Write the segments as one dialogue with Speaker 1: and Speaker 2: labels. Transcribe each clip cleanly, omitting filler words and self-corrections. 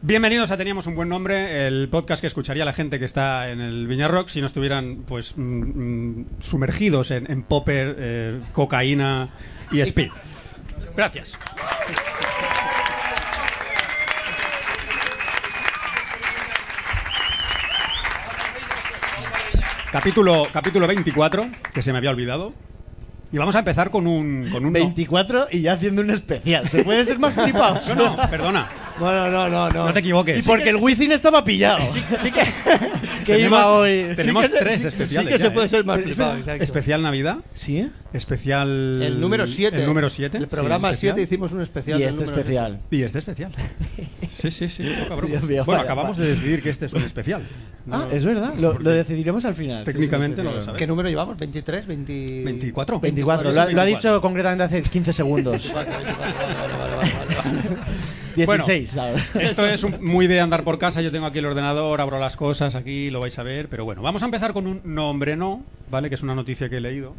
Speaker 1: Bienvenidos a Teníamos un buen nombre, el podcast que escucharía la gente que está en el Viña Rock si no estuvieran pues sumergidos en popper, cocaína y speed. Gracias. Capítulo 24, que se me había olvidado. Y vamos a empezar con un
Speaker 2: 24 y ya haciendo un especial. ¿Se puede ser más flipado?
Speaker 1: No, perdona.
Speaker 2: Bueno, no.
Speaker 1: No te equivoques.
Speaker 2: Y porque el Wizzing estaba pillado.
Speaker 3: Sí que
Speaker 1: Tenemos,
Speaker 2: iba hoy.
Speaker 1: Tenemos
Speaker 3: sí que
Speaker 1: tres
Speaker 3: sí,
Speaker 1: especiales.
Speaker 3: Sí que
Speaker 1: ya,
Speaker 3: se puede ser más flipado. Exacto.
Speaker 1: Especial Navidad.
Speaker 2: ¿Sí?
Speaker 1: Especial.
Speaker 3: El número 7.
Speaker 1: El número 7.
Speaker 3: El programa
Speaker 1: sí, especial.
Speaker 3: 7 hicimos un especial.
Speaker 2: Y
Speaker 3: del
Speaker 2: este
Speaker 3: número
Speaker 2: especial.
Speaker 1: Y este especial. Sí. Poca broma.
Speaker 2: Dios mío,
Speaker 1: Bueno,
Speaker 2: vaya,
Speaker 1: acabamos de decidir que este es un especial.
Speaker 2: Ah, es verdad. Lo decidiremos al final.
Speaker 1: Técnicamente
Speaker 2: Sí,
Speaker 1: no lo
Speaker 3: siete.
Speaker 1: sabemos.
Speaker 3: ¿Qué número llevamos? ¿23?
Speaker 1: 24.
Speaker 2: 24. Lo ha dicho concretamente hace 15 segundos.
Speaker 3: Vale.
Speaker 2: 16,
Speaker 1: Bueno,
Speaker 2: ¿sabes?
Speaker 1: esto es muy de andar por casa. Yo tengo aquí el ordenador, abro las cosas aquí, lo vais a ver. Pero bueno, vamos a empezar con un nombre no, ¿vale? Que es una noticia que he leído.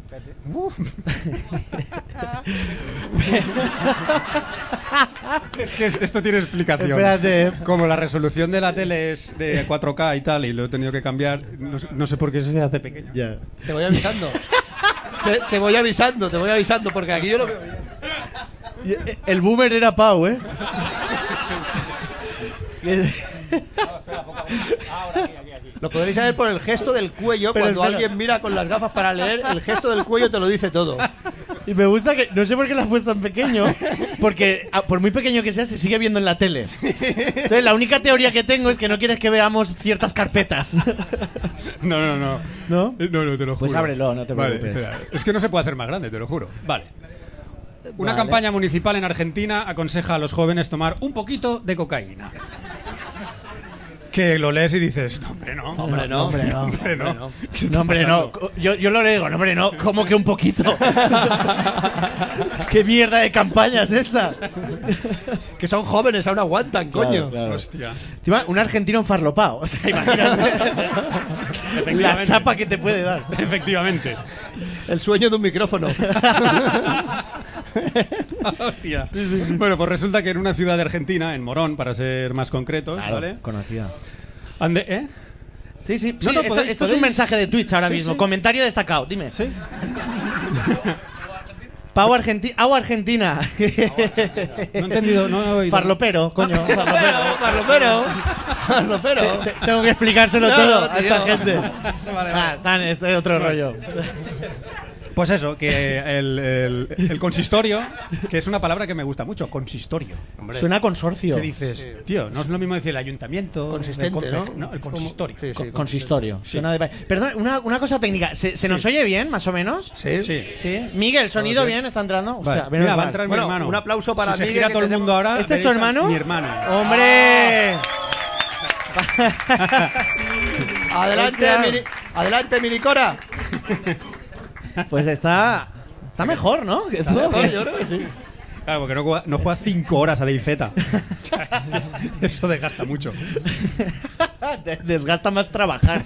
Speaker 1: Es que esto tiene explicación.
Speaker 2: Espérate.
Speaker 1: Como la resolución de la tele es de 4K y tal, y lo he tenido que cambiar, no sé por qué se hace pequeño.
Speaker 2: Ya.
Speaker 3: Te voy avisando. Te voy avisando, porque aquí yo lo veo bien.
Speaker 2: El boomer era Pau, ¿eh?
Speaker 3: Lo podréis saber por el gesto del cuello.
Speaker 2: Pero
Speaker 3: Cuando
Speaker 2: espera.
Speaker 3: alguien mira con las gafas para leer, el gesto del cuello te lo dice todo.
Speaker 2: Y me gusta que... No sé por qué lo has puesto tan pequeño. Porque por muy pequeño que sea, se sigue viendo en la tele. Entonces, la única teoría que tengo es que no quieres que veamos ciertas carpetas.
Speaker 1: No.
Speaker 2: ¿No?
Speaker 1: No, te lo juro.
Speaker 2: Pues ábrelo, no te
Speaker 1: Vale,
Speaker 2: preocupes.
Speaker 1: espera. Es que no se puede hacer más grande, te lo juro. Vale. Una
Speaker 2: Vale.
Speaker 1: campaña municipal en Argentina aconseja a los jóvenes tomar un poquito de cocaína. Que lo lees y dices, no, hombre, no.
Speaker 3: Hombre, no.
Speaker 1: Hombre, no. ¿Qué está
Speaker 2: No, hombre, no.
Speaker 1: pasando?
Speaker 2: Yo lo leo, no, hombre, no. ¿Cómo que un poquito? ¿Qué mierda de campaña es esta?
Speaker 3: Que son jóvenes, aún aguantan, coño.
Speaker 2: Claro.
Speaker 1: Hostia.
Speaker 2: Encima, un argentino enfarlopao. O sea, imagínate. La
Speaker 1: Efectivamente.
Speaker 2: chapa que te puede dar.
Speaker 1: Efectivamente.
Speaker 3: El sueño de un micrófono.
Speaker 1: Hostia. Bueno, pues resulta que en una ciudad de Argentina, en Morón, para ser más concretos, ¿vale?
Speaker 2: Conocida.
Speaker 1: ¿Eh?
Speaker 2: Sí.
Speaker 1: No,
Speaker 2: esto es
Speaker 1: podéis-
Speaker 2: un mensaje de Twitch ahora
Speaker 1: Sí,
Speaker 2: mismo.
Speaker 1: sí.
Speaker 2: Comentario destacado, dime.
Speaker 1: Sí.
Speaker 2: Pau Argentina. Agua Argentina.
Speaker 1: No he entendido, no he oído.
Speaker 2: Farlopero, coño.
Speaker 3: Farlopero.
Speaker 2: Tengo que explicárselo
Speaker 3: No,
Speaker 2: todo
Speaker 3: no,
Speaker 2: a esta
Speaker 3: tío.
Speaker 2: gente. Este es otro rollo.
Speaker 1: Pues eso, que el consistorio, que es una palabra que me gusta mucho, consistorio. Hombre.
Speaker 2: Suena a consorcio.
Speaker 1: ¿Qué dices? Tío, no es lo mismo decir el ayuntamiento.
Speaker 3: Consistente,
Speaker 1: el
Speaker 3: ¿no?
Speaker 1: el consistorio.
Speaker 3: Sí,
Speaker 2: Consistorio.
Speaker 1: Sí.
Speaker 2: Suena de... Perdón, una cosa técnica. ¿Se nos oye bien, más o menos?
Speaker 1: Sí.
Speaker 2: Sí. Miguel, ¿sonido bien? ¿Está entrando?
Speaker 1: Vale.
Speaker 2: Hostia, menos
Speaker 1: Mira, va a
Speaker 2: mal.
Speaker 1: entrar mi
Speaker 3: Bueno,
Speaker 1: hermano.
Speaker 3: un aplauso para
Speaker 1: si se
Speaker 3: Miguel,
Speaker 1: gira
Speaker 3: que
Speaker 1: todo el mundo ahora.
Speaker 2: ¿Este es tu
Speaker 1: veréis a
Speaker 2: hermano?
Speaker 1: Mi hermano.
Speaker 2: ¡Hombre!
Speaker 3: Adelante, Minicora.
Speaker 2: Pues está mejor, ¿no? Que tú.
Speaker 3: Yo creo que sí.
Speaker 1: Claro, porque no juega 5 horas a DayZ. Eso desgasta mucho.
Speaker 2: Desgasta más trabajar.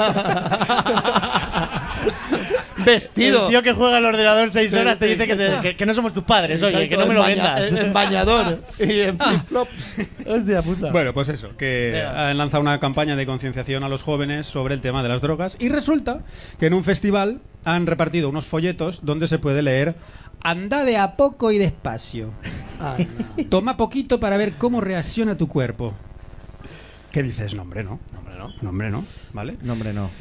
Speaker 3: Vestido.
Speaker 2: El tío que juega al ordenador 6 horas te dice que no somos tus padres, oye, que no me lo vendas.
Speaker 3: En bañador y en flip-flop.
Speaker 2: Hostia puta.
Speaker 1: Bueno, pues eso, que han lanzado una campaña de concienciación a los jóvenes sobre el tema de las drogas y resulta que en un festival han repartido unos folletos donde se puede leer: anda de a poco y despacio. Toma poquito para ver cómo reacciona tu cuerpo. ¿Qué dices? No, hombre, no. ¿Vale?
Speaker 2: No, hombre, no.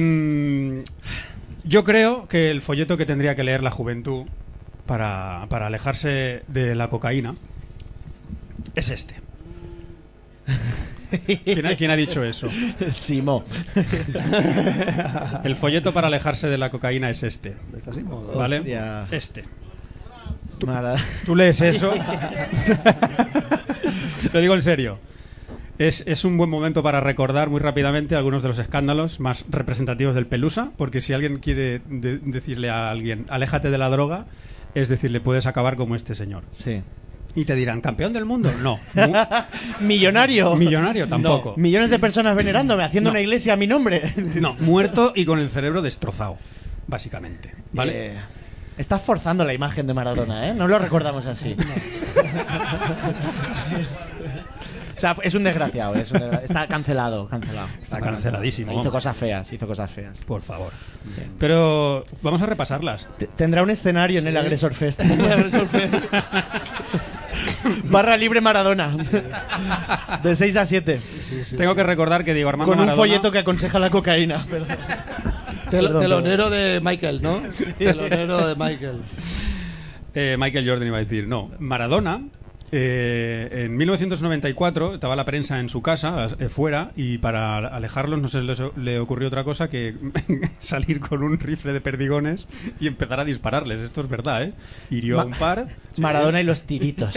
Speaker 1: Yo creo que el folleto que tendría que leer la juventud para alejarse de la cocaína es este. ¿Quién ha dicho eso?
Speaker 2: Simo.
Speaker 1: El folleto para alejarse de la cocaína es este. ¿Vale?
Speaker 2: Hostia.
Speaker 1: Este.
Speaker 2: Mala.
Speaker 1: Tú lees eso. Lo digo en serio. Es un buen momento para recordar muy rápidamente algunos de los escándalos más representativos del Pelusa, porque si alguien quiere decirle a alguien, aléjate de la droga, es decirle, puedes acabar como este señor.
Speaker 2: Sí.
Speaker 1: Y te dirán, ¿campeón del mundo? No.
Speaker 2: Millonario.
Speaker 1: Millonario tampoco.
Speaker 2: No. Millones de personas venerándome, haciendo
Speaker 1: No.
Speaker 2: una iglesia a mi nombre.
Speaker 1: No, muerto y con el cerebro destrozado, básicamente. ¿Vale?
Speaker 2: Estás forzando la imagen de Maradona, ¿eh? No lo recordamos así. sea, es un desgraciado. Está cancelado.
Speaker 1: Está canceladísimo.
Speaker 2: Hizo cosas feas.
Speaker 1: Por favor. Pero vamos a repasarlas.
Speaker 2: Tendrá un escenario en el Agresor Fest. Barra libre Maradona. De 6 a 7.
Speaker 1: Tengo que recordar que Diego Armando
Speaker 2: Con un
Speaker 1: Maradona,
Speaker 2: folleto que aconseja la cocaína.
Speaker 3: Telonero de Michael, ¿no? Telonero de Michael.
Speaker 1: Michael Jordan iba a decir. No, Maradona... en 1994 estaba la prensa en su casa, fuera, y para alejarlos no se le ocurrió otra cosa que salir con un rifle de perdigones y empezar a dispararles. Esto es verdad, ¿eh? Hirió a un par.
Speaker 2: Maradona y los tiritos.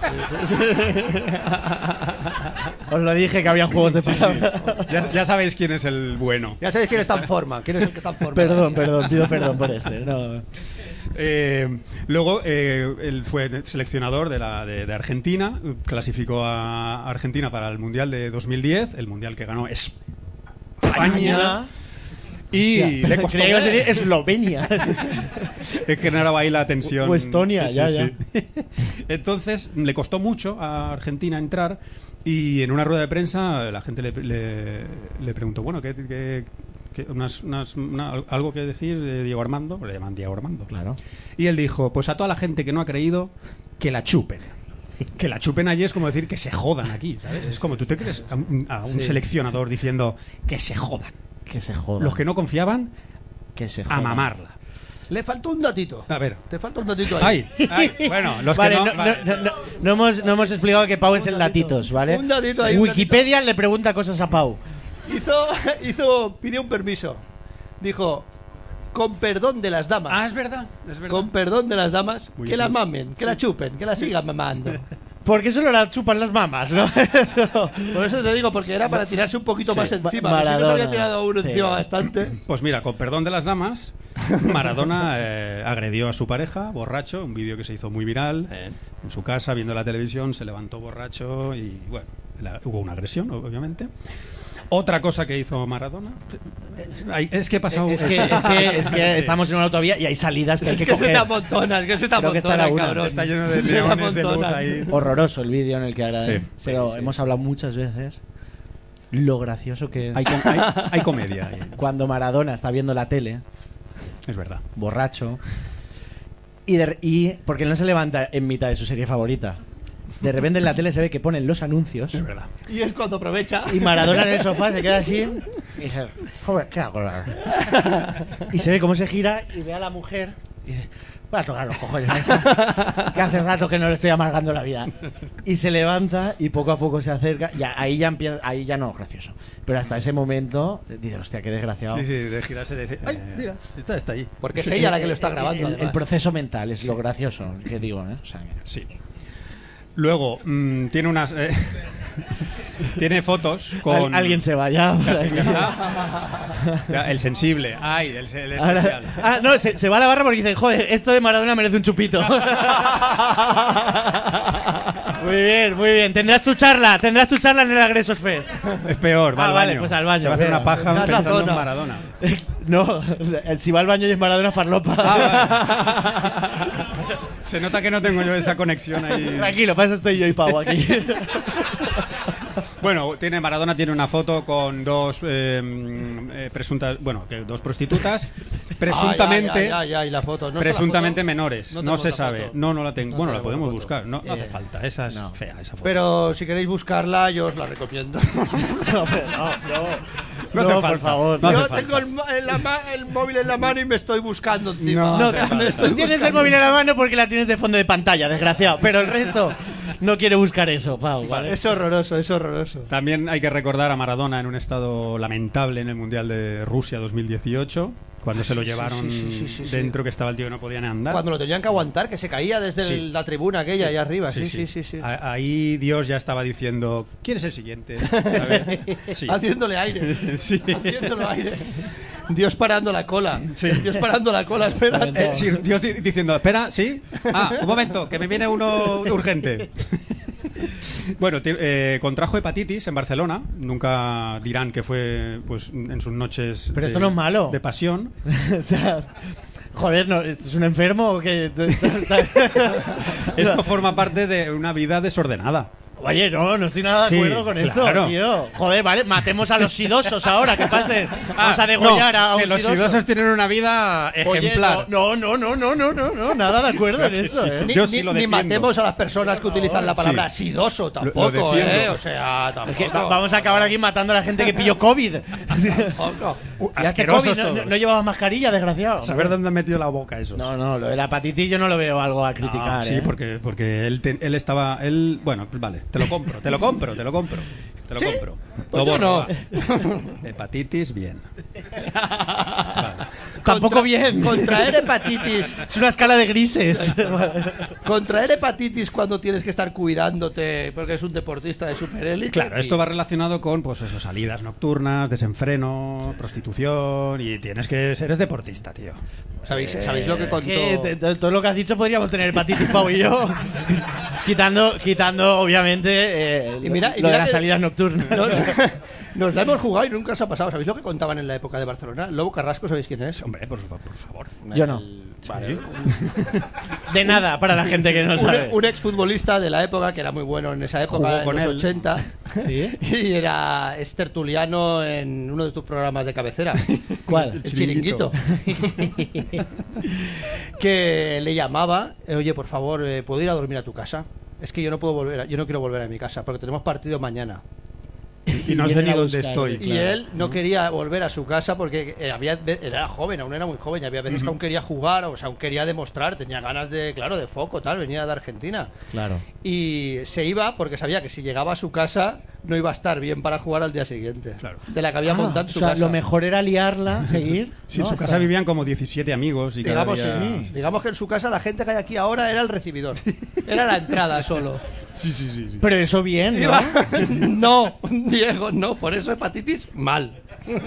Speaker 2: Os lo dije que había juegos de palabras.
Speaker 1: Ya sabéis quién es el bueno.
Speaker 3: Ya sabéis quién está en forma. ¿Quién es el que está en forma?
Speaker 2: Perdón, pido perdón por este. No.
Speaker 1: Luego él fue seleccionador de Argentina, clasificó a Argentina para el Mundial de 2010, el Mundial que ganó España. Y le costó.
Speaker 2: Creía que ibas a decir Eslovenia.
Speaker 1: Generaba ahí la tensión.
Speaker 2: O Estonia,
Speaker 1: Sí.
Speaker 2: ya.
Speaker 1: Entonces le costó mucho a Argentina entrar y en una rueda de prensa la gente le preguntó, bueno, algo que decir de Diego Armando, le llaman Diego Armando.
Speaker 2: Claro.
Speaker 1: Y él dijo, pues a toda la gente que no ha creído, que la chupen. Que la chupen allí es como decir que se jodan aquí, ¿sabes? Es como tú te crees a un seleccionador diciendo que se jodan.
Speaker 2: Que se jodan.
Speaker 1: Los que no confiaban,
Speaker 2: que se
Speaker 1: a
Speaker 2: jodan.
Speaker 1: mamarla.
Speaker 3: Le faltó un datito.
Speaker 1: A ver.
Speaker 3: Te falta un datito ahí.
Speaker 1: Ay, bueno, los
Speaker 2: vale,
Speaker 1: que
Speaker 2: no hemos explicado que Pau es el datitos, ¿vale?
Speaker 3: Un datito ahí.
Speaker 2: Wikipedia le pregunta cosas a Pau.
Speaker 3: Pidió un permiso. Dijo, con perdón de las damas.
Speaker 1: Ah, es verdad.
Speaker 3: Con perdón de las damas,
Speaker 1: Muy
Speaker 3: que
Speaker 1: bien.
Speaker 3: la mamen, que la chupen, que la sigan mamando.
Speaker 2: Porque solo la chupan las mamas, ¿no?
Speaker 3: Por eso te digo, porque era para tirarse un poquito más encima.
Speaker 2: Maradona.
Speaker 3: Si no se había tirado uno
Speaker 2: Sí.
Speaker 3: encima bastante.
Speaker 1: Pues mira, con perdón de las damas, Maradona agredió a su pareja, borracho, un vídeo que se hizo muy viral, en su casa, viendo la televisión, se levantó borracho y, bueno, hubo una agresión, obviamente. Otra cosa que hizo Maradona, es que he pasado...
Speaker 2: Es que estamos en una autovía y hay salidas que hay que
Speaker 3: Que se te
Speaker 2: coger.
Speaker 3: amontonas, que se te
Speaker 2: Creo que está la
Speaker 3: amontonas,
Speaker 2: una.
Speaker 3: cabrón.
Speaker 1: Está lleno de
Speaker 3: Se te
Speaker 1: leones de luz
Speaker 3: amontonan.
Speaker 1: ahí.
Speaker 2: Horroroso el vídeo en el que agradece.
Speaker 1: Sí.
Speaker 2: Pero hemos hablado muchas veces lo gracioso que es
Speaker 1: Hay comedia ahí.
Speaker 2: cuando Maradona está viendo la tele,
Speaker 1: Es verdad.
Speaker 2: borracho, y porque él no se levanta en mitad de su serie favorita. De repente en la tele se ve que ponen los anuncios
Speaker 1: Es verdad.
Speaker 3: Y es cuando aprovecha.
Speaker 2: y Maradona en el sofá se queda así y dice, joder, ¿qué hago ahora? Y se ve cómo se gira y ve a la mujer y dice, voy a tocar los cojones a esa, que hace rato que no le estoy amargando la vida. Y se levanta y poco a poco se acerca y ahí ya empieza, ahí ya no es gracioso. Pero hasta ese momento dice, hostia, qué desgraciado.
Speaker 1: Sí, de girarse de...
Speaker 3: Ay, mira.
Speaker 1: Está ahí.
Speaker 3: Porque es ella la que lo está grabando.
Speaker 2: El
Speaker 3: además.
Speaker 2: proceso mental es lo gracioso que digo, ¿eh? O sea,
Speaker 1: Sí. Luego, tiene unas... tiene fotos con...
Speaker 2: alguien se va ya.
Speaker 1: Casi, ya está. Ya, el sensible. Ay, el especial.
Speaker 2: No, se va a la barra porque dice, joder, esto de Maradona merece un chupito. Muy bien. Tendrás tu charla en el Agresor Fest.
Speaker 1: Es peor, va al
Speaker 2: vale,
Speaker 1: baño.
Speaker 2: pues al baño.
Speaker 1: Se va a hacer una paja
Speaker 3: Esa
Speaker 1: pensando
Speaker 3: zona.
Speaker 1: en Maradona.
Speaker 2: No, si va al baño y es Maradona, farlopa.
Speaker 1: Se nota que no tengo yo esa conexión ahí.
Speaker 2: Tranquilo, para eso estoy yo y Pau aquí.
Speaker 1: Bueno, Maradona tiene una foto con dos presuntas, dos prostitutas, presuntamente,
Speaker 3: Y la foto. ¿No está
Speaker 1: presuntamente
Speaker 3: la foto?
Speaker 1: menores.
Speaker 3: No
Speaker 1: No
Speaker 3: tengo
Speaker 1: se
Speaker 3: la
Speaker 1: sabe.
Speaker 3: foto.
Speaker 1: No la tengo.
Speaker 3: No
Speaker 1: Bueno, la
Speaker 3: tengo
Speaker 1: podemos
Speaker 3: la foto.
Speaker 1: buscar. No hace falta. Esa es fea, esa foto.
Speaker 3: Pero si queréis buscarla, yo os la recomiendo.
Speaker 2: No
Speaker 1: No hace falta.
Speaker 2: por favor.
Speaker 1: No hace
Speaker 3: Yo
Speaker 1: falta.
Speaker 3: tengo el móvil en la mano y me estoy buscando encima.
Speaker 1: No,
Speaker 2: Tú tienes el móvil en la mano porque la tienes de fondo de pantalla, desgraciado. Pero el resto no quiere buscar eso, Pau, ¿vale?
Speaker 3: Es horroroso, es horroroso.
Speaker 1: También hay que recordar a Maradona en un estado lamentable en el Mundial de Rusia 2018, cuando se lo llevaron
Speaker 3: sí.
Speaker 1: dentro, que estaba el tío que no podía ni andar.
Speaker 3: Cuando lo tenían que aguantar, que se caía desde
Speaker 1: Sí.
Speaker 3: la tribuna aquella allá arriba. Sí.
Speaker 1: Ahí Dios ya estaba diciendo, ¿quién es el siguiente? A ver, sí.
Speaker 3: Haciéndole aire.
Speaker 1: Sí.
Speaker 3: Haciéndole aire. Dios parando la cola.
Speaker 1: Sí.
Speaker 3: Dios parando la cola, espera.
Speaker 1: Sí, Dios diciendo, espera, ¿sí? Un momento, que me viene uno urgente. Bueno, contrajo hepatitis en Barcelona. Nunca dirán que fue pues en sus noches
Speaker 2: Pero esto no es malo.
Speaker 1: de pasión.
Speaker 2: O sea, joder, ¿no? ¿Es un enfermo o qué?
Speaker 1: Esto forma parte de una vida desordenada.
Speaker 2: Oye, no estoy nada de acuerdo con
Speaker 1: claro.
Speaker 2: esto, tío. Joder, vale, matemos a los sidosos ahora, que pasen. Vamos a degollar a un
Speaker 1: que los
Speaker 2: sidoso.
Speaker 1: sidosos tienen una vida ejemplar.
Speaker 2: Oye, no, nada de acuerdo en eso,
Speaker 1: Yo sí lo
Speaker 3: Ni
Speaker 1: defiendo.
Speaker 3: matemos a las personas que utilizan la palabra sidoso tampoco,
Speaker 1: defiendo.
Speaker 3: O sea, tampoco.
Speaker 2: Es que vamos a acabar aquí matando a la gente que pilló COVID.
Speaker 3: Tampoco.
Speaker 2: Y hace
Speaker 1: Asquerosos
Speaker 2: COVID,
Speaker 1: todos.
Speaker 2: no llevabas mascarilla, desgraciado.
Speaker 1: Saber dónde han metido la boca esos.
Speaker 2: No, lo de la hepatitis yo no lo veo algo a criticar.
Speaker 1: Sí, porque él estaba. Bueno, vale, te lo compro.
Speaker 3: Pues
Speaker 1: Lo borro.
Speaker 3: no.
Speaker 1: Va. Hepatitis, bien. Vale.
Speaker 2: Tampoco bien.
Speaker 3: Contraer hepatitis.
Speaker 2: Es una escala de grises.
Speaker 3: Contraer hepatitis cuando tienes que estar cuidándote porque es un deportista de superélite.
Speaker 1: Claro, esto va relacionado con pues eso, salidas nocturnas, desenfreno, prostitución y eres deportista, tío.
Speaker 3: ¿Sabéis lo que contó?
Speaker 2: Todo lo que has dicho podríamos tener hepatitis, Pau y yo. quitando obviamente,
Speaker 3: Y mira
Speaker 2: lo de las
Speaker 3: que-
Speaker 2: salidas nocturnas.
Speaker 3: Nos la hemos jugado y nunca se ha pasado. ¿Sabéis lo que contaban en la época de Barcelona? Lobo Carrasco, ¿sabéis quién es?
Speaker 1: Hombre, por favor.
Speaker 2: Yo no.
Speaker 3: Vale.
Speaker 2: De nada para la gente que no sabe.
Speaker 3: Un exfutbolista de la época que era muy bueno en esa época,
Speaker 1: Jugó
Speaker 3: en
Speaker 1: con
Speaker 3: los
Speaker 1: él.
Speaker 3: 80.
Speaker 2: ¿Sí?
Speaker 3: Y es tertuliano en uno de tus programas de cabecera.
Speaker 2: ¿Cuál?
Speaker 3: El Chiringuito. Que le llamaba, oye, por favor, ¿puedo ir a dormir a tu casa? Es que yo no puedo yo no quiero volver a mi casa porque tenemos partido mañana.
Speaker 1: Y no sé
Speaker 2: vienen
Speaker 1: ni
Speaker 2: a
Speaker 1: dónde
Speaker 2: buscar,
Speaker 1: estoy.
Speaker 3: Y él no quería volver a su casa porque era joven, aún era muy joven, y había veces que aún quería jugar, o sea, aún quería demostrar, tenía ganas de foco, tal, venía de Argentina.
Speaker 2: Claro.
Speaker 3: Y se iba porque sabía que si llegaba a su casa no iba a estar bien para jugar al día siguiente.
Speaker 1: Claro.
Speaker 3: De la que había montado en
Speaker 2: O
Speaker 3: su
Speaker 2: sea,
Speaker 3: casa.
Speaker 2: lo mejor era liarla, seguir.
Speaker 1: Sí,
Speaker 2: ¿no?
Speaker 1: en su
Speaker 2: Hasta-
Speaker 1: casa vivían como 17 amigos y cada
Speaker 3: Digamos,
Speaker 1: día...
Speaker 3: digamos que en su casa la gente que hay aquí ahora era el recibidor. Era la entrada solo.
Speaker 1: Sí.
Speaker 2: Pero eso bien, ¿no?
Speaker 3: Iba- No, Diego, no. Por eso hepatitis, mal.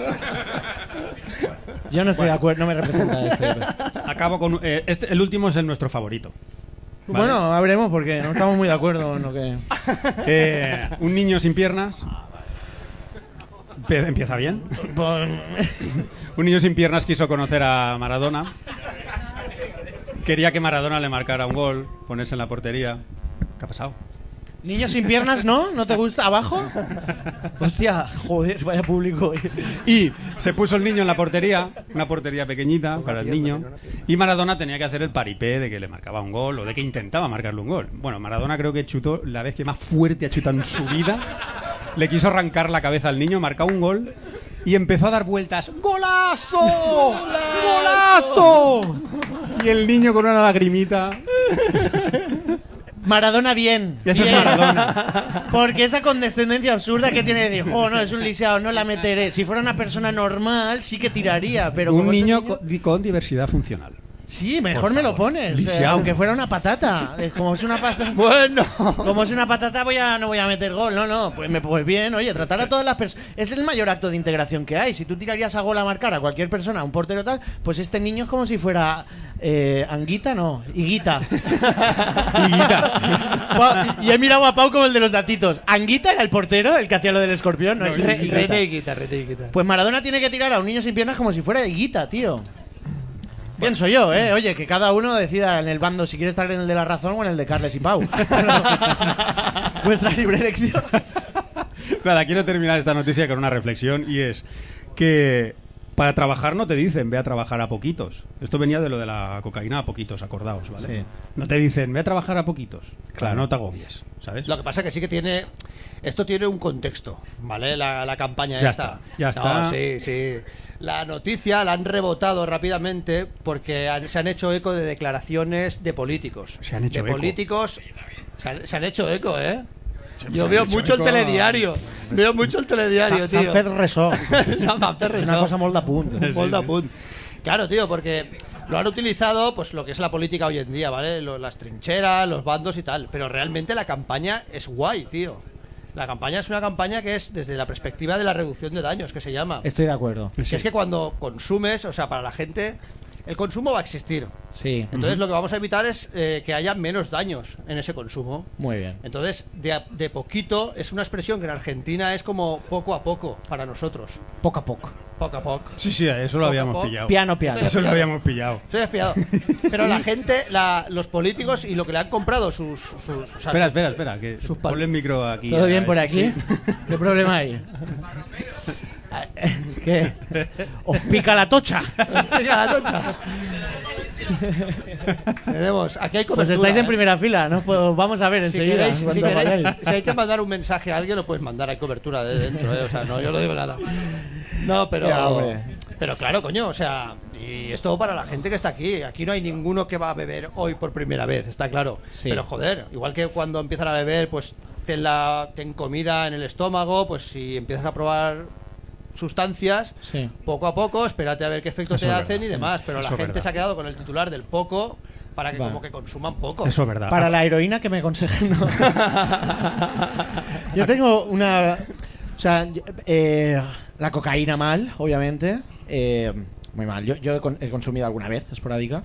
Speaker 2: Yo no estoy de acuerdo, no me representa esto.
Speaker 1: Acabo con... el último es nuestro favorito. ¿vale?
Speaker 2: Bueno, habremos porque no estamos muy de acuerdo en lo que...
Speaker 1: Un niño sin piernas... Empieza bien. Un niño sin piernas quiso conocer a Maradona. Quería que Maradona le marcara un gol, ponerse en la portería. ¿Qué ha pasado?
Speaker 2: Niños sin piernas, ¿no? ¿No te gusta? ¿Abajo? Hostia, joder, vaya público.
Speaker 1: Y se puso el niño en la portería, una portería pequeñita para el niño, y Maradona tenía que hacer el paripé de que le marcaba un gol o de que intentaba marcarle un gol. Bueno, Maradona creo que chutó la vez que más fuerte ha chutado en su vida. Le quiso arrancar la cabeza al niño, marcó un gol y empezó a dar vueltas. ¡Golazo! ¡Golazo! Y el niño con una lagrimita.
Speaker 2: Maradona bien.
Speaker 1: Eso es
Speaker 2: bien.
Speaker 1: Maradona.
Speaker 2: Porque esa condescendencia absurda que tiene de decir, oh, no, es un lisiado, no la meteré. Si fuera una persona normal, sí que tiraría, pero
Speaker 1: Un
Speaker 2: como es
Speaker 1: niño con diversidad funcional.
Speaker 2: Sí, mejor
Speaker 1: Por
Speaker 2: me lo
Speaker 1: favor.
Speaker 2: pones.
Speaker 1: Lisiado.
Speaker 2: Aunque fuera una patata. Es como es una patata.
Speaker 3: Bueno.
Speaker 2: Como es una patata, no voy a meter gol. No. Pues bien, oye, tratar a todas las personas. Es el mayor acto de integración que hay. Si tú tirarías a gol a marcar a cualquier persona, a un portero tal, pues este niño es como si fuera. Anguita, no. Higuita. Y he mirado a Pau como el de los datitos. Anguita era el portero, el que hacía lo del escorpión. No, es Higuita. Pues Maradona tiene que tirar a un niño sin piernas como si fuera Higuita, tío. Pienso yo, Oye, que cada uno decida en el bando si quiere estar en el de la razón o en el de Carles y Pau. Vuestra libre elección.
Speaker 1: Nada, quiero terminar esta noticia con una reflexión y es que para trabajar no te dicen ve a trabajar a poquitos. Esto venía de lo de la cocaína a poquitos, acordaos, ¿vale?
Speaker 2: Sí.
Speaker 1: No te dicen ve a trabajar a poquitos. Claro, no te agobies, ¿sabes?
Speaker 3: Lo que pasa que sí que tiene. Esto tiene un contexto, ¿vale? La campaña
Speaker 1: Ya
Speaker 3: esta.
Speaker 1: está, ya
Speaker 3: No,
Speaker 1: está.
Speaker 3: sí. La noticia la han rebotado rápidamente porque se han hecho eco de declaraciones de políticos.
Speaker 1: Se han hecho
Speaker 3: de
Speaker 1: eco.
Speaker 3: políticos. Se han hecho eco, ¿eh?
Speaker 1: Se
Speaker 3: Yo
Speaker 1: han
Speaker 3: veo
Speaker 1: hecho
Speaker 3: mucho el
Speaker 1: eco.
Speaker 3: telediario. Veo mucho el telediario,
Speaker 2: S'han
Speaker 3: tío.
Speaker 2: fet ressò.
Speaker 3: S'han fet
Speaker 2: És
Speaker 3: ressò.
Speaker 2: una cosa molt de punt.
Speaker 3: Molt de punt. Claro, tío, porque lo han utilizado, pues lo que es la política hoy en día, ¿vale? Las trincheras, los bandos y tal. Pero realmente la campaña es guay, tío. La campaña es una campaña que es desde la perspectiva de la reducción de daños, que se llama.
Speaker 2: Estoy de acuerdo.
Speaker 3: Que es que cuando consumes, o sea, para la gente, el consumo va a existir.
Speaker 2: Sí.
Speaker 3: Entonces lo que vamos a evitar es que haya menos daños en ese consumo.
Speaker 2: Muy bien.
Speaker 3: Entonces, de poquito es una expresión que en Argentina es como poco a poco para nosotros.
Speaker 2: Poco a poco.
Speaker 3: Poco a poco.
Speaker 1: Sí, eso lo habíamos pillado.
Speaker 2: Piano.
Speaker 1: Eso lo habíamos pillado.
Speaker 3: Soy espiado. Pero la gente, los políticos y lo que le han comprado sus
Speaker 1: Espera, que ponle el micro aquí.
Speaker 2: ¿Todo bien por aquí? ¿Qué problema hay? ¿Qué? ¿Os pica la tocha?
Speaker 3: Tenemos, aquí hay
Speaker 2: Pues
Speaker 3: cobertura.
Speaker 2: estáis en primera fila, ¿no? Pues vamos a ver enseguida.
Speaker 3: Si hay que mandar un mensaje a alguien, lo puedes mandar, hay cobertura de dentro, O sea, no, yo no digo nada. No, pero...
Speaker 2: Ya, hombre.
Speaker 3: Pero claro, coño, o sea, y es todo para la gente que está aquí. Aquí no hay ninguno que va a beber hoy por primera vez, está claro.
Speaker 2: Sí.
Speaker 3: Pero joder, igual que cuando empiezan a beber, pues ten comida en el estómago, pues si empiezas a probar sustancias,
Speaker 2: Sí.
Speaker 3: poco a poco, espérate a ver qué efecto
Speaker 1: Eso
Speaker 3: te
Speaker 1: es
Speaker 3: hacen
Speaker 1: verdad,
Speaker 3: y demás. Pero
Speaker 1: eso
Speaker 3: la
Speaker 1: es
Speaker 3: gente
Speaker 1: verdad.
Speaker 3: se ha quedado con el titular del poco para que
Speaker 2: Va.
Speaker 3: como que consuman poco.
Speaker 1: Eso es verdad.
Speaker 2: Para la heroína que me aconsejan, no. Yo tengo una... O sea, la cocaína mal, obviamente. Muy mal. Yo he consumido alguna vez, esporádica.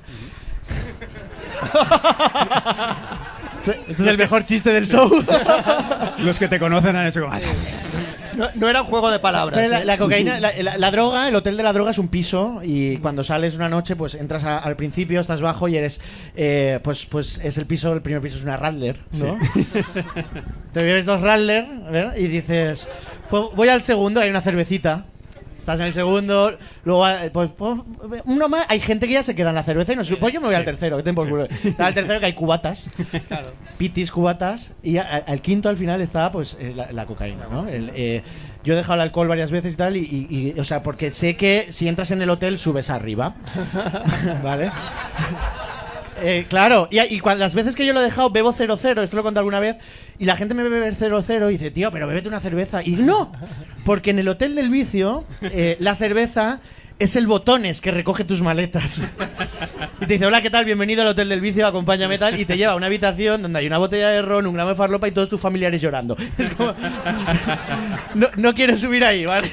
Speaker 2: Este es el mejor chiste del show.
Speaker 1: Los que te conocen han hecho como...
Speaker 3: No era un juego de palabras.
Speaker 2: Pero la cocaína, la droga, el hotel de la droga es un piso y cuando sales una noche, pues entras al principio, estás bajo y eres, pues es el primer piso es una Radler, ¿no? Te bebes 2 Radler, ¿verdad? Y dices, pues voy al segundo, hay una cervecita. Estás en el segundo, luego pues uno más, hay gente que ya se queda en la cerveza y no pues yo me voy al tercero, que tengo por culo. Está al tercero que hay cubatas, pitis, cubatas, y al quinto al final está pues la cocaína, ¿no? Yo he dejado el alcohol varias veces y tal, y o sea, porque sé que si entras en el hotel subes arriba, ¿vale? Claro, y las veces que yo lo he dejado bebo 0-0, esto lo he contado alguna vez, y la gente me ve beber 0-0 y dice, tío, pero bébete una cerveza. Y no, porque en el hotel del vicio la cerveza es el botones que recoge tus maletas. Y te dice, hola, ¿qué tal? Bienvenido al hotel del vicio, acompáñame tal, y te lleva a una habitación donde hay una botella de ron, un gramo de farlopa y todos tus familiares llorando. Es como... no quieres subir ahí, ¿vale?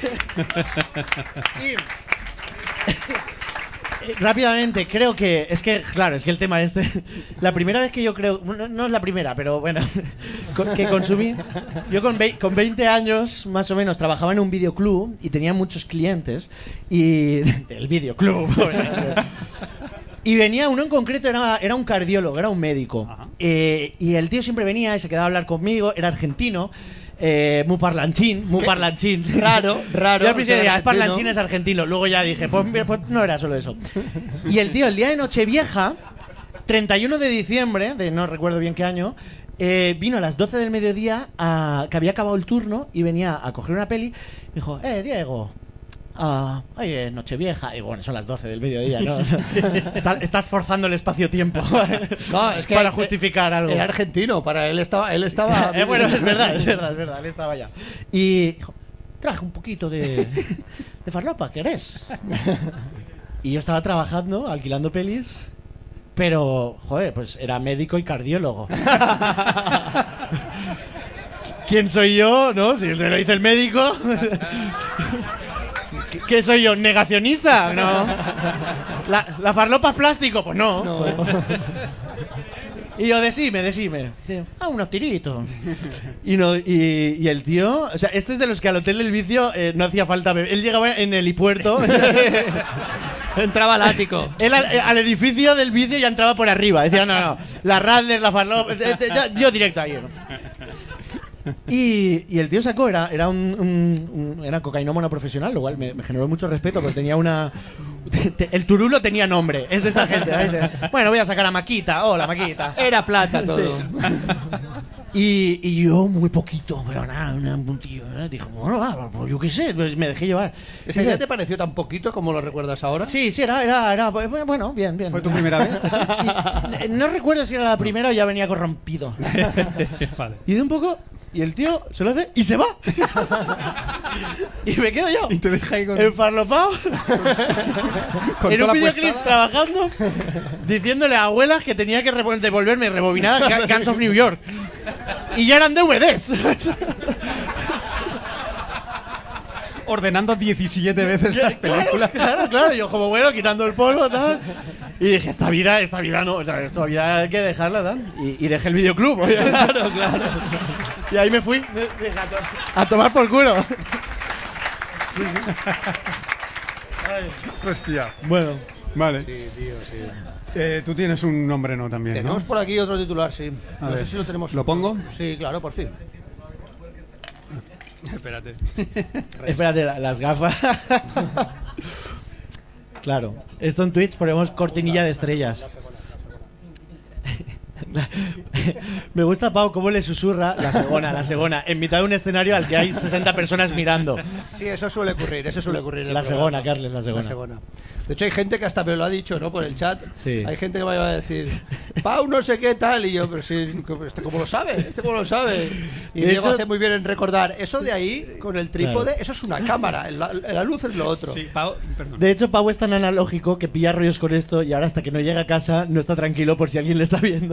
Speaker 2: Rápidamente, creo que... Es que, claro, es que el tema este... La primera vez que yo creo... No es la primera, pero bueno... Que consumí... Yo con 20 años, más o menos, trabajaba en un videoclub y tenía muchos clientes. Y... El videoclub... Y venía uno en concreto, era un cardiólogo, era un médico. Y el tío siempre venía y se quedaba a hablar conmigo, era argentino. Muy parlanchín.
Speaker 3: Raro.
Speaker 2: Yo al principio decía, es parlanchín, es argentino. Luego ya dije, pues no era solo eso. Y el tío, el día de Nochevieja, 31 de diciembre, de no recuerdo bien qué año, vino a las 12 del mediodía, que había acabado el turno, y venía a coger una peli. Y dijo, Diego... oye, Nochevieja. Y bueno, son las 12 del mediodía, ¿no? Estás forzando el espacio-tiempo.
Speaker 3: No, es que
Speaker 2: para justificar algo.
Speaker 3: Era argentino, para él estaba
Speaker 2: Bueno, es verdad, él estaba ya. Y dijo, traje un poquito de farlopa, ¿querés? Y yo estaba trabajando, alquilando pelis, pero, joder, pues era médico y cardiólogo. ¿Quién soy yo, no? Si me lo dice el médico... ¿Qué soy yo? ¿Negacionista? No. ¿La farlopa es plástico? Pues no. Y yo, decime. Dice, unos tiritos. Y el tío... O sea, este es de los que al hotel del vicio no hacía falta beber. Él llegaba en el helipuerto...
Speaker 3: Entraba al ático.
Speaker 2: Él al edificio del vicio ya entraba por arriba. Decía, no. La Radler, la farlopa... Yo directo ahí, ¿no? Y el tío sacó, era cocainómano profesional, lo cual me generó mucho respeto, porque tenía el turulo tenía nombre, es de esta gente, ¿eh? Bueno, voy a sacar a Maquita, hola Maquita.
Speaker 3: Era plata todo.
Speaker 2: Sí. Y yo muy poquito, pero nada, un tío dijo, bueno, va, pues yo qué sé, pues me dejé llevar.
Speaker 3: ¿Ese día te pareció tan poquito como lo recuerdas ahora?
Speaker 2: Sí, era bueno, bien.
Speaker 1: ¿Fue tu primera vez?
Speaker 2: Y no recuerdo si era la primera o ya venía corrompido.
Speaker 1: Vale.
Speaker 2: Y de un poco... Y el tío se lo hace y se va. Y me quedo yo.
Speaker 1: Y te deja ahí con...
Speaker 2: enfarlopado.
Speaker 1: Con
Speaker 2: En
Speaker 1: toda
Speaker 2: un
Speaker 1: la
Speaker 2: videoclip
Speaker 1: puestada.
Speaker 2: trabajando, diciéndole a abuelas que tenía que devolverme rebobinada Guns of New York. Y ya eran DVDs.
Speaker 1: Ordenando 17 veces las películas.
Speaker 2: Claro, yo como bueno, quitando el polvo, tal. Y dije, esta vida no, o sea, esta vida hay que dejarla, tal. Y dejé el videoclub. Claro. Y ahí me fui a tomar por culo.
Speaker 1: Hostia.
Speaker 2: Bueno,
Speaker 1: Vale.
Speaker 3: Sí, tío, sí.
Speaker 1: Tú tienes un nombre, ¿no? También,
Speaker 3: Tenemos
Speaker 1: ¿no?
Speaker 3: por aquí otro titular, sí.
Speaker 1: A
Speaker 3: No
Speaker 1: ver,
Speaker 3: sé si lo tenemos.
Speaker 1: ¿lo pongo?
Speaker 3: Sí, claro, por fin.
Speaker 1: Espérate.
Speaker 2: espérate, las gafas. Claro, esto en Twitch ponemos cortinilla de estrellas. Me gusta, Pau, cómo le susurra la segona, en mitad de un escenario al que hay 60 personas mirando.
Speaker 3: Sí, eso suele ocurrir en el
Speaker 2: La
Speaker 3: programa.
Speaker 2: segona, Carles, la segona.
Speaker 3: La segona. De hecho, hay gente que hasta me lo ha dicho, ¿no? Por el chat.
Speaker 2: Sí.
Speaker 3: Hay gente que me va a decir, Pau, no sé qué tal. Y yo, pero sí, ¿este cómo lo sabe? ¿Este cómo lo sabe? Y
Speaker 2: De
Speaker 3: Diego
Speaker 2: hecho-
Speaker 3: hace muy bien en recordar. Eso de ahí, con el trípode,
Speaker 2: Claro.
Speaker 3: eso es una cámara. La luz es lo otro.
Speaker 1: Sí, Pau, perdón.
Speaker 2: De hecho, Pau es tan analógico que pilla rollos con esto y ahora hasta que no llega a casa no está tranquilo por si alguien le está viendo.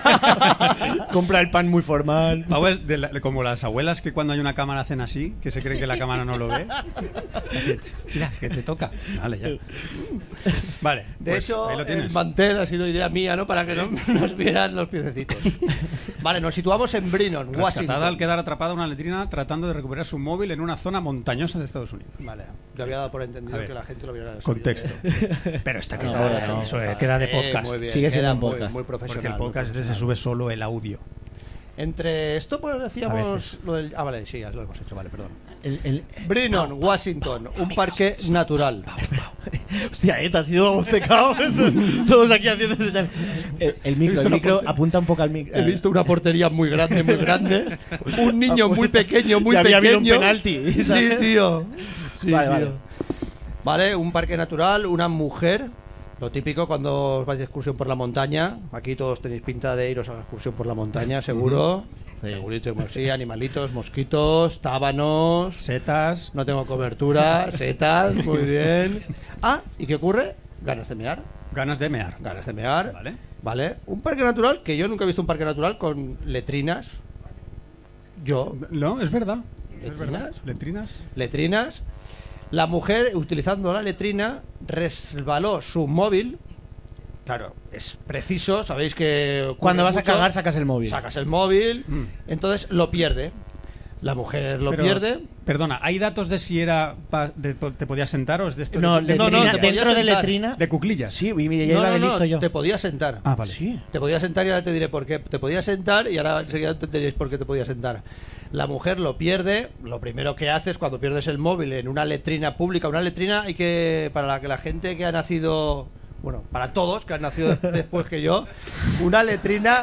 Speaker 2: Compra el pan muy formal.
Speaker 1: Pau es como las abuelas que cuando hay una cámara hacen así, que se creen que la cámara no lo ve. Mira, que te toca. Vale, ya. Vale,
Speaker 3: De
Speaker 1: pues
Speaker 3: hecho,
Speaker 1: ahí lo
Speaker 3: el
Speaker 1: tienes.
Speaker 3: mantel ha sido idea mía, ¿no? Para que no nos vieran los piececitos. Vale, nos situamos en Brennan,
Speaker 1: Rescatada al
Speaker 3: Washington.
Speaker 1: quedar atrapada en una letrina tratando de recuperar su móvil en una zona montañosa de Estados Unidos.
Speaker 3: Vale, yo había dado por
Speaker 1: A
Speaker 3: entendido
Speaker 1: ver,
Speaker 3: que la gente lo viera.
Speaker 1: Contexto. Pero está
Speaker 2: No,
Speaker 1: queda,
Speaker 2: bueno,
Speaker 1: eso queda de podcast.
Speaker 3: Muy bien,
Speaker 2: Sigue siendo
Speaker 3: queda
Speaker 2: un podcast.
Speaker 3: Muy profesional.
Speaker 1: Porque el podcast
Speaker 3: muy
Speaker 1: se sube solo el audio.
Speaker 3: Entre esto, pues
Speaker 1: A
Speaker 3: decíamos
Speaker 1: veces.
Speaker 3: lo del. Ah, vale, sí, ya lo hemos hecho, vale, perdón.
Speaker 2: El-
Speaker 3: Brennan, Washington, un parque natural.
Speaker 2: Hostia, te has ido obcecado. Todos aquí haciendo señales. El micro, apunta un poco al micro.
Speaker 3: He visto una portería muy grande, muy grande. Un niño muy pequeño, muy
Speaker 2: Y había
Speaker 3: pequeño.
Speaker 2: habido un penalti,
Speaker 3: Sí,
Speaker 2: ¿sabes?
Speaker 3: tío. Sí,
Speaker 2: Vale,
Speaker 3: tío.
Speaker 2: vale.
Speaker 3: Vale, un parque natural, una mujer. Lo típico cuando os vais de excursión por la montaña. Aquí todos tenéis pinta de iros a la excursión por la montaña, seguro.
Speaker 2: Sí.
Speaker 3: Segurito, sí, animalitos, mosquitos, tábanos.
Speaker 1: Setas.
Speaker 3: No tengo cobertura, setas, muy bien. Ah, ¿y qué ocurre? Ganas de mear.
Speaker 1: Ganas de mear.
Speaker 3: Ganas de mear.
Speaker 1: Vale.
Speaker 3: Vale. Un parque natural que yo nunca he visto un parque natural con letrinas. Yo.
Speaker 1: No, es verdad. Es
Speaker 3: ¿Letrinas?
Speaker 1: verdad. Letrinas.
Speaker 3: Letrinas. La mujer, utilizando la letrina, resbaló su móvil. Claro, es preciso, sabéis que ocurre
Speaker 2: Cuando vas a
Speaker 3: mucho.
Speaker 2: cagar, sacas el móvil.
Speaker 3: Sacas el móvil,
Speaker 1: Mm.
Speaker 3: entonces lo pierde. La mujer lo
Speaker 1: Pero,
Speaker 3: pierde.
Speaker 1: Perdona, ¿hay datos de si era te podías sentar o es de esto?
Speaker 2: No,
Speaker 1: de,
Speaker 3: no,
Speaker 2: letrina,
Speaker 3: te podías
Speaker 2: dentro de
Speaker 3: sentar.
Speaker 2: letrina.
Speaker 1: de cuclillas.
Speaker 2: Sí, y ya la he visto yo.
Speaker 3: te podías sentar.
Speaker 1: Ah, vale.
Speaker 2: Sí.
Speaker 3: Te podías sentar y ahora te diré por qué. Te podías sentar y ahora enseguida entenderéis por qué te podías sentar. La mujer lo pierde. Lo primero que haces cuando pierdes el móvil en una letrina pública, una letrina hay que, para la gente que ha nacido, bueno, para todos que han nacido después que yo, una letrina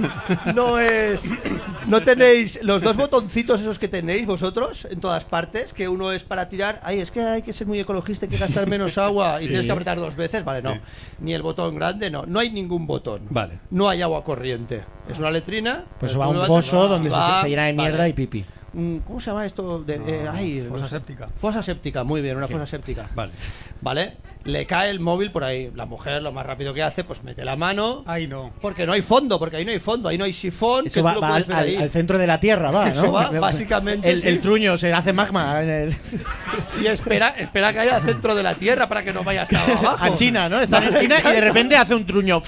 Speaker 3: no tenéis los dos botoncitos esos que tenéis vosotros en todas partes, que uno es para tirar, ay, es que hay que ser muy ecologista, hay que gastar menos agua y
Speaker 2: Sí.
Speaker 3: tienes que apretar dos veces, vale, no,
Speaker 1: Sí.
Speaker 3: ni el botón grande, no hay ningún botón,
Speaker 1: Vale.
Speaker 3: no hay agua corriente, es una letrina,
Speaker 2: Pues
Speaker 3: tú
Speaker 2: va a un
Speaker 3: lo
Speaker 2: foso
Speaker 3: va-
Speaker 2: donde
Speaker 3: va-
Speaker 2: se llena de mierda
Speaker 3: vale.
Speaker 2: y pipi.
Speaker 3: ¿Cómo se llama esto?
Speaker 1: Fosa
Speaker 3: no sé.
Speaker 1: séptica.
Speaker 3: Fosa séptica, muy bien, una fosa séptica.
Speaker 1: Vale.
Speaker 3: Vale, le cae el móvil por ahí. La mujer lo más rápido que hace, pues mete la mano.
Speaker 1: Ay, no.
Speaker 3: Porque no hay fondo, porque ahí no hay fondo, ahí no hay sifón.
Speaker 2: Eso
Speaker 3: que
Speaker 2: va,
Speaker 3: tú lo
Speaker 2: va
Speaker 3: puedes ver ahí.
Speaker 2: al centro de la Tierra, va, ¿no?
Speaker 3: Eso va, básicamente, sí.
Speaker 2: El truño se hace magma en el...
Speaker 3: Y espera que haya al centro de la tierra para que no vaya hasta abajo.
Speaker 2: A China, ¿no? Están en China y de repente hace un truño.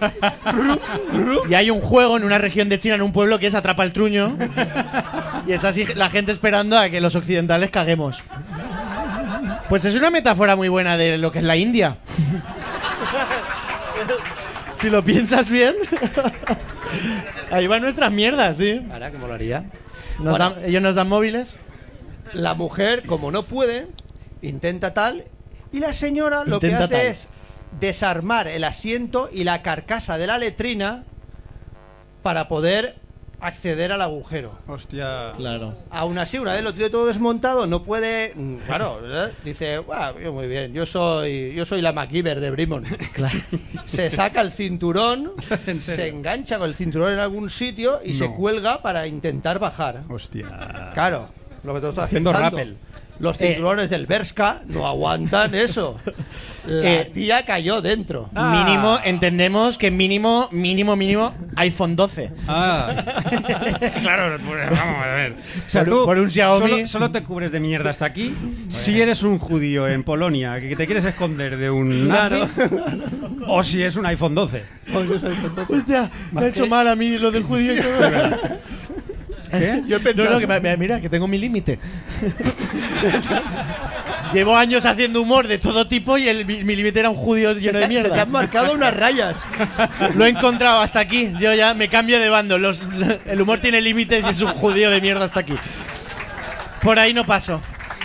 Speaker 2: Y hay un juego en una región de China, en un pueblo, que es atrapa el truño. Y está así la gente esperando a que los occidentales caguemos. Pues es una metáfora muy buena de lo que es la India. Si lo piensas bien. Ahí van nuestras mierdas, ¿sí?
Speaker 3: Ahora, que molaría.
Speaker 2: Nos ellos nos dan móviles.
Speaker 3: La mujer, como no puede, intenta tal. Y la señora lo que
Speaker 2: Intenta
Speaker 3: hace
Speaker 2: tal.
Speaker 3: es desarmar el asiento y la carcasa de la letrina para poder acceder al agujero.
Speaker 1: Hostia.
Speaker 2: Claro.
Speaker 3: Aún así, una vez lo tiene todo desmontado, no puede. Claro, ¿verdad? Dice, yo muy bien, yo soy la MacGyver de Brimon.
Speaker 2: Claro.
Speaker 3: Se saca el cinturón,
Speaker 1: ¿En serio?
Speaker 3: se engancha con el cinturón en algún sitio y se
Speaker 1: No.
Speaker 3: cuelga para intentar bajar.
Speaker 1: Hostia.
Speaker 3: Claro, lo que te estás
Speaker 1: Haciendo
Speaker 3: pensando.
Speaker 1: rappel.
Speaker 3: Los cinturones del Bershka no aguantan eso. La tía cayó dentro.
Speaker 1: Ah.
Speaker 2: Mínimo, entendemos que mínimo iPhone 12.
Speaker 1: Ah. Claro, pues, vamos a ver. O sea,
Speaker 2: Por-
Speaker 1: tú
Speaker 2: por un Xiaomi.
Speaker 1: solo te cubres de mierda hasta aquí si eres un judío en Polonia que te quieres esconder de un nazi o si es un iPhone 12.
Speaker 2: Hostia, me ha hecho mal a mí lo del judío y todo.
Speaker 1: ¿Qué?
Speaker 3: Yo he pensado,
Speaker 2: No, mira, que tengo mi límite. Llevo años haciendo humor de todo tipo y mi límite era un judío lleno de
Speaker 3: Se te
Speaker 2: mierda.
Speaker 3: han marcado unas rayas.
Speaker 2: Lo he encontrado hasta aquí. Yo ya me cambio de bando. El humor tiene límites y es un judío de mierda hasta aquí. Por ahí no paso.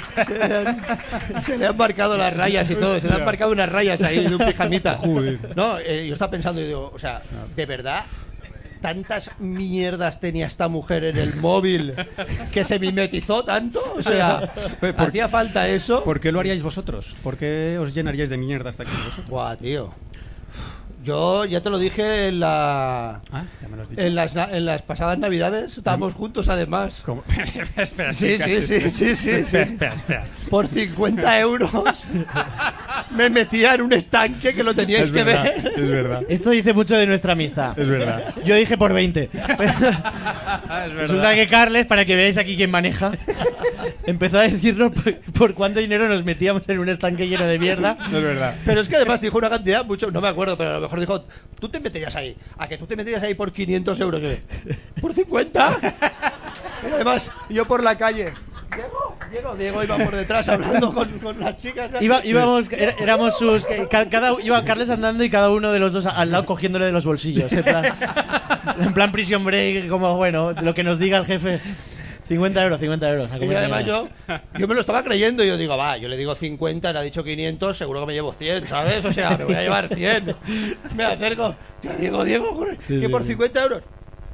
Speaker 3: Se le han marcado las rayas y todo. Se le han marcado unas rayas ahí de un pijamita.
Speaker 1: Joder.
Speaker 3: No, yo estaba pensando y digo, o sea, ¿de verdad tantas mierdas tenía esta mujer en el móvil que se mimetizó tanto? O sea, ¿hacía falta eso?
Speaker 1: ¿Por qué lo haríais vosotros? ¿Por qué os llenaríais de mierda hasta aquí vosotros?
Speaker 3: Buah, tío. Yo ya te lo dije en
Speaker 1: Ah, ya me lo has dicho.
Speaker 3: en las pasadas navidades. Estábamos juntos además.
Speaker 1: ¿Cómo? Espera,
Speaker 3: Sí.
Speaker 1: Espera.
Speaker 3: Por 50 euros me metía en un estanque que lo teníais que ver.
Speaker 1: Es verdad.
Speaker 2: Esto dice mucho de nuestra amistad.
Speaker 1: Es verdad.
Speaker 2: Yo dije por 20.
Speaker 1: Es
Speaker 2: Resulta
Speaker 1: verdad.
Speaker 2: que Carles, para que veáis aquí quién maneja, empezó a decirnos por cuánto dinero nos metíamos en un estanque lleno de mierda.
Speaker 1: Es verdad.
Speaker 3: Pero es que además dijo una cantidad, mucho, no me acuerdo, pero a lo mejor dijo, tú te meterías ahí. ¿A que tú te meterías ahí por 500 euros? ¿Qué? ¿Por 50? Y además, yo por la calle. Diego iba por detrás hablando con las chicas.
Speaker 2: Éramos sus. Iba Carles andando y cada uno de los dos al lado cogiéndole de los bolsillos. En plan Prison Break, como bueno, lo que nos diga el jefe. 50 euros.
Speaker 3: Y además yo me lo estaba creyendo y yo digo, va, yo le digo 50, él ha dicho 500, seguro que me llevo 100, ¿sabes? O sea, me voy a llevar 100. Me acerco, yo digo, corre, que por 50 euros.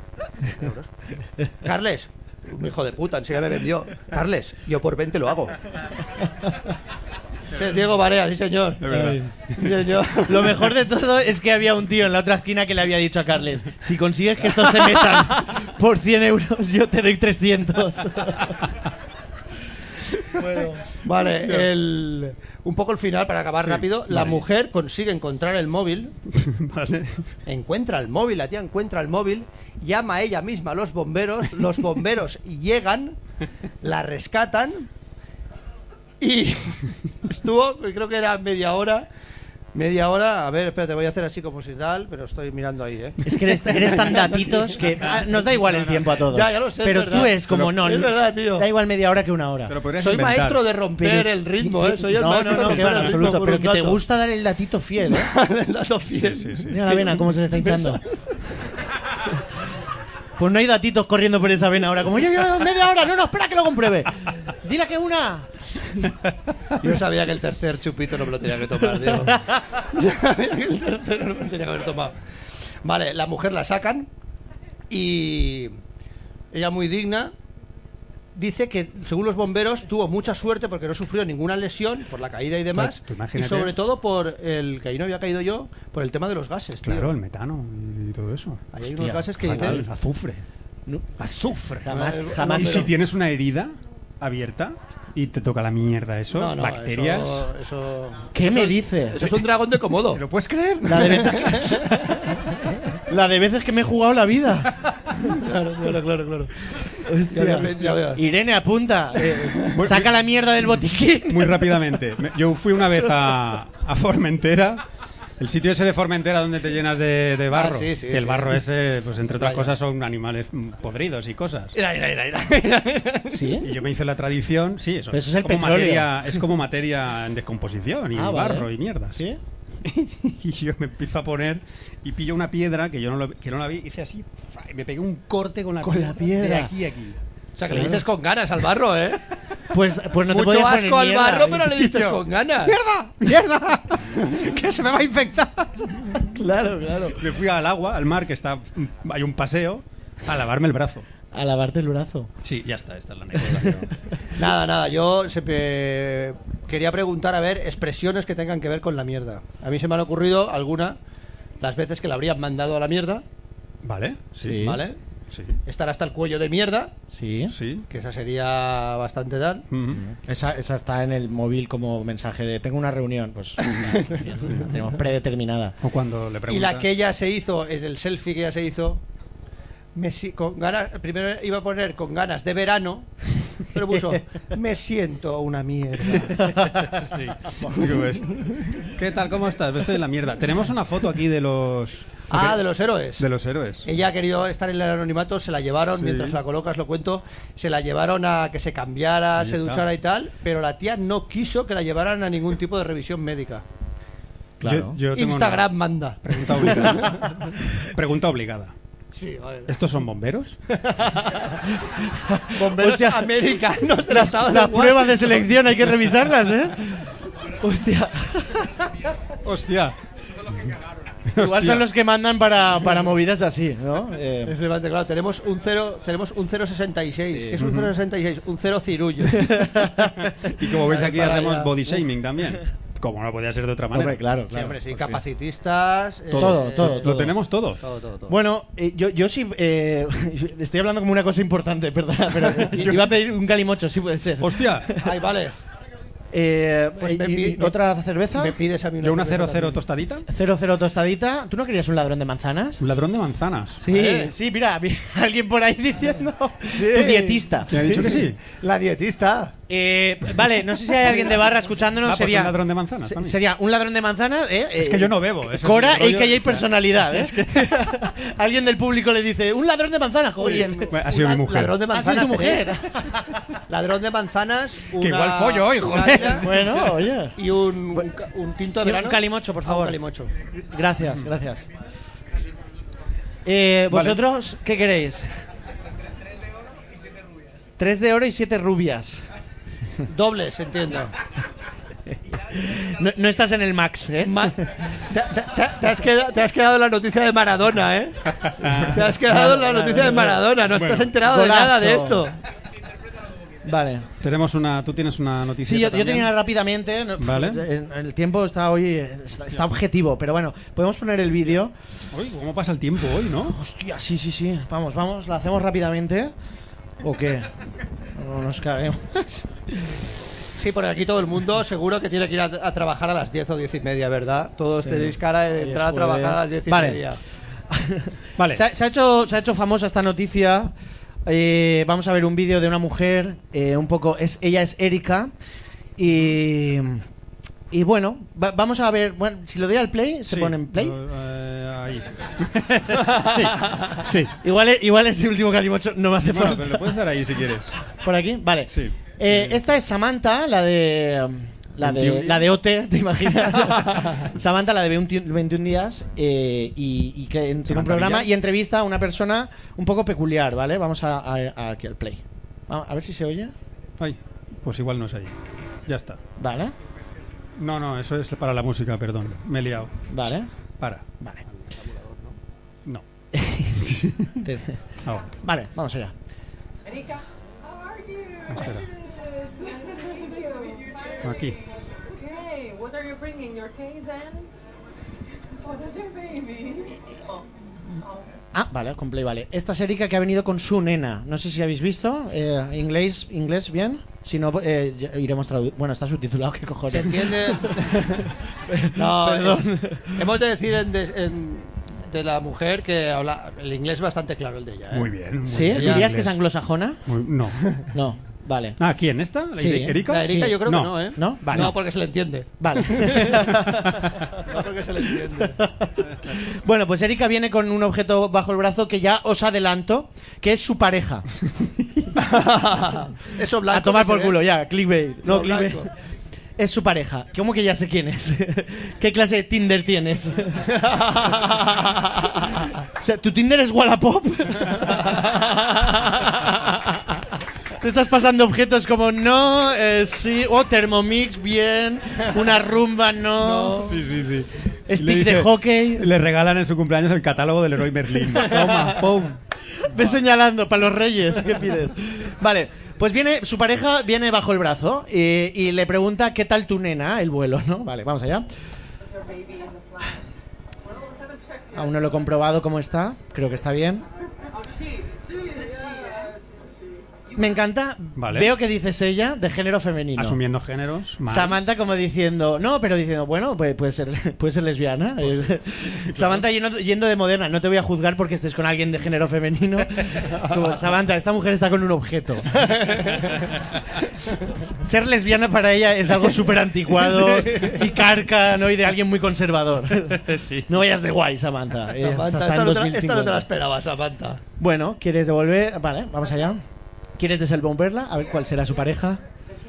Speaker 3: Carles, un hijo de puta, enseguida me vendió. Carles, yo por 20 lo hago. Ese es Diego Barea, sí señor.
Speaker 1: Es verdad.
Speaker 3: Sí, señor.
Speaker 2: Lo mejor de todo es que había un tío en la otra esquina que le había dicho a Carles: si consigues que estos se metan por 100 euros, yo te doy 300.
Speaker 3: Bueno, vale, un poco el final para acabar rápido. La mujer consigue encontrar el móvil.
Speaker 1: Vale.
Speaker 3: Encuentra el móvil, la tía encuentra el móvil, llama a ella misma a los bomberos llegan, la rescatan y estuvo, creo que era media hora, a ver, espérate, voy a hacer así como si tal, pero estoy mirando ahí,
Speaker 2: Es que eres tan datitos que nos da igual el tiempo a todos.
Speaker 3: Ya lo sé,
Speaker 2: pero
Speaker 3: es verdad.
Speaker 2: tú es como,
Speaker 1: Pero-
Speaker 2: no,
Speaker 3: es verdad, tío.
Speaker 2: da igual media hora que una hora.
Speaker 1: Te lo podrías
Speaker 3: Soy
Speaker 1: inventar.
Speaker 3: maestro de romper el ritmo, soy el
Speaker 2: no,
Speaker 3: maestro de
Speaker 2: no,
Speaker 3: romper
Speaker 2: que en
Speaker 3: el ritmo
Speaker 2: absoluto,
Speaker 3: por
Speaker 2: pero
Speaker 3: un
Speaker 2: que te
Speaker 3: dato.
Speaker 2: gusta dar el datito fiel, ¿eh?
Speaker 3: El dato fiel.
Speaker 1: Sí.
Speaker 2: Mira la vena, cómo se le está hinchando. Pues no hay datitos corriendo por esa vena ahora. Como yo media hora, no, espera que lo compruebe. Dile que una.
Speaker 3: Yo sabía que el tercer chupito no me lo tenía que tomar, Diego. Yo sabía que el tercero no me lo tenía que haber tomado. Vale, la mujer la sacan y ella, muy digna, dice que según los bomberos tuvo mucha suerte porque no sufrió ninguna lesión por la caída y demás,
Speaker 1: Pues, tú
Speaker 3: y
Speaker 1: imagínate.
Speaker 3: sobre todo por el que ahí no había caído yo, por el tema de los gases, tío.
Speaker 1: Claro, el metano y todo eso.
Speaker 3: Ahí hay
Speaker 2: Hostia,
Speaker 3: unos gases que
Speaker 1: Fatal,
Speaker 3: dicen
Speaker 1: azufre.
Speaker 2: Azufre.
Speaker 3: Pero-
Speaker 2: Jamás.
Speaker 1: ¿Y si tienes una herida abierta y te toca la mierda eso?
Speaker 3: no,
Speaker 1: bacterias.
Speaker 3: eso
Speaker 2: ¿Qué
Speaker 3: eso-
Speaker 2: me dices?
Speaker 3: Eso es un dragón de Komodo.
Speaker 1: ¿Te lo puedes creer?
Speaker 2: La de veces que me he jugado la vida.
Speaker 3: Claro. Ya veas.
Speaker 2: Irene, apunta. Saca la mierda del botiquín.
Speaker 1: Muy rápidamente. Yo fui una vez a Formentera. El sitio ese de Formentera donde te llenas de barro.
Speaker 3: Ah, sí,
Speaker 1: que el
Speaker 3: sí.
Speaker 1: barro ese, pues entre otras
Speaker 3: Vaya.
Speaker 1: cosas, son animales podridos y cosas.
Speaker 3: Mira.
Speaker 2: ¿Sí?
Speaker 1: Y yo me hice la tradición, sí, eso,
Speaker 2: Pero eso es el
Speaker 1: como
Speaker 2: petróleo.
Speaker 1: materia, es como materia en descomposición y
Speaker 2: Ah,
Speaker 1: barro
Speaker 2: vale.
Speaker 1: y mierda.
Speaker 2: ¿Sí?
Speaker 1: Y yo me empiezo a poner y pillo una piedra que yo no la vi, hice así, y me pegué un corte con la piedra. De aquí a aquí.
Speaker 3: O sea, que le diste con ganas al barro, ¿eh?
Speaker 2: Pues no te
Speaker 3: Mucho
Speaker 2: podías poner
Speaker 3: asco al
Speaker 2: mierda.
Speaker 3: barro, pero le diste
Speaker 1: Tío.
Speaker 3: con ganas.
Speaker 1: ¡Mierda! ¡Que se me va a infectar!
Speaker 2: Claro.
Speaker 1: Me fui al agua, al mar, que está hay un paseo, a lavarme el brazo.
Speaker 2: A lavarte el brazo.
Speaker 1: Sí, ya está, esta es la anécdota.
Speaker 3: Nada, yo siempre quería preguntar, a ver, expresiones que tengan que ver con la mierda. A mí se me han ocurrido alguna, las veces que la habrían mandado a la mierda,
Speaker 1: ¿Vale?
Speaker 2: Sí.
Speaker 3: ¿vale?
Speaker 1: Sí.
Speaker 3: Estar hasta el cuello de mierda,
Speaker 2: Sí.
Speaker 1: Sí.
Speaker 3: que esa sería bastante tal.
Speaker 1: Ujú.
Speaker 2: Esa está en el móvil como mensaje de tengo una reunión. Pues la tenemos predeterminada.
Speaker 1: O cuando le
Speaker 3: Y
Speaker 1: preguntas...
Speaker 3: la que ella se hizo, en el selfie que ella se hizo, con ganas, primero iba a poner con ganas de verano, pero puso, me siento una mierda.
Speaker 1: Sí. Digo esto. ¿Qué tal? ¿Cómo estás? Estoy en la mierda. Tenemos una foto aquí de los
Speaker 3: Ah, de los héroes.
Speaker 1: De los héroes.
Speaker 3: Ella ha querido estar en el anonimato, se la llevaron,
Speaker 1: Sí.
Speaker 3: mientras la colocas lo cuento, se la llevaron a que se cambiara,
Speaker 1: Ahí
Speaker 3: se
Speaker 1: está.
Speaker 3: duchara y tal, pero la tía no quiso que la llevaran a ningún tipo de revisión médica.
Speaker 2: Claro.
Speaker 1: Yo tengo
Speaker 3: Instagram
Speaker 1: una
Speaker 3: manda.
Speaker 1: pregunta obligada. Pregunta obligada.
Speaker 3: Sí, a ver.
Speaker 1: ¿Estos son bomberos?
Speaker 3: Bomberos
Speaker 2: Hostia.
Speaker 3: americanos del estado de
Speaker 2: Las pruebas de
Speaker 3: Washington.
Speaker 2: selección hay que revisarlas, ¿eh? Hostia.
Speaker 1: ¡Hostia!
Speaker 2: Igual son los que mandan para movidas así, ¿no?
Speaker 3: Es relevante, claro, tenemos un 066.
Speaker 2: Sí.
Speaker 3: ¿Qué es un 066? Un 0 cirullo.
Speaker 1: Y como veis aquí
Speaker 3: Para
Speaker 1: hacemos
Speaker 3: allá.
Speaker 1: body shaming también. Como no podía ser de otra manera.
Speaker 2: Hombre, claro,
Speaker 3: Sí,
Speaker 2: claro.
Speaker 3: hombre, sí,
Speaker 2: Pues
Speaker 3: capacitistas.
Speaker 2: Todo, todo.
Speaker 1: Lo tenemos todo.
Speaker 3: Todo.
Speaker 2: Bueno, yo sí. Estoy hablando como una cosa importante, perdona, pero iba a pedir un calimocho, sí puede ser.
Speaker 1: ¡Hostia!
Speaker 3: Ay, vale. Pues
Speaker 2: ¿Otra cerveza?
Speaker 3: Me pides a mí una
Speaker 1: ¿Yo una
Speaker 3: cerveza
Speaker 1: 00
Speaker 3: también.
Speaker 1: tostadita?
Speaker 2: 00 tostadita. ¿Tú no querías un ladrón de manzanas?
Speaker 1: Un ladrón de manzanas.
Speaker 2: Sí, sí, mira, alguien por ahí diciendo. Tu dietista.
Speaker 1: ¿Me ha dicho que sí?
Speaker 3: La dietista.
Speaker 2: Vale, no sé si hay alguien de barra escuchándonos.
Speaker 1: Ah, pues
Speaker 2: sería
Speaker 1: un ladrón de manzanas también.
Speaker 2: Sería un ladrón de manzanas.
Speaker 1: Es que yo no bebo. ese es
Speaker 2: Cora,
Speaker 1: el rollo,
Speaker 2: a.k.a.
Speaker 1: o sea,
Speaker 2: personalidad, ¿eh? Alguien del público le dice, un ladrón de manzanas. Oye,
Speaker 1: Ha sido mi mujer.
Speaker 3: Ladrón de
Speaker 2: ha sido
Speaker 3: manzanas.
Speaker 2: tu mujer.
Speaker 3: tenéis. Ladrón de manzanas.
Speaker 1: Que igual follo hoy,
Speaker 3: una
Speaker 1: joder.
Speaker 3: águila
Speaker 2: Bueno, oye.
Speaker 3: Y un tinto de
Speaker 2: Y un
Speaker 3: verano.
Speaker 2: calimocho, por
Speaker 3: Ah,
Speaker 2: favor.
Speaker 3: un calimocho.
Speaker 2: Gracias, gracias. ¿Vosotros qué queréis? 3 de oro y 7 rubias.
Speaker 3: Dobles, entiendo.
Speaker 2: No estás en el max, ¿eh?
Speaker 3: Te has quedado en la noticia de Maradona, ¿eh? Te has quedado en la noticia de Maradona. No
Speaker 1: Bueno,
Speaker 3: estás enterado de
Speaker 2: golazo.
Speaker 3: nada de esto.
Speaker 2: Vale.
Speaker 1: Tú tienes una noticia.
Speaker 2: Sí, yo tenía rápidamente.
Speaker 1: Vale.
Speaker 2: El tiempo está hoy. Está objetivo, pero bueno, podemos poner el vídeo.
Speaker 1: Uy, ¿cómo pasa el tiempo hoy, no?
Speaker 2: Hostia, sí. Vamos, ¿la hacemos rápidamente? ¿O qué? No nos caguemos.
Speaker 3: Sí, porque aquí todo el mundo seguro que tiene que ir a trabajar a las 10 o 10 y media, ¿verdad? Todos
Speaker 2: Sí.
Speaker 3: tenéis cara de
Speaker 2: Hoy
Speaker 3: entrar
Speaker 2: es
Speaker 3: a trabajar
Speaker 2: jueves.
Speaker 3: a las 10 y
Speaker 2: Vale.
Speaker 3: media.
Speaker 1: Vale.
Speaker 2: Se ha hecho famosa esta noticia. Vamos a ver un vídeo de una mujer. Ella es Erika. Y bueno, vamos a ver. Bueno, si lo doy al play, se
Speaker 1: Sí,
Speaker 2: pone en play.
Speaker 1: Ahí.
Speaker 2: Sí. Igual ese último calimocho no me hace
Speaker 1: Bueno,
Speaker 2: falta.
Speaker 1: pero lo puedes dar ahí si quieres.
Speaker 2: ¿Por aquí? Vale.
Speaker 1: Sí.
Speaker 2: Esta es Samantha, la de
Speaker 1: 21
Speaker 2: OT, ¿te imaginas? Samantha, la de 21 días, y que tiene un
Speaker 1: Samantha
Speaker 2: programa
Speaker 1: Villar.
Speaker 2: y entrevista a una persona un poco peculiar, ¿vale? Vamos aquí al play. A ver si se oye.
Speaker 1: Ay, pues igual no es ahí. Ya está.
Speaker 2: Vale,
Speaker 1: No, eso es para la música, perdón. Me he liado.
Speaker 2: vale,
Speaker 1: Para.
Speaker 2: vale.
Speaker 1: No.
Speaker 2: Te-
Speaker 1: Ahora.
Speaker 2: Vale, vamos allá.
Speaker 4: Erika, how are you?
Speaker 1: Espera.
Speaker 4: Good.
Speaker 1: Aquí.
Speaker 4: Okay, what are you bringing? Your case and? Oh, that's your baby. Oh.
Speaker 2: Vale, con play, vale. Esta es Erika que ha venido con su nena. No sé si habéis visto. Inglés bien. Si no, ya iremos traduciendo. Bueno, está subtitulado, ¿qué
Speaker 3: ¿Se
Speaker 2: cojones?
Speaker 3: entiende? No,
Speaker 2: Perdón.
Speaker 3: hemos de decir de la mujer que habla el inglés bastante claro el de ella. ¿eh?
Speaker 1: Muy bien. muy
Speaker 2: ¿Sí?
Speaker 1: bien.
Speaker 2: ¿Dirías que es
Speaker 1: Inglés.
Speaker 2: anglosajona?
Speaker 1: No.
Speaker 2: No, vale.
Speaker 1: Ah, ¿quién? ¿Esta? ¿La
Speaker 2: Sí.
Speaker 1: Erika?
Speaker 3: La Erika
Speaker 2: Sí.
Speaker 3: yo creo
Speaker 1: No.
Speaker 3: que no, ¿eh?
Speaker 2: ¿No? Vale.
Speaker 3: No, porque se le entiende.
Speaker 2: Vale.
Speaker 3: No porque se le entiende.
Speaker 2: Bueno, pues Erika viene con un objeto bajo el brazo que ya os adelanto, que es su pareja.
Speaker 3: Eso blanco.
Speaker 2: A tomar
Speaker 3: que se
Speaker 2: por
Speaker 3: ve.
Speaker 2: culo, ya, clickbait. No,
Speaker 3: Lo
Speaker 2: clickbait.
Speaker 3: blanco.
Speaker 2: Es su pareja. ¿Cómo que ya sé quién es? ¿Qué clase de Tinder tienes? O sea, ¿tu Tinder es Wallapop? Te estás pasando objetos como no, sí, Thermomix, bien, una rumba, no,
Speaker 1: Sí.
Speaker 2: stick
Speaker 1: Le dice-
Speaker 2: de hockey.
Speaker 1: Le regalan en su cumpleaños el catálogo del Leroy Merlin. Toma, pum.
Speaker 2: Ve señalando para los reyes, ¿qué pides? Vale, pues su pareja viene bajo el brazo y le pregunta ¿qué tal tu nena? El vuelo, ¿no? Vale, vamos allá.
Speaker 4: Your baby in the flat. Well, haven't checked yet.
Speaker 2: Aún no lo he comprobado cómo está, creo que está bien.
Speaker 4: Oh, she. She is she. You
Speaker 2: Me encanta.
Speaker 1: Vale.
Speaker 2: Veo que dices ella de género femenino.
Speaker 1: Asumiendo géneros. Mal.
Speaker 2: Samantha como diciendo, no, pero diciendo, bueno, pues puede ser lesbiana. Samantha yendo de moderna, no te voy a juzgar porque estés con alguien de género femenino. Es como, Samantha, esta mujer está con un objeto. Ser lesbiana para ella es algo súper anticuado y carca, ¿no? Y de alguien muy conservador.
Speaker 3: Sí.
Speaker 2: No vayas de guay, Samantha.
Speaker 3: Samantha,
Speaker 2: Hasta en
Speaker 3: esta no te
Speaker 2: 2050.
Speaker 3: la esperaba, Samantha.
Speaker 2: Bueno, ¿quieres devolver? Vale, vamos allá. ¿Quieres desenvolverla? A ver cuál será su pareja.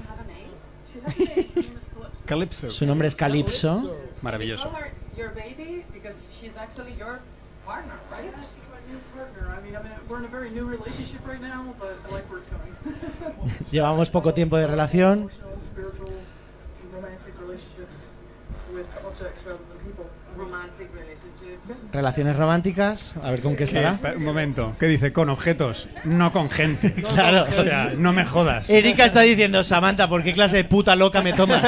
Speaker 1: Calypso.
Speaker 2: Su nombre es Calypso.
Speaker 4: Call
Speaker 1: Maravilloso.
Speaker 4: her your baby because she's actually your partner, right? My new partner. I mean, we're in a very new relationship right now, but I like where it's going.
Speaker 2: Llevamos poco tiempo de relación.
Speaker 4: Emotional, spiritual, romantic relationships with objects rather than people. Romantic relationship.
Speaker 2: Relaciones románticas. A ver con qué estará.
Speaker 1: Un momento. ¿Qué dice? Con objetos, no con gente.
Speaker 2: Claro.
Speaker 1: O sea, no me jodas.
Speaker 2: Erika está diciendo, Samantha, ¿por qué clase de puta loca me tomas?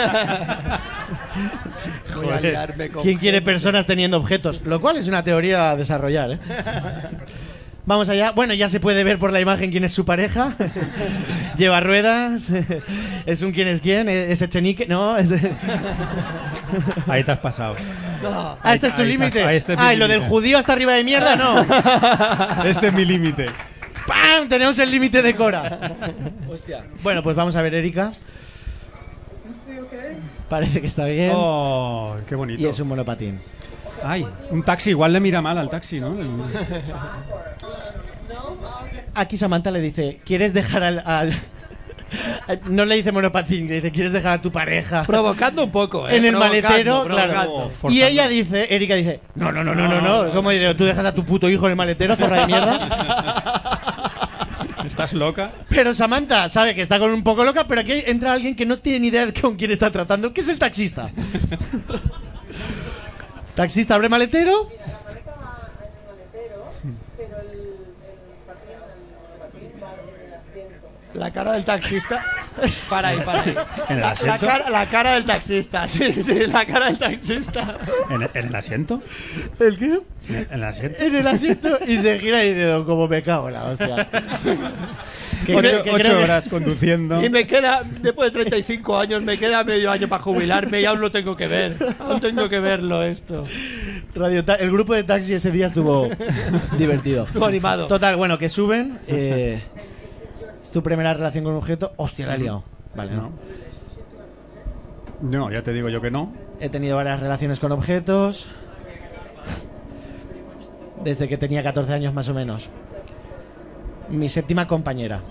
Speaker 3: Voy a liarme con
Speaker 2: ¿Quién quiere
Speaker 3: gente.
Speaker 2: personas teniendo objetos? Lo cual es una teoría a desarrollar, ¿eh? Vamos allá. Bueno, ya se puede ver por la imagen quién es su pareja. Lleva ruedas. Es un quién es quién. Es Echenique. No, es...
Speaker 1: Ahí te has pasado.
Speaker 3: No.
Speaker 2: Ah, este es tu
Speaker 1: Ahí
Speaker 2: límite.
Speaker 1: está, este es mi
Speaker 2: Ah, y lo del
Speaker 1: límite.
Speaker 2: judío hasta arriba de mierda, no.
Speaker 1: Este es mi límite.
Speaker 2: ¡Pam! Tenemos el límite de Cora. Hostia. Bueno, pues vamos a ver, Erika. Parece que está bien.
Speaker 1: Oh, qué bonito.
Speaker 2: Y es un monopatín.
Speaker 1: Ay, un taxi igual le mira mal al taxi, ¿no?
Speaker 2: Aquí Samantha le dice, ¿quieres dejar no le dice monopatín, le dice, ¿quieres dejar a tu pareja
Speaker 3: Provocando un poco,
Speaker 2: en el
Speaker 3: Provocando,
Speaker 2: maletero?
Speaker 3: provocando.
Speaker 2: Claro.
Speaker 1: Forzando.
Speaker 2: Y ella dice, Erika dice, no. ¿Cómo dice? ¿Tú dejas a tu puto hijo en el maletero, zorra de mierda?
Speaker 1: ¿Estás loca?
Speaker 2: Pero Samantha sabe que está con un poco loca, pero aquí entra alguien que no tiene ni idea de con quién está tratando, que es el taxista. Taxista abre maletero.
Speaker 4: La maleta va en el maletero, pero el patín va en el asiento.
Speaker 3: La cara del taxista. Para ahí.
Speaker 1: ¿En el asiento?
Speaker 3: La cara del taxista. Sí, la cara del taxista.
Speaker 1: ¿En el asiento?
Speaker 2: ¿El qué?
Speaker 1: ¿En el asiento?
Speaker 2: En el asiento y se gira y dice, como me cago en la hostia. Que creo- que creo
Speaker 1: 8
Speaker 2: que-
Speaker 1: horas conduciendo.
Speaker 3: Y me queda, después de 35 años, me queda medio año para jubilarme y aún lo tengo que ver. Aún tengo que verlo esto.
Speaker 2: El grupo de taxi ese día estuvo divertido.
Speaker 3: Estuvo animado.
Speaker 2: Total, bueno, que suben. Es tu primera relación con un objeto. Hostia, la he liado. Vale, no.
Speaker 1: No, ya te digo yo que no.
Speaker 2: He tenido varias relaciones con objetos. Desde que tenía 14 años más o menos. Mi séptima compañera.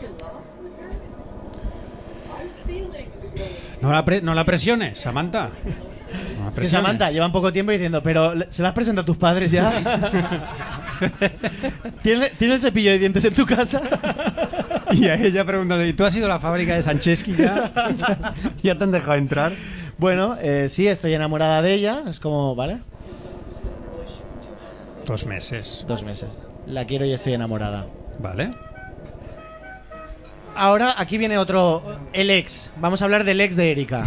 Speaker 1: No la presiones, Samantha. No la
Speaker 2: Es que
Speaker 1: presiones.
Speaker 2: Samantha llevan poco tiempo diciendo, pero ¿se las presenta a tus padres ya? ¿Tiene el cepillo de dientes en tu casa?
Speaker 1: Y a ella preguntando, ¿y tú has ido a la fábrica de Sancheski ya? ¿Ya te han dejado entrar?
Speaker 2: Bueno, sí, estoy enamorada de ella. Es como, ¿vale?
Speaker 1: 2 meses.
Speaker 2: 2 meses. La quiero y estoy enamorada.
Speaker 1: Vale.
Speaker 2: Ahora, aquí viene otro, el ex. Vamos a hablar del ex de Erika.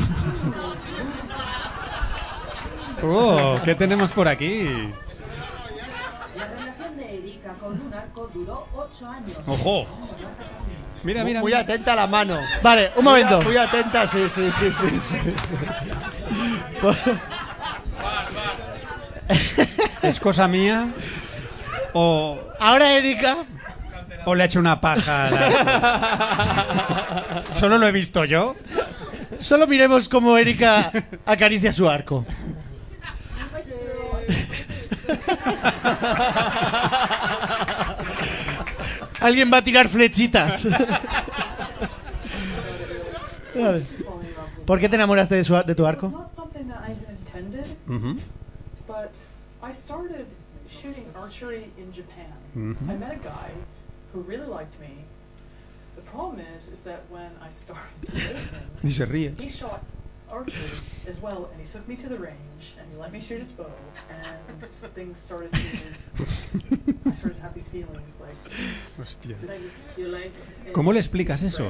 Speaker 1: Oh, ¿qué tenemos por aquí?
Speaker 5: La relación de Erika con un arco duró 8 años.
Speaker 1: ¡Ojo! Mira, mira.
Speaker 3: Muy atenta a la mano.
Speaker 2: Vale, un momento.
Speaker 3: Muy atenta, sí.
Speaker 1: ¿Es cosa mía? ¿O
Speaker 2: Ahora Erika...
Speaker 1: le ha hecho una paja? ¿Solo lo he visto yo?
Speaker 2: Solo miremos cómo Erika acaricia su arco. Alguien va a tirar flechitas. Vale. ¿Por qué te enamoraste de tu
Speaker 4: It's
Speaker 2: arco?
Speaker 4: not something that I had intended,
Speaker 1: Ujú.
Speaker 4: but I started shooting archery in Japan.
Speaker 1: Mhm.
Speaker 4: I met a guy who really liked me. The problem is that when I started to date him,
Speaker 1: Y se ríe.
Speaker 4: he shot archery as well, and he took me to the range, and he let me shoot his bow, and things started to. I started to have these feelings like.
Speaker 1: Hostia.
Speaker 4: This,
Speaker 1: ¿Cómo le explicas eso?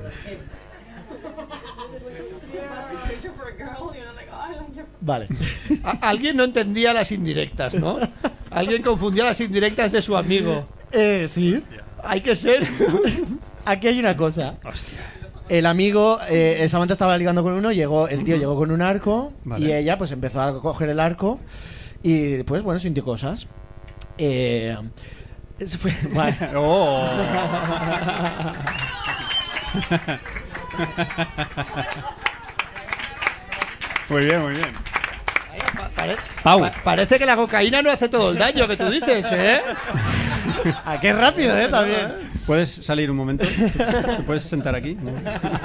Speaker 2: Vale.
Speaker 3: Alguien no entendía las indirectas, ¿no? Alguien confundía las indirectas de su amigo.
Speaker 2: Sí.
Speaker 3: Hay que ser
Speaker 2: Aquí hay una cosa.
Speaker 1: Hostia.
Speaker 2: El amigo, Samantha estaba ligando con uno, el tío llegó con un arco,
Speaker 1: Vale.
Speaker 2: y ella pues empezó a coger el arco y pues bueno, sintió cosas. Eso fue... Vale.
Speaker 1: Oh. Muy bien, muy bien. Pau.
Speaker 3: Parece que la cocaína no hace todo el daño que tú dices, ¿eh?
Speaker 2: Ah, qué rápido, también.
Speaker 1: ¿Puedes salir un momento? ¿Te puedes sentar aquí? ¿No?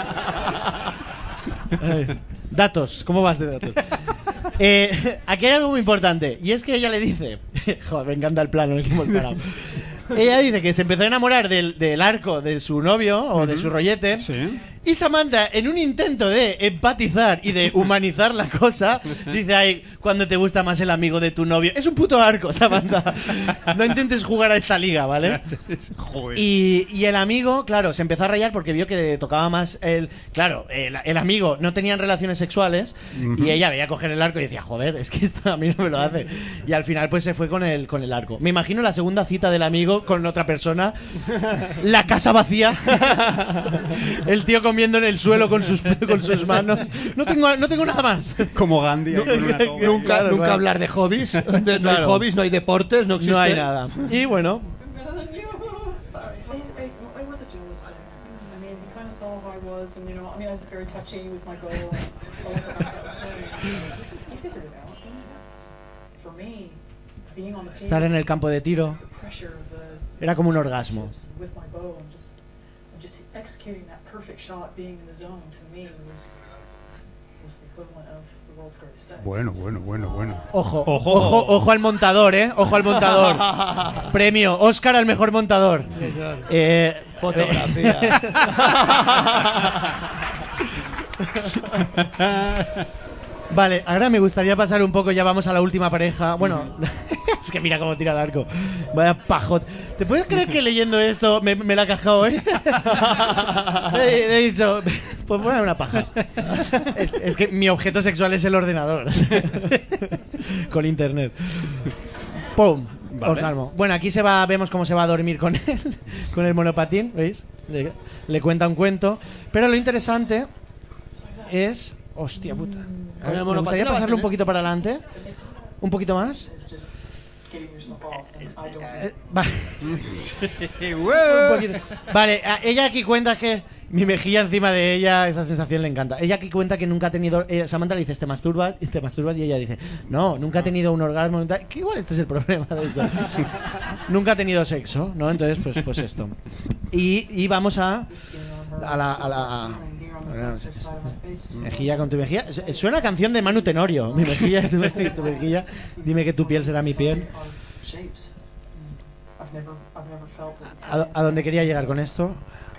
Speaker 2: Datos, ¿cómo vas de datos? Aquí hay algo muy importante, y es que ella le dice... Joder, me encanta el plano en el que hemos parado. Ella dice que se empezó a enamorar del arco de su novio o de su rollete.
Speaker 1: Sí.
Speaker 2: Y Samantha, en un intento de empatizar y de humanizar la cosa, dice: ay, cuando te gusta más el amigo de tu novio. Es un puto arco, Samantha. No intentes jugar a esta liga, ¿vale?
Speaker 1: Joder.
Speaker 2: Y el amigo, claro, se empezó a rayar porque vio que tocaba más el... Claro, el amigo no tenían relaciones sexuales y ella veía coger el arco y decía: joder, es que esto a mí no me lo hace. Y al final pues se fue con el arco. Me imagino la segunda cita del amigo con otra persona, la casa vacía, el tío comiendo en el suelo con sus manos. No tengo nada más.
Speaker 1: Como Gandhi. ahí con una toga.
Speaker 3: Nunca hablar de hobbies. No hay
Speaker 2: Claro.
Speaker 3: hobbies, no hay deportes, no existe.
Speaker 2: No hay nada. Y bueno,
Speaker 4: Better than you. Sorry. It was a jealous thing. I mean, he kind of saw how I was, and I was very touchy with my goal, and I wasn't like that with him. He figured it out. For me, being on the field,
Speaker 2: estar en el campo de tiro
Speaker 4: the pressure of the
Speaker 2: era como un orgasmo.
Speaker 4: with my bow and just executing that perfect shot, being in the zone, to me was the equivalent of the world's greatest sex.
Speaker 1: Bueno.
Speaker 2: Ojo al montador, Ojo al montador. Premio Oscar al mejor montador.
Speaker 3: Fotografía.
Speaker 2: Vale, ahora me gustaría pasar un poco, ya vamos a la última pareja. Bueno, es que mira cómo tira el arco. Vaya pajot. ¿Te puedes creer que leyendo esto me la he cajado hoy? He dicho, pues voy a una paja. Es que mi objeto sexual es el ordenador. Con internet. ¡Pum!
Speaker 1: Vale.
Speaker 2: Orgasmo. Bueno, aquí vemos cómo se va a dormir con el monopatín, ¿veis? Le cuenta un cuento. Pero lo interesante es... Hostia puta.
Speaker 3: Con el
Speaker 2: Me
Speaker 3: monopatín
Speaker 2: gustaría
Speaker 3: la va a
Speaker 2: pasarlo un
Speaker 3: tener.
Speaker 2: poquito para adelante. Un poquito más.
Speaker 4: Getting yourself off, and I don't.
Speaker 2: Vale. Un poquito. Vale, ella aquí cuenta que mi mejilla encima de ella, esa sensación le encanta. Ella aquí cuenta que nunca ha tenido... Samantha le dice: ¿te masturbas? Y ella dice: no, nunca ha tenido un orgasmo. Que igual este es el problema de esto. Nunca ha tenido sexo, ¿no? Entonces, pues esto. Y vamos a la mejilla con tu mejilla. Suena canción de Manu Tenorio. Mi mejilla, tu mejilla. Dime que tu piel será mi piel.
Speaker 4: Shapes. I've never felt it.
Speaker 2: ¿A dónde quería llegar con esto?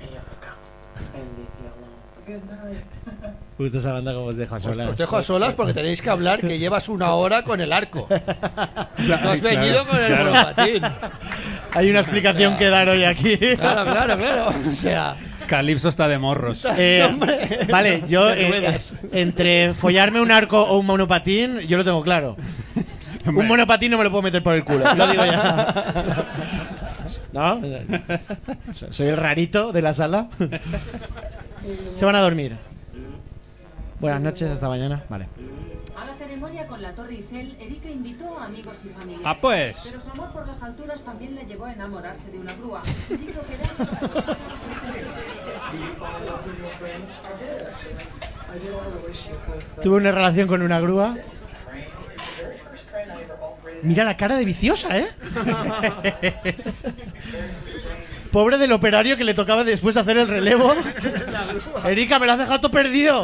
Speaker 4: Good night.
Speaker 2: Justo esa banda como os dejo a solas.
Speaker 3: Os dejo a solas porque tenéis que hablar que llevas 1 hora con el arco. No has venido con el monopatín.
Speaker 2: Hay una explicación que dar hoy aquí.
Speaker 3: Claro. O sea,
Speaker 1: Calipso está de morros.
Speaker 2: Vale, yo
Speaker 3: De ruedas.
Speaker 2: entre follarme un arco o un monopatín, yo lo tengo claro. Un monopatín no me lo puedo meter por el culo, lo digo ya. ¿No? Soy el rarito de la sala. Se van a dormir. Buenas noches, hasta mañana. Vale.
Speaker 5: A la ceremonia con la Torre Eiffel, Erika invitó a amigos y familiares.
Speaker 1: Ah, pues.
Speaker 5: Pero su amor por las alturas también le llevó a enamorarse de una grúa. Y se hizo quedar...
Speaker 2: Tuve una relación con una grúa. Mira la cara de viciosa, ¿eh? Pobre del operario que le tocaba después hacer el relevo. Erika, me lo has dejado todo perdido.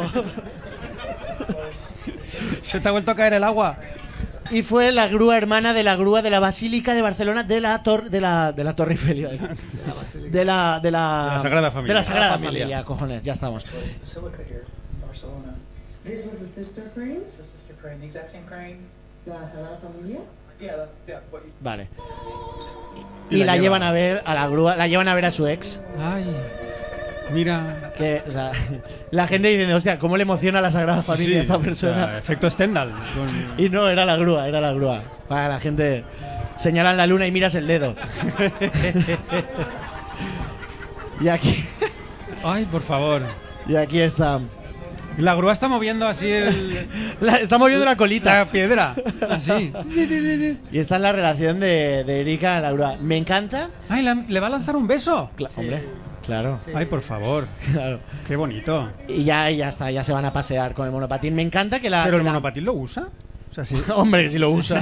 Speaker 1: Se te ha vuelto a caer el agua.
Speaker 2: Y fue la grúa hermana de la grúa de la Basílica de Barcelona de la Torre Eiffel. iba a decir. De la
Speaker 1: Sagrada Familia.
Speaker 2: De la Sagrada Familia, cojones, ya estamos.
Speaker 4: Basilica here in Barcelona.
Speaker 5: This was the sister crane,
Speaker 4: It's the sister crane, the exact same crane.
Speaker 5: la Sagrada Familia.
Speaker 4: Yeah, what you,
Speaker 2: Vale.
Speaker 1: Y
Speaker 2: Y
Speaker 1: la
Speaker 2: la llevan
Speaker 1: lleva.
Speaker 2: a ver a la grúa, la llevan a ver a su ex.
Speaker 1: Ay. Mira.
Speaker 2: Que, o sea, la gente dice: hostia, ¿cómo le emociona a la Sagrada Familia a esta persona?
Speaker 1: o sea, efecto Stendhal. Con-
Speaker 2: Y no, era la grúa, era la grúa. Para la gente señalan la luna y miras el dedo. Y aquí
Speaker 1: Ay, por favor.
Speaker 2: Y aquí está.
Speaker 1: La grúa está moviendo así
Speaker 2: Está moviendo la colita.
Speaker 1: la piedra. Así.
Speaker 2: Y esta es la relación de Erika en la grúa. Me encanta.
Speaker 1: Ay, le va a lanzar un beso.
Speaker 2: Hombre, claro.
Speaker 1: Ay, por favor.
Speaker 2: Claro.
Speaker 1: Qué bonito.
Speaker 2: Y ya está, ya se van a pasear con el monopatín. Me encanta que la.
Speaker 1: ¿Pero el
Speaker 2: que la-
Speaker 1: monopatín lo usa? O sea, sí.
Speaker 2: Hombre, que si lo usa.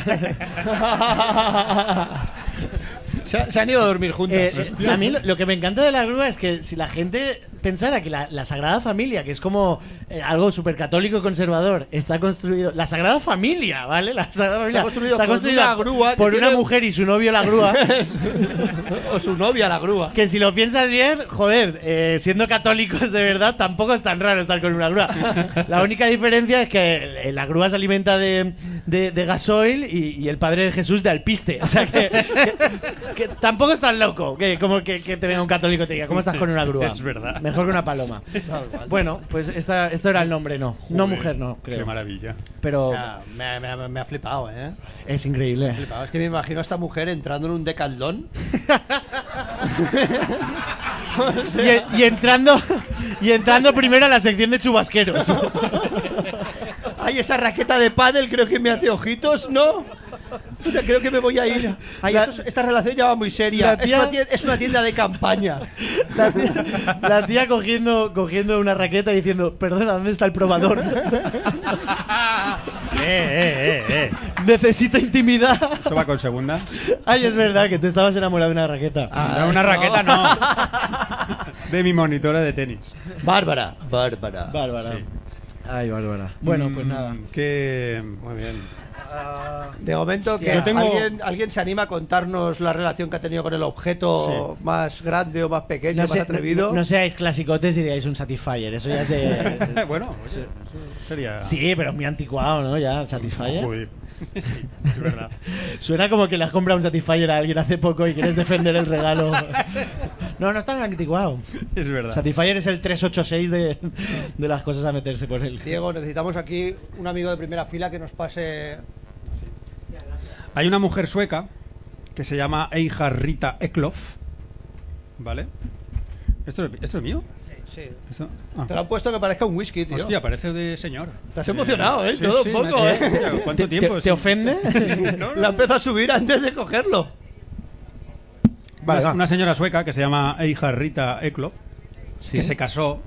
Speaker 3: Se han ido a dormir juntos.
Speaker 2: A mí lo que me encanta de la grúa es que si la gente pensara que la Sagrada Familia, que es como algo súper católico y conservador, está construido... La Sagrada Familia, ¿vale? La Sagrada Familia
Speaker 3: Está construida con una grúa que
Speaker 2: por una
Speaker 3: tiene-
Speaker 2: mujer y su novio la grúa.
Speaker 3: O su novia, la grúa.
Speaker 2: Que si lo piensas bien, joder, siendo católicos de verdad, tampoco es tan raro estar con una grúa. La única diferencia es que la grúa se alimenta de gasoil y el padre de Jesús de alpiste. O sea que tampoco es tan loco como que te venga un católico y te diga, ¿cómo estás con una grúa?
Speaker 1: Es verdad.
Speaker 2: Mejor que una paloma. Bueno, pues esto era el nombre, no. No mujer, no, creo.
Speaker 1: Qué maravilla.
Speaker 2: Pero
Speaker 3: Ya, me ha flipado, ¿eh?
Speaker 2: es increíble.
Speaker 3: Flipado. Es que me imagino a esta mujer entrando en un Decathlon.
Speaker 2: Y entrando primero a la sección de chubasqueros.
Speaker 3: Ay, esa raqueta de pádel creo que me hace ojitos, ¿no? Puta, creo que me voy a ir. Ay, esta relación ya va muy seria.
Speaker 2: La tía-
Speaker 3: Es una tienda de campaña.
Speaker 2: La tía cogiendo una raqueta y diciendo, perdona, ¿dónde está el probador? Necesita intimidad.
Speaker 1: ¿Esto va con segunda?
Speaker 2: Ay, es verdad que tú estabas enamorado de una raqueta.
Speaker 1: No, una raqueta no. De mi monitora de tenis.
Speaker 3: Bárbara.
Speaker 2: Bárbara.
Speaker 1: Sí.
Speaker 2: Ay, Bárbara. Bueno, pues nada.
Speaker 1: Que muy bien.
Speaker 3: De momento que
Speaker 1: Yo tengo-
Speaker 3: alguien se anima a contarnos la relación que ha tenido con el objeto más grande o más pequeño, más atrevido.
Speaker 2: No seáis clasicotes y digáis un Satisfyer. Eso ya es de...
Speaker 1: Bueno, oye, eso sería.
Speaker 2: Sí, pero muy anticuado, ¿no? Ya, el Satisfyer.
Speaker 1: Joder. Es verdad.
Speaker 2: Suena como que le has comprado un Satisfyer a alguien hace poco y quieres defender el regalo. No es tan anticuado.
Speaker 1: Es verdad.
Speaker 2: Satisfyer es el 386 de las cosas a meterse por él.
Speaker 3: Diego, necesitamos aquí un amigo de primera fila que nos pase.
Speaker 1: Hay una mujer sueca que se llama Eija Rita Eklof. ¿Vale? ¿Esto es mío?
Speaker 3: Sí.
Speaker 1: ¿Esto? Ah.
Speaker 3: Te lo han puesto que parezca un whisky, tío.
Speaker 1: Hostia, parece de señor.
Speaker 3: Te has emocionado, ¿eh?
Speaker 1: Sí,
Speaker 3: Todo
Speaker 1: sí,
Speaker 3: un poco,
Speaker 1: me-
Speaker 3: ¿eh?
Speaker 1: hostia, ¿Cuánto tiempo?
Speaker 2: ¿Te ofende?
Speaker 3: La empezó a subir antes de cogerlo.
Speaker 2: Vale, va.
Speaker 1: Una señora sueca que se llama Eija Rita Eklof,
Speaker 2: Sí.
Speaker 1: que se casó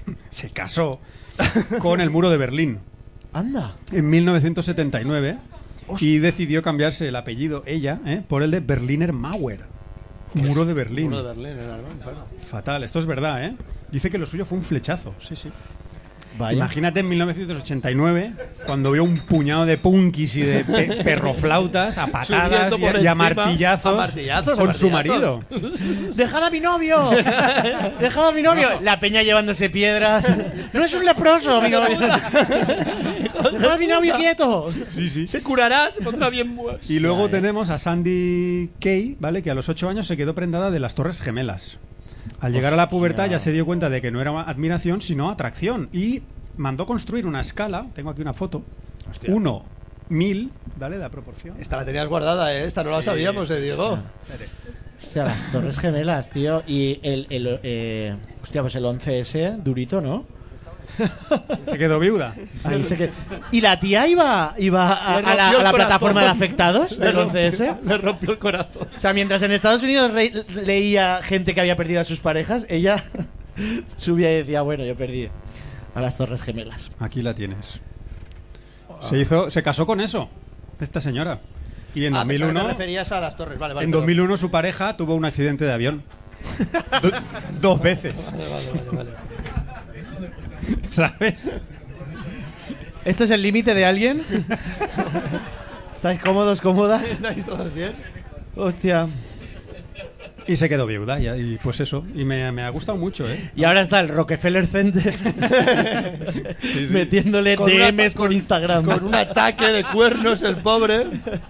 Speaker 1: con el muro de Berlín
Speaker 2: Anda.
Speaker 1: en 1979 y decidió cambiarse el apellido, ella, por el de Berliner Mauer. Muro de Berlín.
Speaker 3: Uno de Berlín, era, ¿no? Bueno.
Speaker 1: Fatal, esto es verdad, ¿eh? Dice que lo suyo fue un flechazo, sí, sí.
Speaker 2: Vaya.
Speaker 1: Imagínate en 1989, cuando vio un puñado de punkis y de perroflautas a patadas
Speaker 3: Subiendo por
Speaker 1: y a
Speaker 3: encima,
Speaker 1: martillazos,
Speaker 3: a martillazos,
Speaker 1: con
Speaker 3: a
Speaker 1: su
Speaker 3: martillazos.
Speaker 1: marido.
Speaker 2: ¡Dejad a mi novio! ¡Dejad a mi novio! La peña llevándose piedras. ¡No es un leproso, mi novio! ¡Dejad a mi novio quieto!
Speaker 1: Sí, sí.
Speaker 3: Se curará, se pondrá bien muerto.
Speaker 1: Y luego tenemos a Sandy Kay, ¿vale? Que a los 8 años se quedó prendada de las Torres Gemelas. Al llegar a la pubertad ya se dio cuenta de que no era admiración, sino atracción. Y mandó construir una escala, tengo aquí una foto, 1:1000, ¿vale? De la proporción.
Speaker 3: Esta la tenías guardada, ¿eh? Esta no la sabíamos, Diego.
Speaker 2: Hostia, las Torres Gemelas, tío. Y hostia, pues el 11S, durito, ¿no?
Speaker 1: Se quedó viuda.
Speaker 2: Ahí se quedó. ¿Y la tía iba
Speaker 3: Le
Speaker 2: a
Speaker 3: rompió
Speaker 2: la
Speaker 3: el corazón.
Speaker 2: plataforma de afectados del 11S?
Speaker 3: Le rompió el corazón.
Speaker 2: O sea, mientras en Estados Unidos leía gente que había perdido a sus parejas, ella subía y decía, bueno, yo perdí a las Torres Gemelas.
Speaker 1: Aquí la tienes. Se casó con eso, esta señora. Y en
Speaker 3: Pensaba que
Speaker 1: 2001,
Speaker 3: te referías a las torres, vale, vale.
Speaker 1: en
Speaker 3: perdón.
Speaker 1: 2001 su pareja tuvo un accidente de avión. 2 veces.
Speaker 3: Vale.
Speaker 1: ¿Sabes?
Speaker 2: ¿Este es el límite de alguien? ¿Estáis cómodos, cómodas?
Speaker 3: ¿Estáis todos bien?
Speaker 2: Hostia.
Speaker 1: Y se quedó viuda, y pues eso. Y me ha gustado mucho, ¿eh?
Speaker 2: Y ahora está el Rockefeller Center
Speaker 1: Sí, sí.
Speaker 2: metiéndole
Speaker 3: Con una-
Speaker 2: DMs por Instagram.
Speaker 3: Con un ataque de cuernos, el pobre.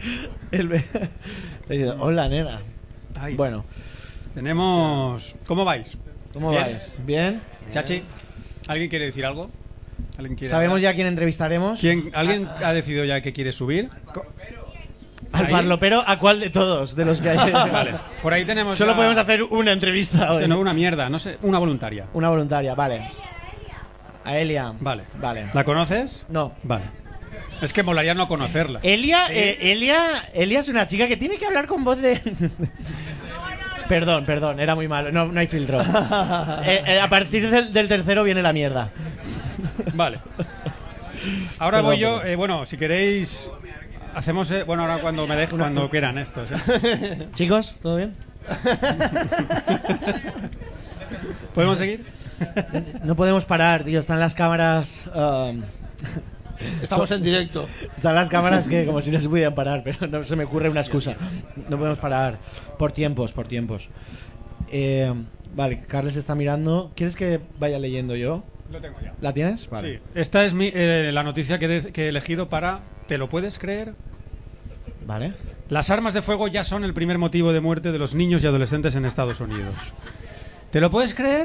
Speaker 2: Te digo, hola, nena.
Speaker 1: Ay.
Speaker 2: Bueno,
Speaker 1: Tenemos... ¿Cómo vais?
Speaker 2: ¿cómo
Speaker 1: Bien.
Speaker 2: vais? ¿Bien?
Speaker 1: Chachi, ¿alguien quiere decir algo? ¿Alguien quiere
Speaker 2: ¿Sabemos
Speaker 1: hablar?
Speaker 2: ya quién entrevistaremos?
Speaker 1: ¿Alguien ha decidido ya que quiere subir?
Speaker 2: Al farlopero, ¿a cuál de todos? De los que hay.
Speaker 1: Vale. Por ahí tenemos.
Speaker 2: Solo
Speaker 1: ya-
Speaker 2: podemos hacer una entrevista hoy.
Speaker 1: Hostia, no, una mierda, no sé, una voluntaria.
Speaker 2: Una voluntaria, vale. A Elia.
Speaker 1: Vale.
Speaker 2: Vale.
Speaker 1: ¿La conoces?
Speaker 2: No.
Speaker 1: Vale. Es que molaría no conocerla.
Speaker 2: Elia es una chica que tiene que hablar con voz de... Perdón, era muy malo. No hay filtro. A partir del tercero viene la mierda.
Speaker 1: Vale. Ahora
Speaker 2: Perdón,
Speaker 1: voy yo. Bueno, si queréis. Hacemos. Bueno, ahora cuando me dejen, cuando quieran estos.
Speaker 2: Chicos, ¿todo bien?
Speaker 1: ¿Podemos seguir?
Speaker 2: No podemos parar, tío. Están las cámaras...
Speaker 3: Estamos en directo.
Speaker 2: Están las cámaras que como si no se pudieran parar, pero no se me ocurre una excusa. No podemos parar. Por tiempos. Vale, Carles está mirando. ¿Quieres que vaya leyendo yo?
Speaker 1: Lo tengo ya.
Speaker 2: ¿La tienes? Vale.
Speaker 1: Sí. Esta es la noticia que he elegido para. ¿Te lo puedes creer?
Speaker 2: Vale.
Speaker 1: Las armas de fuego ya son el primer motivo de muerte de los niños y adolescentes en Estados Unidos. ¿Te lo puedes creer?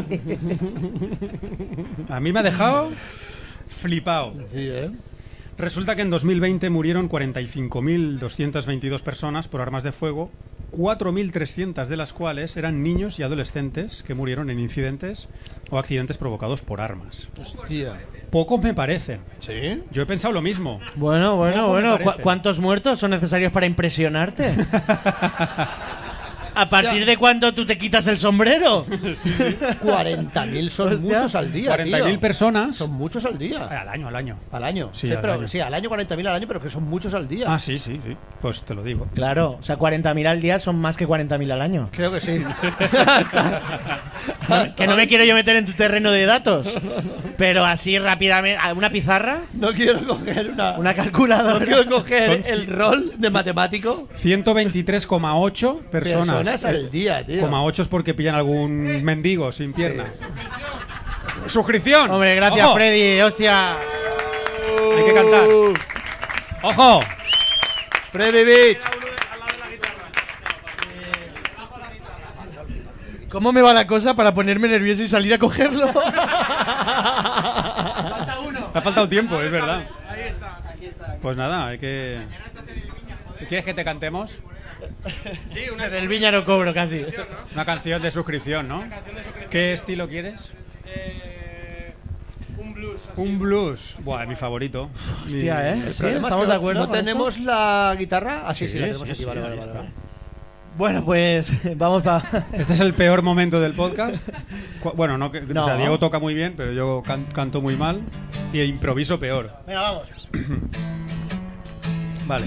Speaker 1: A mí me ha dejado flipado.
Speaker 3: Sí, ¿eh?
Speaker 1: Resulta que en 2020 murieron 45.222 personas por armas de fuego, 4.300 de las cuales eran niños y adolescentes que murieron en incidentes o accidentes provocados por armas.
Speaker 3: Hostia.
Speaker 1: Pocos me parecen.
Speaker 3: ¿Sí?
Speaker 1: Yo he pensado lo mismo.
Speaker 2: Bueno.
Speaker 1: me parece?
Speaker 2: ¿Cuántos muertos son necesarios para impresionarte? ¿A partir de cuándo tú te quitas el sombrero?
Speaker 3: 40.000 son
Speaker 2: Hostia.
Speaker 3: muchos al día,
Speaker 1: 40.000
Speaker 3: tío.
Speaker 1: personas.
Speaker 3: Son muchos al día.
Speaker 1: Al año.
Speaker 3: Al año.
Speaker 1: Sí, al
Speaker 3: pero
Speaker 1: año.
Speaker 3: sí, al año 40.000 al año, pero que son muchos al día.
Speaker 1: Ah, sí. Pues te lo digo.
Speaker 2: Claro, o sea, 40.000 al día son más que 40.000 al año.
Speaker 3: Creo que sí.
Speaker 2: Que no me quiero yo meter en tu terreno de datos, pero así rápidamente, ¿una pizarra?
Speaker 3: No quiero coger
Speaker 2: ¿Una
Speaker 3: no
Speaker 2: calculadora?
Speaker 3: quiero coger
Speaker 1: Son
Speaker 3: el rol de matemático.
Speaker 1: 123,8 personas.
Speaker 3: Al día, tío.
Speaker 1: 8 es porque pillan algún mendigo sin pierna. ¡Suscripción!
Speaker 2: Hombre, gracias,
Speaker 1: ¡Ojo!
Speaker 2: Freddy, hostia.
Speaker 1: Hay que cantar. ¡Ojo!
Speaker 3: Freddy Beach.
Speaker 2: ¿Cómo me va la cosa para ponerme nervioso y salir a cogerlo?
Speaker 1: Me ha faltado tiempo, es verdad. Pues nada, hay que... ¿Quieres que te cantemos?
Speaker 2: Sí, en el Viña no cobro casi.
Speaker 1: Una canción de suscripción, ¿no? ¿Qué estilo quieres?
Speaker 4: Un blues.
Speaker 1: Un blues. Buah, mi favorito.
Speaker 2: Hostia, ¿eh?
Speaker 3: El
Speaker 2: Sí,
Speaker 3: problema es
Speaker 2: ¿estamos
Speaker 3: que
Speaker 2: de acuerdo
Speaker 3: ¿No
Speaker 2: con
Speaker 3: tenemos la guitarra? Ah, sí,
Speaker 1: Sí,
Speaker 3: la tenemos
Speaker 1: sí,
Speaker 3: aquí.
Speaker 1: sí,
Speaker 3: Vale,
Speaker 1: ahí
Speaker 3: vale,
Speaker 1: está.
Speaker 3: vale.
Speaker 2: Bueno, pues vamos para...
Speaker 1: Este es el peor momento del podcast. Bueno, no,
Speaker 2: No.
Speaker 1: O sea, Diego toca muy bien, pero yo canto muy mal y improviso peor.
Speaker 2: Venga, vamos.
Speaker 1: Vale.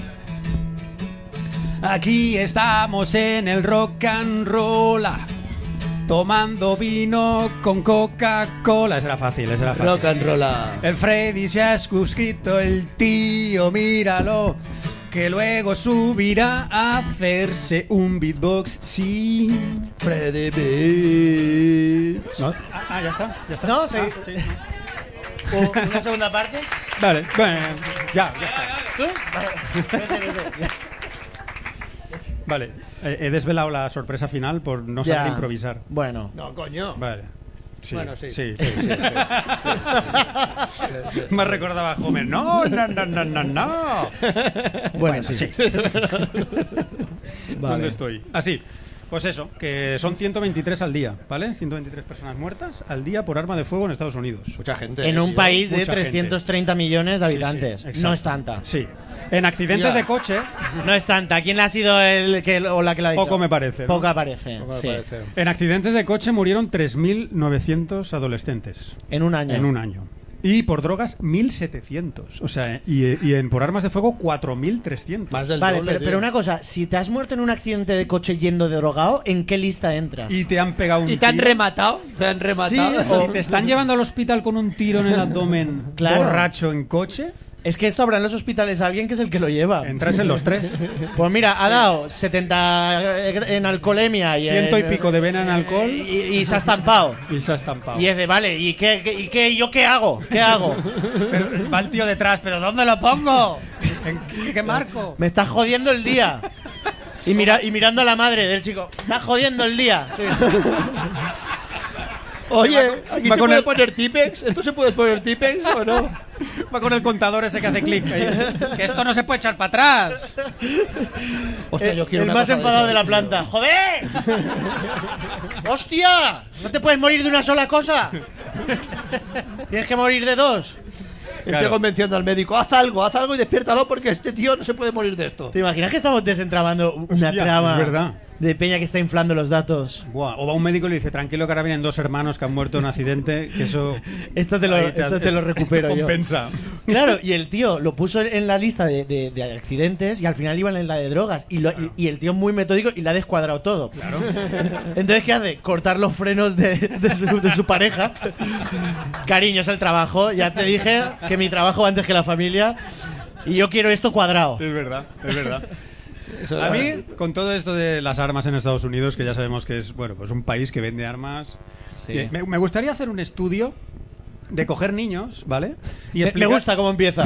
Speaker 1: Aquí estamos en el rock and roll, tomando vino con Coca-Cola. Ese era fácil.
Speaker 3: Rock and roll.
Speaker 1: El Freddy se ha suscrito, el tío, míralo, que luego subirá a hacerse un beatbox, sí.
Speaker 3: Freddy Beach.
Speaker 1: ¿No? Ya está.
Speaker 2: No, sí.
Speaker 1: Sí.
Speaker 2: ¿Una segunda parte?
Speaker 1: Vale, bueno, ya está.
Speaker 2: ¿Tú? Vale.
Speaker 1: Vale, he desvelado la sorpresa final por no saber
Speaker 2: Ya.
Speaker 1: improvisar.
Speaker 2: Bueno.
Speaker 3: No, coño.
Speaker 1: Vale. Sí,
Speaker 3: Bueno, sí.
Speaker 1: Sí. Me recordaba a Homer. No.
Speaker 2: Bueno, sí.
Speaker 1: ¿Dónde
Speaker 2: Vale.
Speaker 1: estoy? Así. Pues eso, que son 123 al día, ¿vale? 123 personas muertas al día por arma de fuego en Estados Unidos.
Speaker 3: Mucha gente.
Speaker 2: En un
Speaker 3: tío.
Speaker 2: país de
Speaker 1: mucha
Speaker 2: 330 millones de
Speaker 1: Sí, sí,
Speaker 2: habitantes.
Speaker 1: exacto.
Speaker 2: No es tanta.
Speaker 1: Sí. En accidentes
Speaker 3: Ya.
Speaker 1: de coche,
Speaker 2: No es tanta. ¿Quién ha sido el que o la que lo ha dicho?
Speaker 1: poco me parece, ¿no?
Speaker 2: Poca parece.
Speaker 3: Poco me
Speaker 2: Sí.
Speaker 3: parece.
Speaker 1: En accidentes de coche murieron 3.900 adolescentes
Speaker 2: En un año.
Speaker 1: en un año. Y por drogas 1.700. O sea, por armas de fuego 4.300.
Speaker 3: Más del
Speaker 2: Vale,
Speaker 3: doble,
Speaker 2: pero
Speaker 3: tío.
Speaker 2: una cosa, si te has muerto en un accidente de coche yendo de drogado, ¿en qué lista entras?
Speaker 1: Y te han pegado un
Speaker 3: ¿Y te han
Speaker 1: tiro.
Speaker 3: rematado? ¿Te han rematado?
Speaker 2: Sí,
Speaker 1: Si te están llevando al hospital con un tiro en el abdomen,
Speaker 2: Claro.
Speaker 1: borracho en coche,
Speaker 2: Es que esto habrá en los hospitales alguien que es el que lo lleva.
Speaker 1: entras en los tres.
Speaker 2: Pues mira, ha dado 70 en alcoholemia y
Speaker 1: Ciento y pico de vena en alcohol.
Speaker 2: y se ha estampado.
Speaker 1: Y se ha estampado.
Speaker 2: Y es de, vale, ¿y yo qué hago? ¿Qué hago?
Speaker 1: Pero va el tío detrás, ¿pero dónde lo pongo? ¿En qué marco?
Speaker 2: Me estás jodiendo el día. Y mirando a la madre del chico, me estás jodiendo el día. Sí.
Speaker 3: Oye, ¿aquí
Speaker 1: va
Speaker 3: se
Speaker 1: con
Speaker 3: puede
Speaker 1: el-
Speaker 3: poner Tipex? ¿Esto se puede poner Tipex o no?
Speaker 1: Va con el contador ese que hace clic. Que esto no se puede echar para atrás.
Speaker 3: Hostia, yo quiero
Speaker 2: el
Speaker 3: una
Speaker 2: más
Speaker 3: cosa
Speaker 2: enfadado
Speaker 3: esa,
Speaker 2: de la
Speaker 3: tío.
Speaker 2: planta. ¡Joder! ¡Hostia! ¿No te puedes morir de una sola cosa? Tienes que morir de dos.
Speaker 3: Estoy convenciendo al médico, haz algo y despiértalo porque este tío no se puede morir de esto.
Speaker 2: ¿Te imaginas que estamos desentramando una
Speaker 1: Hostia,
Speaker 2: trama
Speaker 1: es verdad.
Speaker 2: de peña que está inflando los datos?
Speaker 1: Buah, o va un médico y le dice, tranquilo que ahora vienen 2 hermanos que han muerto en un accidente, que eso...
Speaker 2: Esto te
Speaker 1: ahí
Speaker 2: lo recupero yo.
Speaker 1: compensa.
Speaker 2: Claro, y el tío lo puso en la lista de accidentes y al final iban en la de drogas. Y el tío muy metódico y le ha descuadrado todo.
Speaker 1: Claro.
Speaker 2: Entonces, ¿qué hace? Cortar los frenos de su pareja. Cariño, es el trabajo. Ya te dije que mi trabajo va antes que la familia. Y yo quiero esto cuadrado.
Speaker 1: Es verdad, es verdad.
Speaker 3: Eso
Speaker 1: A
Speaker 3: era-
Speaker 1: mí, con todo esto de las armas en Estados Unidos, que ya sabemos que es, bueno, pues un país que vende armas, me gustaría hacer un estudio de coger niños, ¿vale? Y
Speaker 2: Me
Speaker 1: explicar-
Speaker 2: gusta cómo empieza.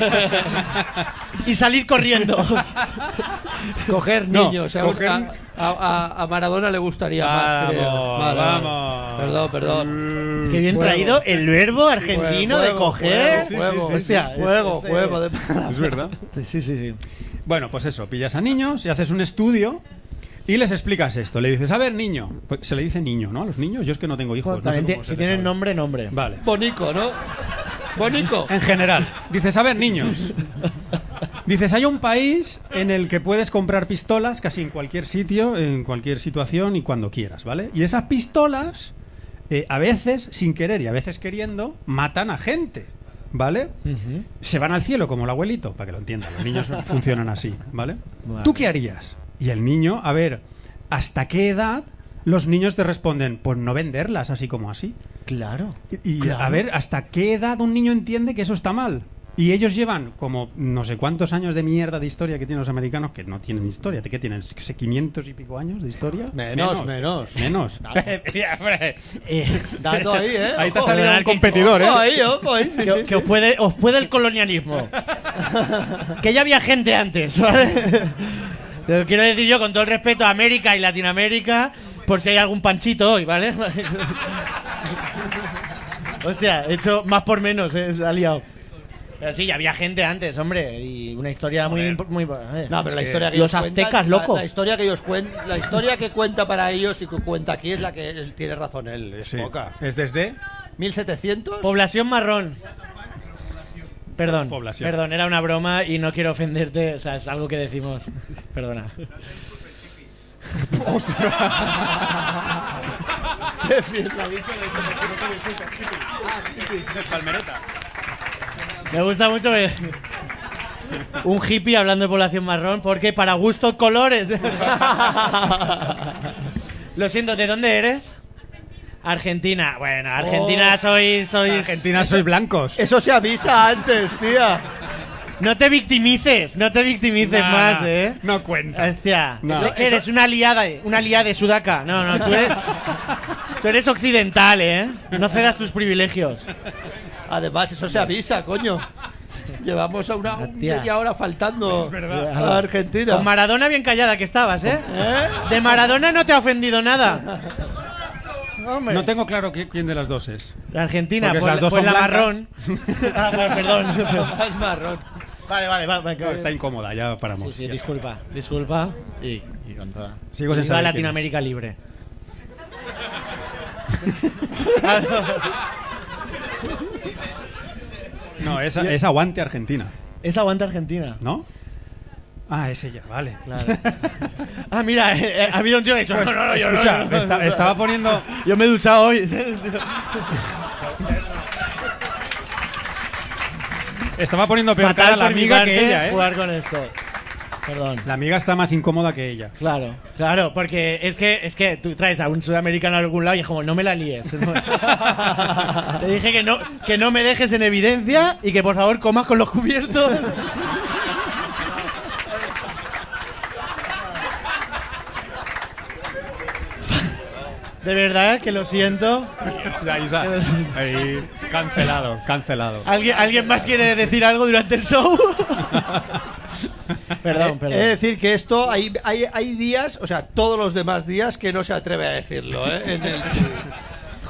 Speaker 2: Y salir corriendo.
Speaker 3: Coger
Speaker 1: No,
Speaker 3: niños.
Speaker 1: coger-
Speaker 3: A Maradona le gustaría más, creo.
Speaker 1: Vamos, vamos.
Speaker 3: Perdón.
Speaker 2: Qué bien
Speaker 3: Juego.
Speaker 2: traído el verbo argentino de coger.
Speaker 3: Juego.
Speaker 2: Hostia,
Speaker 3: Juego
Speaker 2: es-
Speaker 3: de...
Speaker 1: Es verdad.
Speaker 2: Sí.
Speaker 1: Bueno, pues eso, pillas a niños y haces un estudio y les explicas esto. Le dices, a ver, niño. Pues se le dice niño, ¿no? A los niños, yo es que no tengo hijos. no sé
Speaker 2: También
Speaker 1: cómo se
Speaker 2: si
Speaker 1: les
Speaker 2: tienen
Speaker 1: habla.
Speaker 2: nombre.
Speaker 1: Vale.
Speaker 3: Bonico, ¿no? Bonico.
Speaker 1: En general. Dices, a ver, niños. Dices, hay un país en el que puedes comprar pistolas casi en cualquier sitio, en cualquier situación y cuando quieras, ¿vale? Y esas pistolas, a veces, sin querer y a veces queriendo, matan a gente, ¿vale? Se van al cielo como el abuelito, para que lo entiendan. Los niños funcionan así, ¿vale?
Speaker 2: Vale.
Speaker 1: ¿Tú qué harías? Y el niño, a ver, ¿hasta qué edad los niños te responden? Pues no venderlas así como así.
Speaker 2: Claro.
Speaker 1: Y
Speaker 2: Claro.
Speaker 1: a ver, ¿hasta qué edad un niño entiende que eso está mal? Y ellos llevan como no sé cuántos años de mierda de historia que tienen los americanos, que no tienen historia. ¿Qué tienen? ¿500 y pico años de historia?
Speaker 3: Menos.
Speaker 1: Menos.
Speaker 3: Dato ahí, ¿eh?
Speaker 1: Ahí te ha
Speaker 3: Ojo.
Speaker 1: salido un competidor,
Speaker 3: Ojo
Speaker 1: ¿eh?
Speaker 3: ojo ahí. Sí, sí,
Speaker 2: Que os puede el colonialismo. Que ya había gente antes, ¿vale? Te lo quiero decir yo con todo el respeto a América y Latinoamérica, por si hay algún panchito hoy, ¿vale? Hostia, he hecho más por menos, se ha liado. Pero sí, ya había gente antes, hombre, y una historia muy...
Speaker 3: No, pero la
Speaker 1: que
Speaker 3: historia que
Speaker 2: los
Speaker 3: ellos cuentan-
Speaker 2: aztecas, loco.
Speaker 3: La historia que ellos la historia que cuenta para ellos y que cuenta aquí es la que él tiene razón él. Es
Speaker 1: Sí.
Speaker 3: poca.
Speaker 1: Es desde...
Speaker 3: 1700.
Speaker 2: Población marrón. Perdón,
Speaker 1: Población.
Speaker 2: perdón, era una broma y no quiero ofenderte, o sea, es algo que decimos. Perdona.
Speaker 3: Qué fiesta.
Speaker 2: Me gusta mucho un hippie hablando de población marrón, porque para gustos colores. Lo siento, ¿de dónde eres? Argentina. Bueno, Argentina sois...
Speaker 1: Argentina sois blancos.
Speaker 3: Eso se avisa antes, tía.
Speaker 2: No te victimices
Speaker 1: Nah,
Speaker 2: más,
Speaker 1: nah,
Speaker 2: ¿eh?
Speaker 1: No cuenta.
Speaker 2: Hostia,
Speaker 1: No.
Speaker 2: eso es que eres una aliada de Sudaca. No, tú eres occidental, ¿eh? No cedas tus privilegios.
Speaker 3: Además, eso se avisa, coño. Llevamos a una
Speaker 2: Tía.
Speaker 3: media hora faltando
Speaker 1: verdad.
Speaker 3: a Argentina.
Speaker 2: Con Maradona bien callada que estabas, ¿eh? De Maradona no te ha ofendido nada. Hombre.
Speaker 1: No tengo claro quién de las dos es.
Speaker 2: La Argentina,
Speaker 1: Porque
Speaker 2: pues,
Speaker 1: las dos
Speaker 2: pues
Speaker 1: son
Speaker 2: la
Speaker 1: blancas.
Speaker 2: marrón. Ah, bueno, perdón.
Speaker 3: Es marrón.
Speaker 2: Vale, va.
Speaker 1: No, está incómoda, ya paramos.
Speaker 2: Sí,
Speaker 1: Ya
Speaker 2: disculpa. Y con toda.
Speaker 1: Sigo sin
Speaker 2: Viva
Speaker 1: saber
Speaker 2: Latinoamérica libre.
Speaker 1: está. No, es aguante Argentina,
Speaker 2: Es aguanta Argentina.
Speaker 1: ¿no? Ah, es ella, vale.
Speaker 2: Claro. Ah, mira, ha habido un tío que ha dicho, no, yo
Speaker 1: Escucha,
Speaker 2: no.
Speaker 1: estaba poniendo...
Speaker 2: Yo me he duchado hoy.
Speaker 1: Estaba poniendo peor
Speaker 2: Fatal
Speaker 1: cara a la
Speaker 2: por mi
Speaker 1: amiga
Speaker 2: parte
Speaker 1: que ella, ¿eh?
Speaker 2: jugar con esto. Perdón.
Speaker 1: La amiga está más incómoda que ella.
Speaker 2: Claro, porque es que tú traes a un sudamericano a algún lado y es como, no me la líes. Te dije que no me dejes en evidencia y que por favor comas con los cubiertos. De verdad que lo siento.
Speaker 1: Ahí, cancelado.
Speaker 2: ¿Alguien más quiere decir algo durante el show? Perdón.
Speaker 3: Es decir, que esto hay días, o sea, todos los demás días que no se atreve a decirlo, ¿eh?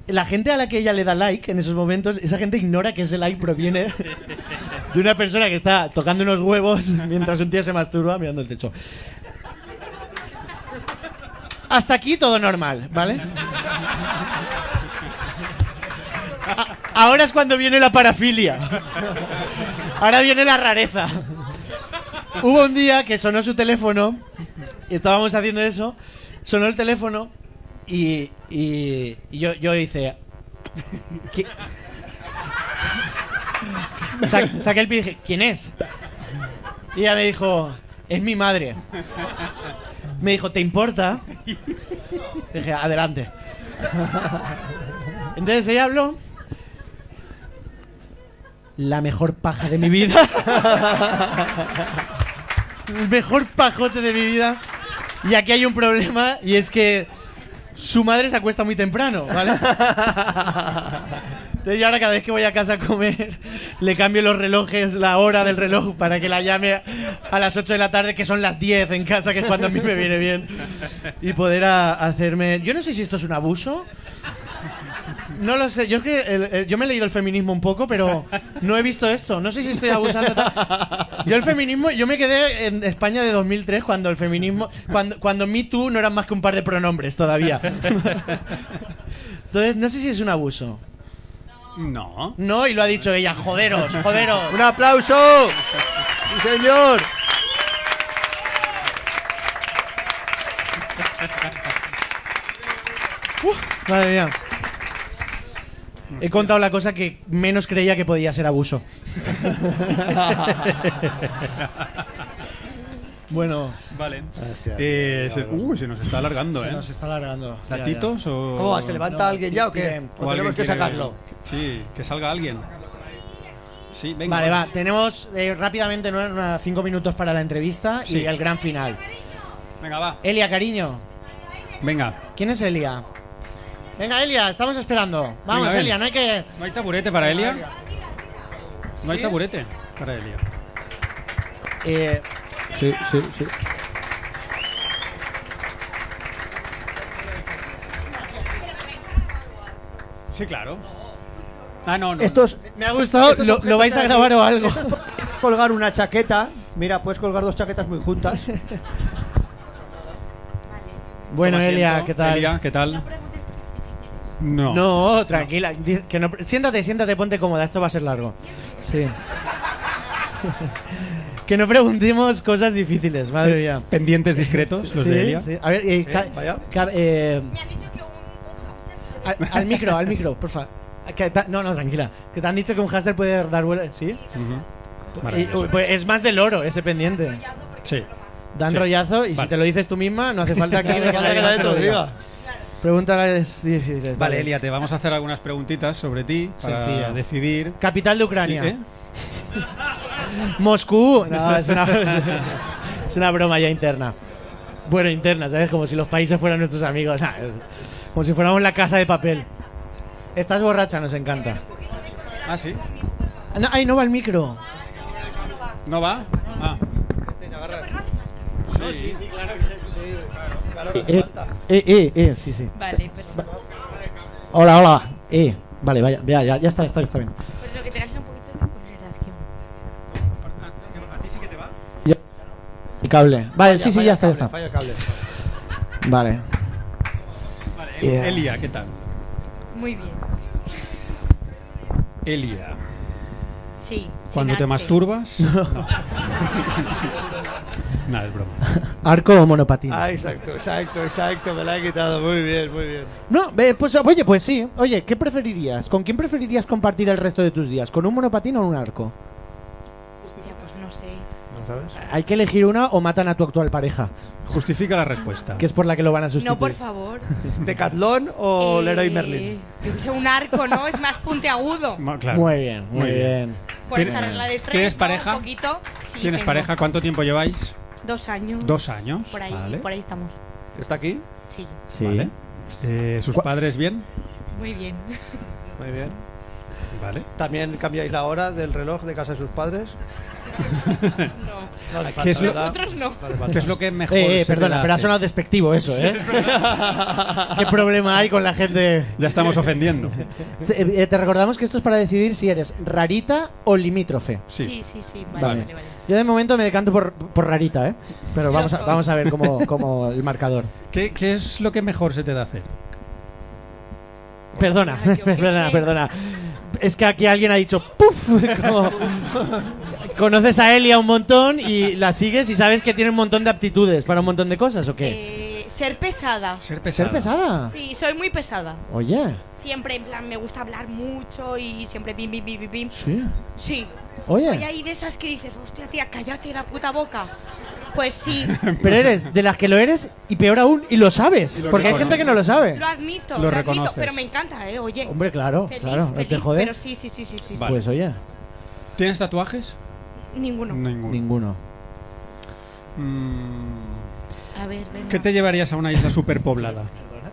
Speaker 2: la gente a la que ella le da like en esos momentos, esa gente ignora que ese like proviene de una persona que está tocando unos huevos mientras un tío se masturba mirando el techo. Hasta aquí todo normal, ¿vale? Ahora es cuando viene la parafilia. Ahora viene la rareza. Hubo un día que sonó su teléfono, y estábamos haciendo eso, sonó el teléfono y yo hice... ¿Qué? Saqué el pie y dije, ¿quién es? Y ella me dijo, es mi madre. Me dijo, ¿te importa? Dije, adelante. Entonces ella habló. La mejor paja de mi vida. El mejor pajote de mi vida. Y aquí hay un problema, y es que su madre se acuesta muy temprano, ¿vale? Entonces yo ahora cada vez que voy a casa a comer le cambio los relojes, la hora del reloj, para que la llame a las 8 de la tarde, que son las 10 en casa, que es cuando a mí me viene bien, y poder hacerme... Yo no sé si esto es un abuso. No lo sé, yo es que yo me he leído el feminismo un poco, pero no he visto esto. No sé si estoy abusando. Yo el feminismo, yo me quedé en España de 2003 cuando el feminismo, cuando Me Too no eran más que un par de pronombres todavía. Entonces, no sé si es un abuso.
Speaker 1: No.
Speaker 2: No, y lo ha dicho ella, joderos.
Speaker 3: ¡Un aplauso! ¡Sí, señor!
Speaker 2: Madre mía. He contado la cosa que menos creía que podía ser abuso. Bueno,
Speaker 1: Vale.
Speaker 3: Hostia,
Speaker 1: Se nos está alargando,
Speaker 2: se nos está alargando.
Speaker 1: ¿Latitos o...?
Speaker 3: ¿Cómo va? ¿Se levanta alguien ya o qué?
Speaker 2: bien.
Speaker 3: ¿O tenemos que sacarlo?
Speaker 1: Sí, que salga alguien. Sí, venga.
Speaker 2: Vale, va. Tenemos rápidamente 5 minutos para la entrevista
Speaker 1: Sí.
Speaker 2: y el gran final.
Speaker 1: Venga, va.
Speaker 2: Elia, cariño.
Speaker 1: Venga.
Speaker 2: ¿Quién es Elia? Venga, Elia, estamos esperando. Vamos,
Speaker 1: Venga, ven.
Speaker 2: Elia, no hay que...
Speaker 1: ¿No hay taburete para Elia? ¿No hay
Speaker 2: ¿Sí?
Speaker 1: taburete para Elia?
Speaker 3: Sí.
Speaker 1: Sí, claro. Ah, no.
Speaker 3: Estos...
Speaker 2: Me ha gustado.
Speaker 3: estos
Speaker 2: ¿Lo vais a grabar o algo?
Speaker 3: estos puedes colgar una chaqueta. Mira, puedes colgar 2 chaquetas muy juntas.
Speaker 2: Bueno,
Speaker 1: Toma
Speaker 2: Elia,
Speaker 1: asiento.
Speaker 2: ¿qué tal?
Speaker 1: Elia, ¿qué tal? No.
Speaker 2: No, tranquila. Que no... Siéntate, ponte cómoda. Esto va a ser largo. Sí. Que no preguntemos cosas difíciles, madre mía.
Speaker 1: Pendientes discretos, los de Elia.
Speaker 2: Sí. A ver,
Speaker 3: vaya.
Speaker 2: Al micro, porfa. No, tranquila. Que te han dicho que un hámster puede dar vueltas. ¿Sí?
Speaker 1: Ujú. Maravilloso.
Speaker 2: Pues es más del oro ese pendiente.
Speaker 1: Sí.
Speaker 2: Dan
Speaker 1: Sí.
Speaker 2: rollazo y
Speaker 1: Vale.
Speaker 2: si te lo dices tú misma, no hace falta que,
Speaker 3: No hace falta que nadie te lo diga.
Speaker 2: Pregúntales difíciles.
Speaker 1: Vale, Elia, te vamos a hacer algunas preguntitas sobre ti para
Speaker 2: Sencillas.
Speaker 1: decidir.
Speaker 2: Capital de Ucrania.
Speaker 1: Sí, ¿eh?
Speaker 2: Moscú. No, es una broma ya interna. Bueno, interna, ¿sabes? Como si los países fueran nuestros amigos. Nah, como si fuéramos la casa de papel. Estás borracha, nos encanta.
Speaker 1: Ah, sí.
Speaker 2: No, ay, no va el micro.
Speaker 1: ¿No va? Ah. Sí.
Speaker 3: Claro que falta.
Speaker 2: Sí.
Speaker 6: Vale, pero
Speaker 2: Hola. Vale, vaya, ya está bien.
Speaker 6: pues lo que tengas un poquito de consideración.
Speaker 1: ¿A ti sí que te va?
Speaker 2: El cable. Vale, sí, ya está.
Speaker 3: Falla el cable.
Speaker 2: Vale.
Speaker 1: Vale,
Speaker 2: Yeah.
Speaker 1: Elia, ¿qué tal?
Speaker 6: Muy bien.
Speaker 1: Elia.
Speaker 6: Sí.
Speaker 1: ¿Cuando
Speaker 6: sin
Speaker 1: te
Speaker 6: H.
Speaker 1: masturbas? No. Nada, es broma.
Speaker 2: ¿Arco o monopatín?
Speaker 3: Ah, exacto. Me la he quitado. Muy bien.
Speaker 2: No, pues oye, pues sí. Oye, ¿qué preferirías? ¿Con quién preferirías compartir el resto de tus días? ¿Con un monopatín o un arco?
Speaker 6: Hostia, pues no sé.
Speaker 3: ¿No sabes?
Speaker 2: Hay que elegir una o matan a tu actual pareja,
Speaker 1: Justifica la respuesta.
Speaker 2: que es por la que lo van a sustituir.
Speaker 6: No, por favor.
Speaker 3: ¿Decathlon o Leroy Merlin?
Speaker 6: Yo que sé, un arco, ¿no? Es más puntiagudo.
Speaker 1: Claro.
Speaker 2: Muy bien, muy
Speaker 1: Muy bien.
Speaker 2: bien.
Speaker 6: Por esa regla de 3.
Speaker 1: ¿Tienes pareja?
Speaker 6: Un poquito. Sí,
Speaker 1: ¿Tienes
Speaker 6: tengo.
Speaker 1: pareja? ¿Cuánto tiempo lleváis?
Speaker 6: 2 años.
Speaker 1: 2 años.
Speaker 6: Por ahí,
Speaker 1: Vale.
Speaker 6: por ahí estamos.
Speaker 3: ¿Está aquí?
Speaker 6: Sí.
Speaker 2: Sí.
Speaker 1: Vale. ¿Sus padres bien?
Speaker 6: Muy bien.
Speaker 3: Muy bien.
Speaker 1: Vale.
Speaker 3: ¿También cambiáis la hora del reloj de casa de sus padres?
Speaker 6: No.
Speaker 1: ¿Qué es lo,
Speaker 6: Nosotros no.
Speaker 1: qué es lo que mejor se te
Speaker 2: Perdona,
Speaker 1: da
Speaker 2: pero ha
Speaker 1: hacer?
Speaker 2: sonado despectivo eso, ¿eh? ¿Qué problema hay con la gente?
Speaker 1: Ya estamos ofendiendo.
Speaker 2: Te recordamos que esto es para decidir si eres rarita o limítrofe.
Speaker 1: Sí.
Speaker 6: Sí.
Speaker 2: Vale.
Speaker 6: Vale.
Speaker 2: Yo de momento me decanto por rarita, ¿eh? Pero
Speaker 6: Yo
Speaker 2: vamos
Speaker 6: soy.
Speaker 2: vamos a ver cómo el marcador.
Speaker 1: ¿Qué es lo que mejor se te da hacer?
Speaker 2: Perdona,
Speaker 6: Yo qué sé.
Speaker 2: perdona. Es que aquí alguien ha dicho ¡puf! Como- conoces a Elia un montón y la sigues y sabes que tiene un montón de aptitudes para un montón de cosas, ¿o qué?
Speaker 6: Ser pesada.
Speaker 1: Ser pesada.
Speaker 2: ¿Ser pesada?
Speaker 6: Sí, soy muy pesada.
Speaker 2: Oye,
Speaker 6: Siempre, en plan, me gusta hablar mucho y siempre pim, pim, pim, pim, pim.
Speaker 2: sí.
Speaker 6: Sí.
Speaker 2: Oye.
Speaker 6: Soy ahí de esas que dices, hostia, tía, cállate la puta boca. Pues sí,
Speaker 2: Pero eres de las que lo eres y peor aún, y lo sabes.
Speaker 1: Y lo
Speaker 2: Porque hay gente que no lo sabe.
Speaker 6: lo admito,
Speaker 1: Lo
Speaker 6: lo admito,
Speaker 1: reconoces.
Speaker 6: pero me encanta, oye.
Speaker 2: Hombre, claro,
Speaker 6: Feliz,
Speaker 2: claro.
Speaker 6: feliz,
Speaker 2: ¿Te jode?
Speaker 6: pero sí.
Speaker 1: Vale.
Speaker 2: Pues oye,
Speaker 1: ¿Tienes tatuajes?
Speaker 6: Ninguno.
Speaker 1: Ninguno.
Speaker 2: ninguno.
Speaker 6: A ver, venga.
Speaker 1: ¿Qué te llevarías a una isla superpoblada?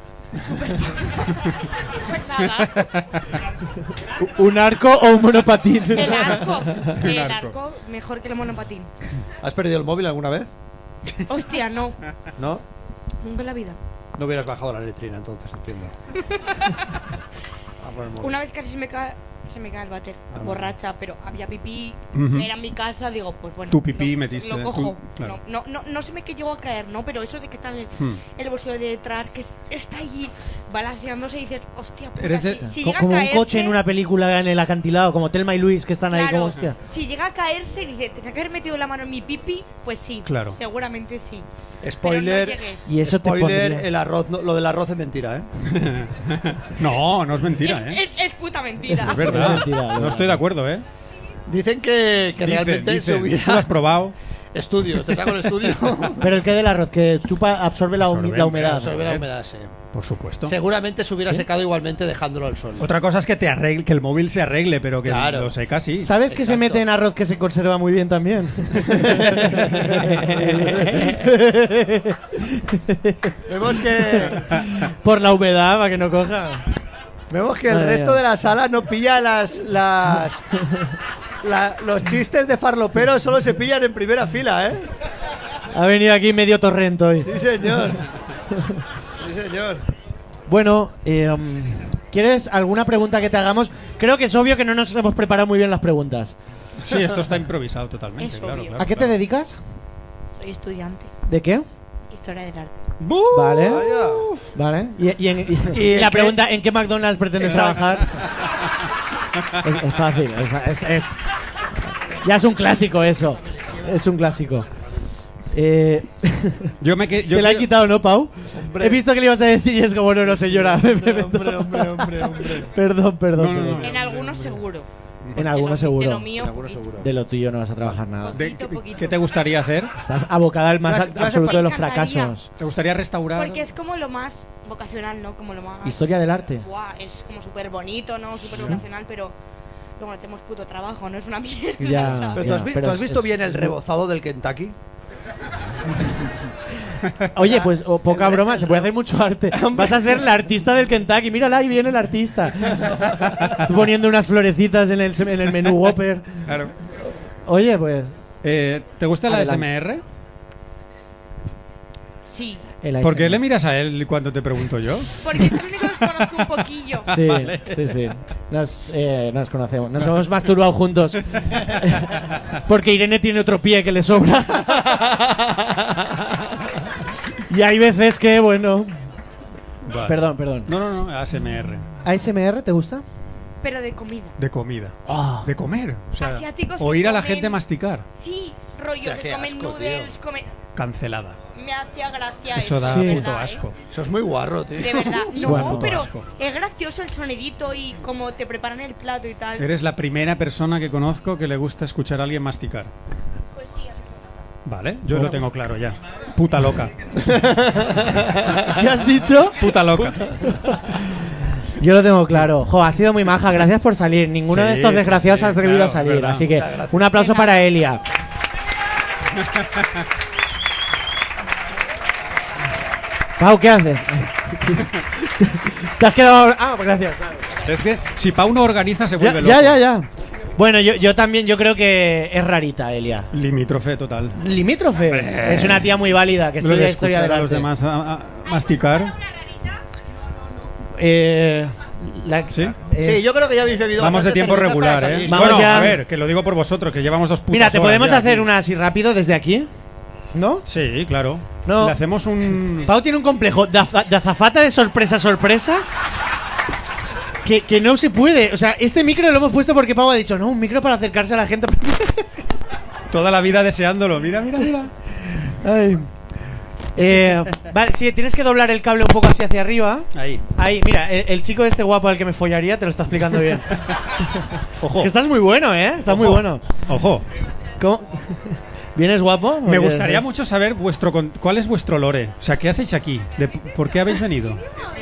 Speaker 6: Pues nada,
Speaker 2: ¿Un arco o un monopatín?
Speaker 6: el arco. El
Speaker 1: arco.
Speaker 6: arco, mejor que el monopatín.
Speaker 3: ¿Has perdido el móvil alguna vez?
Speaker 6: Hostia, no.
Speaker 3: ¿No?
Speaker 6: Nunca en la vida.
Speaker 3: No hubieras bajado la letrina, entonces, entiendo. Ah, por el móvil.
Speaker 6: Una vez casi se me cae el váter, borracha, pero había pipí,
Speaker 1: Ujú.
Speaker 6: era en mi casa, digo, pues bueno.
Speaker 1: Tu pipí
Speaker 6: lo-
Speaker 1: metiste,
Speaker 6: Lo cojo.
Speaker 1: tú, claro.
Speaker 6: No se me que llegó a caer, ¿no? Pero eso de que está en el bolsillo de detrás, que está allí balanceándose y dices, hostia, puta,
Speaker 1: Eres de-
Speaker 6: si llega
Speaker 2: Como
Speaker 6: a
Speaker 2: un
Speaker 6: caerse,
Speaker 2: coche en una película en el acantilado, como Telma y Luis, que están ahí
Speaker 6: claro,
Speaker 2: como hostia.
Speaker 6: si llega a caerse y dice, tenía que haber metido la mano en mi pipi, pues sí,
Speaker 1: Claro.
Speaker 6: seguramente sí.
Speaker 3: Spoiler.
Speaker 6: Pero no llegué.
Speaker 2: Y eso te
Speaker 3: Spoiler,
Speaker 2: pondría.
Speaker 3: el arroz, lo del arroz es mentira, ¿eh?
Speaker 1: No, no es mentira, ¿eh?
Speaker 6: Es puta mentira.
Speaker 1: Es verdad.
Speaker 2: mentira,
Speaker 1: No estoy de acuerdo, ¿eh?
Speaker 3: Dicen que realmente
Speaker 1: Dicen,
Speaker 3: subirá...
Speaker 1: ¿tú lo has probado?
Speaker 3: Estudio, te traigo el estudio.
Speaker 2: Pero el que del arroz, que chupa, absorbe la humedad.
Speaker 3: Absorbe la humedad, sí.
Speaker 1: Por supuesto.
Speaker 3: Seguramente se hubiera secado igualmente dejándolo al sol.
Speaker 1: Otra cosa es que te arregle, que el móvil se arregle, pero que
Speaker 3: Claro.
Speaker 1: lo seca sí.
Speaker 2: ¿Sabes que se
Speaker 3: Exacto.
Speaker 2: mete en arroz que se conserva muy bien también?
Speaker 3: Vemos que
Speaker 2: Por la humedad, para que no coja.
Speaker 3: vemos que el
Speaker 2: Madre
Speaker 3: resto
Speaker 2: mía.
Speaker 3: de la sala no pilla los chistes de farloperos, solo se pillan en primera fila, ¿eh?
Speaker 2: Ha venido aquí medio torrento hoy.
Speaker 3: Sí, señor. Sí, señor.
Speaker 2: Bueno, ¿quieres alguna pregunta que te hagamos? Creo que es obvio que no nos hemos preparado muy bien las preguntas.
Speaker 1: Sí, esto está improvisado totalmente,
Speaker 6: Es
Speaker 1: claro,
Speaker 6: obvio.
Speaker 1: claro,
Speaker 2: ¿A qué te
Speaker 1: claro.
Speaker 2: dedicas?
Speaker 6: Soy estudiante,
Speaker 2: ¿De qué?
Speaker 6: historia del arte.
Speaker 2: Vale.
Speaker 3: Vaya.
Speaker 2: Vale. Y
Speaker 3: ¿Y
Speaker 2: la
Speaker 3: en
Speaker 2: pregunta, ¿en qué McDonald's pretendes trabajar? Es fácil. Ya es un clásico eso. Es un clásico.
Speaker 1: Yo me que- yo
Speaker 2: ¿Te la he
Speaker 1: creo-
Speaker 2: quitado, no, Pau?
Speaker 3: Hombre.
Speaker 2: He visto que le ibas a decir y es como, no, señora.
Speaker 3: Hombre.
Speaker 2: Perdón.
Speaker 1: No.
Speaker 6: En algunos seguro.
Speaker 2: En algunos
Speaker 6: De
Speaker 2: seguro.
Speaker 6: lo mío,
Speaker 3: Seguro,
Speaker 6: poquito.
Speaker 3: seguro.
Speaker 2: De lo tuyo no vas a trabajar nada.
Speaker 1: de-
Speaker 6: Poquito.
Speaker 1: ¿Qué te gustaría hacer?
Speaker 2: Estás abocada al más
Speaker 3: Clase- clase
Speaker 2: absoluto de los
Speaker 6: me encantaría.
Speaker 2: fracasos.
Speaker 1: ¿Te gustaría restaurar?
Speaker 6: Porque es como lo más vocacional, ¿no? Como lo más...
Speaker 2: Historia del arte.
Speaker 6: Buah, es como súper bonito, ¿no? Súper vocacional, pero luego no tenemos puto trabajo, ¿no? Es una mierda.
Speaker 2: Ya.
Speaker 6: ¿sabes?
Speaker 3: Pero
Speaker 2: Ya,
Speaker 3: ¿tú
Speaker 2: pero
Speaker 3: has visto
Speaker 2: es-
Speaker 3: bien el
Speaker 2: es-
Speaker 3: rebozado del Kentucky?
Speaker 2: Oye, pues poca broma, se puede hacer mucho arte. Vas a ser la artista del Kentucky. Mírala, ahí viene el artista. Tú poniendo unas florecitas en el menú Whopper.
Speaker 1: Claro.
Speaker 2: Oye, pues.
Speaker 1: ¿Te gusta la
Speaker 2: Adelante.
Speaker 1: SMR?
Speaker 6: Sí,
Speaker 2: el
Speaker 1: ¿Por qué
Speaker 2: ASMR.
Speaker 1: le miras a él cuando te pregunto yo?
Speaker 6: porque es el único que conozco un poquillo.
Speaker 2: Sí. Nos conocemos. Nos hemos masturbado juntos. Porque Irene tiene otro pie que le sobra. Y hay veces que, bueno.
Speaker 1: Vale.
Speaker 2: Perdón.
Speaker 1: No, ASMR.
Speaker 2: ¿ASMR te gusta?
Speaker 6: Pero de comida.
Speaker 1: De comida.
Speaker 2: Ah.
Speaker 1: De comer. O sea,
Speaker 6: Asiáticos que
Speaker 1: oír a la
Speaker 6: comen-
Speaker 1: gente masticar.
Speaker 6: Sí, rollo
Speaker 3: Hostia,
Speaker 6: que
Speaker 3: qué
Speaker 6: comen
Speaker 3: asco,
Speaker 6: noodles, comen...
Speaker 1: Cancelada.
Speaker 6: Me hacía gracia
Speaker 1: Eso da
Speaker 2: Sí.
Speaker 6: de
Speaker 1: puto
Speaker 6: verdad,
Speaker 1: asco.
Speaker 3: Eso es muy guarro, tío.
Speaker 6: De verdad,
Speaker 2: Buen
Speaker 6: no,
Speaker 2: puto
Speaker 6: pero
Speaker 1: asco.
Speaker 6: es gracioso el sonidito y cómo te preparan el plato y tal.
Speaker 1: Eres la primera persona que conozco que le gusta escuchar a alguien masticar.
Speaker 6: Pues sí, a mí me gusta.
Speaker 1: Vale, yo lo tengo claro ya. Puta loca.
Speaker 2: ¿Qué has dicho?
Speaker 1: Puta loca.
Speaker 2: Yo lo tengo claro. Jo, ha sido muy maja. Gracias por salir. Ninguno
Speaker 1: Sí,
Speaker 2: de estos
Speaker 1: sí,
Speaker 2: desgraciados
Speaker 1: sí,
Speaker 2: ha atrevido
Speaker 1: claro,
Speaker 2: a salir.
Speaker 1: verdad.
Speaker 2: Así que
Speaker 3: Muchas gracias.
Speaker 2: un aplauso
Speaker 6: De
Speaker 2: para
Speaker 6: nada.
Speaker 2: Elia. Pau, ¿qué haces? ¿Te has quedado...? Ah, pues gracias. Claro.
Speaker 1: Es que si Pau no organiza se
Speaker 2: Ya,
Speaker 1: vuelve loco.
Speaker 2: ya. Bueno, yo también, yo creo que es rarita, Elia.
Speaker 1: Limítrofe total.
Speaker 2: Limítrofe. Es una tía muy válida que
Speaker 1: Lo de
Speaker 2: estudia historia
Speaker 1: escuchar
Speaker 2: del
Speaker 1: a los
Speaker 2: arte.
Speaker 1: demás a masticar. ¿Sí?
Speaker 3: Sí, yo creo que ya habéis bebido
Speaker 1: Vamos de
Speaker 3: bastante
Speaker 1: tiempo
Speaker 3: cerveza
Speaker 1: regular,
Speaker 3: para
Speaker 1: ¿eh?
Speaker 3: salir.
Speaker 2: Vamos
Speaker 1: Bueno,
Speaker 2: ya.
Speaker 1: a ver, que lo digo por vosotros, que llevamos 2 putas
Speaker 2: Mira, ¿te
Speaker 1: horas
Speaker 2: podemos
Speaker 1: ya
Speaker 2: hacer
Speaker 1: aquí.
Speaker 2: una así rápido desde aquí? ¿No?
Speaker 1: Sí, claro.
Speaker 2: No.
Speaker 1: Le hacemos un...
Speaker 2: Pau tiene un complejo de azafata de sorpresa a sorpresa que no se puede. O sea, este micro lo hemos puesto porque Pau ha dicho, no, un micro para acercarse a la gente.
Speaker 1: Toda la vida deseándolo. Mira, mira, mira.
Speaker 2: Ay. Vale, sí, tienes que doblar el cable un poco así hacia arriba.
Speaker 1: Ahí.
Speaker 2: Ahí, mira, el chico este guapo al que me follaría te lo está explicando bien.
Speaker 1: Ojo.
Speaker 2: Que estás muy bueno, ¿eh? Estás muy bueno.
Speaker 1: Ojo.
Speaker 2: ¿Cómo? ¿Vienes guapo?
Speaker 1: Me
Speaker 2: Porque
Speaker 1: gustaría
Speaker 2: es-
Speaker 1: mucho saber cuál es vuestro lore. O sea, ¿qué hacéis aquí? ¿Por qué habéis venido?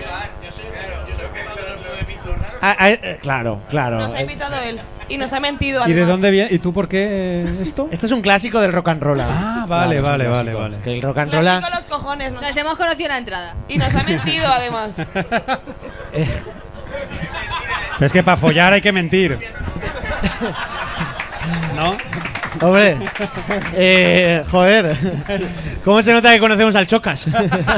Speaker 2: Claro, claro.
Speaker 7: Nos ha invitado él y nos ha mentido.
Speaker 1: ¿Y de
Speaker 7: además.
Speaker 1: dónde viene? ¿Y tú por qué esto?
Speaker 2: Esto es un clásico del rock and roll.
Speaker 1: Ah, vale,
Speaker 2: Claro, es un
Speaker 1: vale,
Speaker 2: clásico.
Speaker 1: vale.
Speaker 2: Que el rock and roll.
Speaker 7: Clásico los cojones. ¿no?
Speaker 8: Nos hemos conocido en la entrada.
Speaker 7: Y nos ha mentido además.
Speaker 1: Es que para follar hay que mentir. ¿No?
Speaker 2: Hombre, joder, ¿cómo se nota que conocemos al Chocas?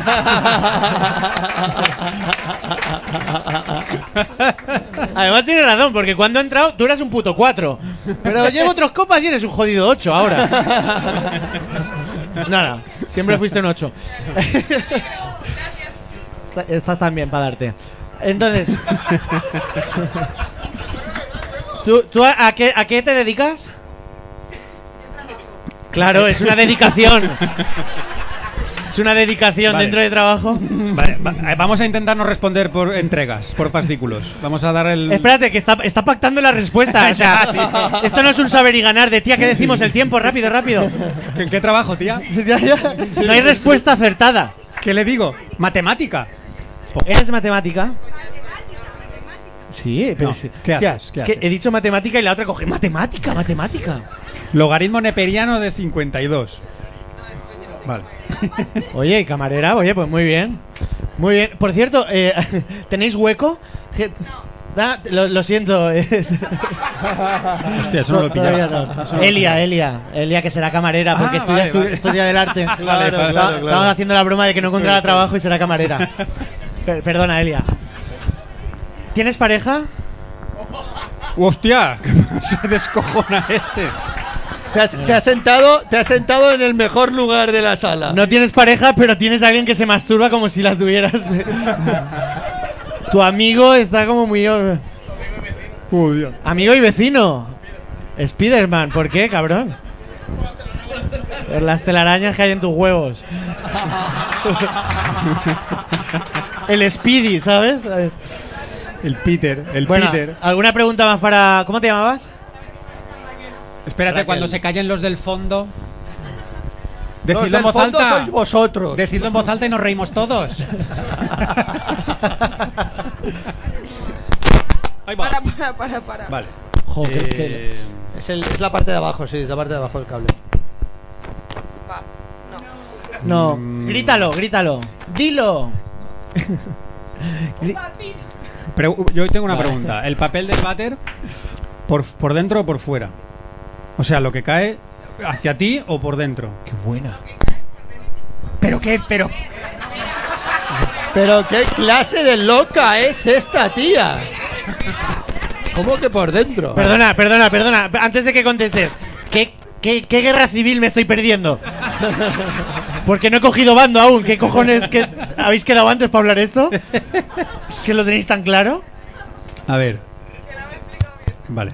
Speaker 2: Además tiene razón, porque cuando he entrado tú eras un puto 4. Pero llevo 3 copas y eres un jodido 8 ahora. No, siempre fuiste un 8. Estás también para darte. Entonces, ¿tú a qué te dedicas? Claro, es una dedicación. Es una dedicación
Speaker 1: Vale.
Speaker 2: dentro de trabajo.
Speaker 1: Vale, vamos a intentarnos responder por entregas, por fascículos. Vamos a dar el...
Speaker 2: Espérate, que está pactando la respuesta. O sea, esto no es un saber y ganar de tía que decimos el tiempo, rápido, rápido.
Speaker 1: ¿En qué trabajo, tía?
Speaker 2: Ya. No hay respuesta acertada.
Speaker 1: ¿Qué le digo? Matemática.
Speaker 2: ¿Eres matemática? Sí, pero
Speaker 1: No,
Speaker 2: sí.
Speaker 1: ¿qué
Speaker 2: Hostia,
Speaker 1: haces? ¿Qué
Speaker 2: es que
Speaker 1: haces?
Speaker 2: he dicho matemática y la otra coge matemática.
Speaker 1: Logaritmo neperiano de 52. Vale.
Speaker 2: Oye, camarera, pues muy bien. Muy bien. Por cierto, ¿tenéis hueco? Lo siento.
Speaker 1: Hostia, eso no lo he pillado.
Speaker 2: Todavía no. Elia, que será camarera, porque
Speaker 1: Ah, vale, vale.
Speaker 2: estudia del arte.
Speaker 1: Claro.
Speaker 2: Estamos haciendo la broma de que no encontrará trabajo y será camarera. Perdona, Elia. ¿Tienes pareja?
Speaker 1: ¡Hostia! Se descojona este.
Speaker 3: Te has sentado en el mejor lugar de la sala.
Speaker 2: No tienes pareja, pero tienes a alguien que se masturba como si la tuvieras. Tu amigo está como muy... Amigo y vecino. Spiderman, ¿por qué, cabrón? Por las telarañas que hay en tus huevos. El Speedy, ¿sabes?
Speaker 1: El Peter.
Speaker 2: Bueno, ¿alguna pregunta más para... ¿Cómo te llamabas?
Speaker 1: Espérate, cuando se callen los del fondo.
Speaker 3: Los
Speaker 1: Decidlo en
Speaker 3: del
Speaker 1: voz
Speaker 3: fondo
Speaker 1: alta.
Speaker 3: sois vosotros.
Speaker 1: Decidlo en voz alta y nos reímos todos. Ahí va.
Speaker 7: Para.
Speaker 1: Vale.
Speaker 2: Joder,
Speaker 3: Es la parte de abajo, sí, la parte de abajo del cable.
Speaker 7: Va.
Speaker 2: No, grítalo. Dilo.
Speaker 1: Pero yo tengo una pregunta. ¿El papel del váter por dentro o por fuera? O sea, lo que cae hacia ti o por dentro.
Speaker 2: Qué buena.
Speaker 1: ¿Pero qué? Pero
Speaker 3: Pero qué clase de loca es esta tía. ¿Cómo que por dentro?
Speaker 2: Perdona. Antes de que contestes, ¿qué guerra civil me estoy perdiendo? Porque no he cogido bando aún. ¿Qué cojones que habéis quedado antes para hablar esto? ¿Que lo tenéis tan claro?
Speaker 1: a ver. Vale.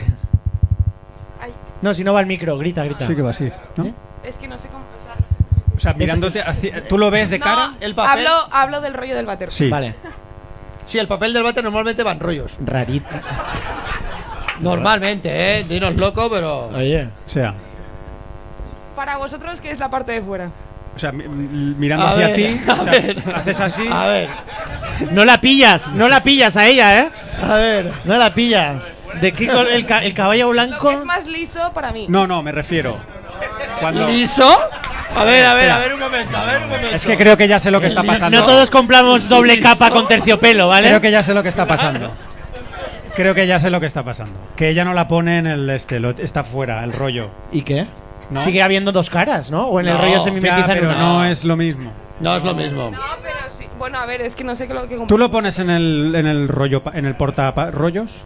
Speaker 2: No, si no va el micro, grita.
Speaker 1: Sí que va así, ¿no?
Speaker 7: Es que no sé cómo.
Speaker 1: O sea, mirándote ¿tú lo ves de cara?
Speaker 3: El papel.
Speaker 7: Hablo del rollo del váter.
Speaker 1: Sí.
Speaker 2: Vale.
Speaker 3: Sí, el papel del váter normalmente van rollos.
Speaker 2: Rarita.
Speaker 3: Normalmente, dinos loco, pero...
Speaker 2: Oye.
Speaker 1: O sea,
Speaker 7: Para vosotros, ¿qué es la parte de fuera?
Speaker 1: mirando
Speaker 3: A
Speaker 1: hacia
Speaker 3: ver,
Speaker 1: ti,
Speaker 3: a
Speaker 1: o sea,
Speaker 3: ver.
Speaker 1: haces así.
Speaker 3: A ver,
Speaker 2: No la pillas a ella, ¿eh?
Speaker 3: a ver.
Speaker 2: No la pillas. ¿De qué el caballo
Speaker 7: Lo
Speaker 2: blanco?
Speaker 7: que es más liso para mí.
Speaker 1: No, me refiero. Cuando...
Speaker 3: ¿Liso? A ver,
Speaker 1: Espera.
Speaker 3: un momento.
Speaker 1: Es que creo que ya sé lo que está pasando.
Speaker 2: No todos compramos doble capa con terciopelo, ¿vale?
Speaker 1: Creo que ya sé lo que está pasando. Creo que ya sé lo que está pasando. Que ella no la pone en el está fuera, el rollo.
Speaker 2: ¿Y qué?
Speaker 1: ¿No?
Speaker 2: Sigue habiendo dos caras, ¿no? O en el rollo se mimetiza
Speaker 1: Ya,
Speaker 2: en
Speaker 1: pero
Speaker 2: una.
Speaker 1: no es lo mismo.
Speaker 3: No es lo mismo.
Speaker 7: No, pero sí. Bueno, a ver, es que no sé qué lo que
Speaker 1: ¿Tú lo pones en el rollo, en el portarrollos?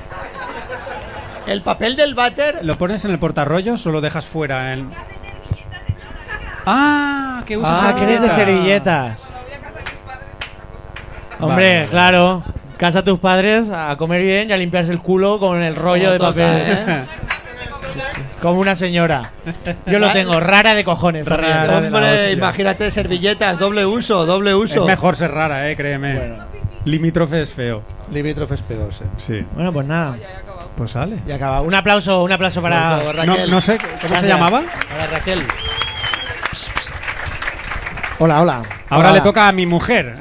Speaker 3: El papel del váter.
Speaker 1: ¿Lo pones en el portarrollos o lo dejas fuera? Ah, que usas
Speaker 2: Ah, que eres de servilletas. Hombre,
Speaker 1: Vale.
Speaker 2: claro. Casa a tus padres a comer bien y a limpiarse el culo con el rollo de papel. Como una señora. Yo lo tengo, rara de cojones. también.
Speaker 1: Rara. de la
Speaker 3: Hombre,
Speaker 1: hostia.
Speaker 3: imagínate servilletas, doble uso, doble
Speaker 1: Es
Speaker 3: uso.
Speaker 1: mejor ser rara, créeme.
Speaker 2: Bueno.
Speaker 1: Limítrofe es feo.
Speaker 3: Limítrofes pedos.
Speaker 1: Sí.
Speaker 2: Bueno, pues nada.
Speaker 1: Pues sale.
Speaker 2: Ya acaba. Un aplauso para.
Speaker 3: Por favor, Raquel.
Speaker 1: No sé, ¿cómo se
Speaker 2: Gracias.
Speaker 1: llamaba?
Speaker 3: Hola, Raquel.
Speaker 2: Hola, hola.
Speaker 1: Ahora
Speaker 2: Hola.
Speaker 1: le toca a mi mujer.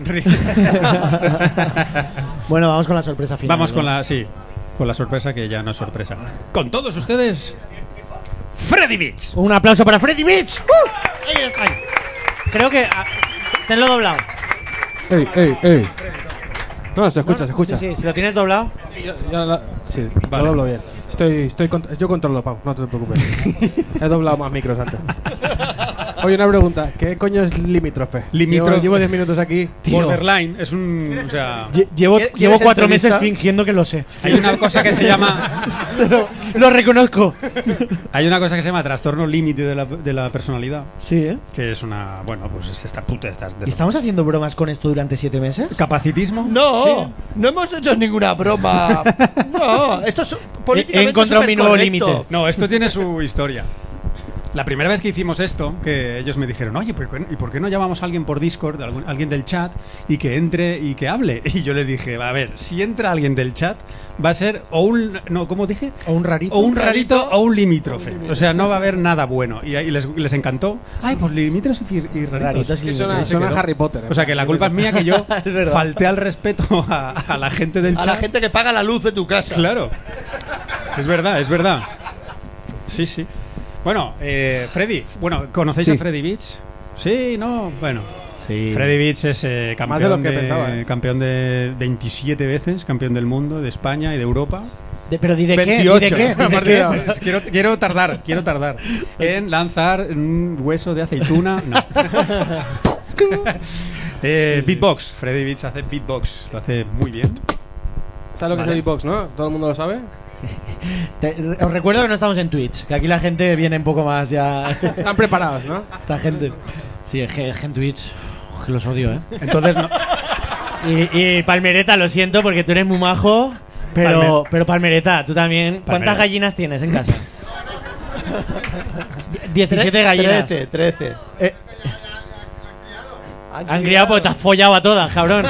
Speaker 2: Bueno, vamos con la sorpresa final.
Speaker 1: Vamos con
Speaker 2: ¿no?
Speaker 1: con la sorpresa que ya no es sorpresa. Con todos ustedes, Freddy Beach.
Speaker 2: Un aplauso para Freddy Beach. Ahí está. Creo que. Tenlo doblado.
Speaker 8: ¡Ey! No, se escucha, se escucha.
Speaker 2: Sí, si lo tienes doblado.
Speaker 8: Sí,
Speaker 1: Vale.
Speaker 8: lo doblo bien. Yo controlo, Pau, no te preocupes. He doblado más micros antes. Oye, una pregunta. ¿Qué coño es limítrofe?
Speaker 1: Limítrofe.
Speaker 8: Llevo 10 minutos aquí.
Speaker 1: Borderline es un, o sea,
Speaker 2: Llevo
Speaker 3: ¿Quieres
Speaker 2: 4 meses
Speaker 3: entrevista?
Speaker 2: fingiendo que lo sé.
Speaker 1: hay una cosa que se llama
Speaker 2: Lo reconozco.
Speaker 1: hay una cosa que se llama trastorno límite de la personalidad,
Speaker 2: Sí, ¿eh?
Speaker 1: que es una, bueno, pues es esta puta
Speaker 2: ¿Y estamos haciendo bromas con esto durante 7 meses?
Speaker 1: capacitismo.
Speaker 3: No, no hemos hecho ninguna broma. No, esto es políticamente
Speaker 2: He encontrado mi nuevo
Speaker 3: supercorrecto.
Speaker 2: límite.
Speaker 1: No, esto tiene su historia. La primera vez que hicimos esto, que ellos me dijeron, oye, ¿y por qué no llamamos a alguien por Discord, alguien del chat, y que entre y que hable? Y yo les dije, a ver, si entra alguien del chat, va a ser o un, no, ¿cómo dije?
Speaker 2: O un rarito.
Speaker 1: O un rarito o un limítrofe. O sea, no va a haber nada bueno. Y ahí les encantó. Ay, pues limítrofes y raritos.
Speaker 2: Raritos y
Speaker 8: Que suena,
Speaker 2: limítrofes.
Speaker 8: suena
Speaker 1: quedó.
Speaker 8: Harry Potter.
Speaker 1: O sea, que la culpa es mía que yo
Speaker 2: Es verdad.
Speaker 1: falté al respeto a la gente del
Speaker 3: A
Speaker 1: chat.
Speaker 3: la gente que paga la luz de tu casa.
Speaker 1: Claro. Es verdad, es verdad. Sí, sí. Bueno, Freddy, bueno, ¿conocéis
Speaker 8: Sí.
Speaker 1: a Freddy Beach? Sí, no, bueno.
Speaker 2: Sí.
Speaker 1: Freddy Beach es
Speaker 8: Más de
Speaker 1: campeón,
Speaker 8: lo que pensaba,
Speaker 1: campeón de 27 veces, campeón del mundo, de España y de Europa.
Speaker 2: Pero di de qué,
Speaker 8: 28.
Speaker 2: di de qué, di de qué.
Speaker 1: Quiero tardar en lanzar un hueso de aceituna. No. Beatbox. Freddy Beach hace beatbox, lo hace muy bien.
Speaker 8: ¿Sabes lo que es el beatbox, no? ¿Todo el mundo lo sabe?
Speaker 2: Os recuerdo que no estamos en Twitch, que aquí la gente viene un poco más ya.
Speaker 8: Están preparados, ¿no?
Speaker 2: Esta gente. Sí, es que en Twitch. Que los odio, ¿eh?
Speaker 1: Entonces, no,
Speaker 2: Y Palmereta, lo siento porque tú eres muy majo. Pero Palmereta, tú también. ¿Cuántas
Speaker 1: Palmereta.
Speaker 2: gallinas tienes en casa? 17 gallinas.
Speaker 3: 13.
Speaker 2: Han criado porque te has follado a todas, cabrón.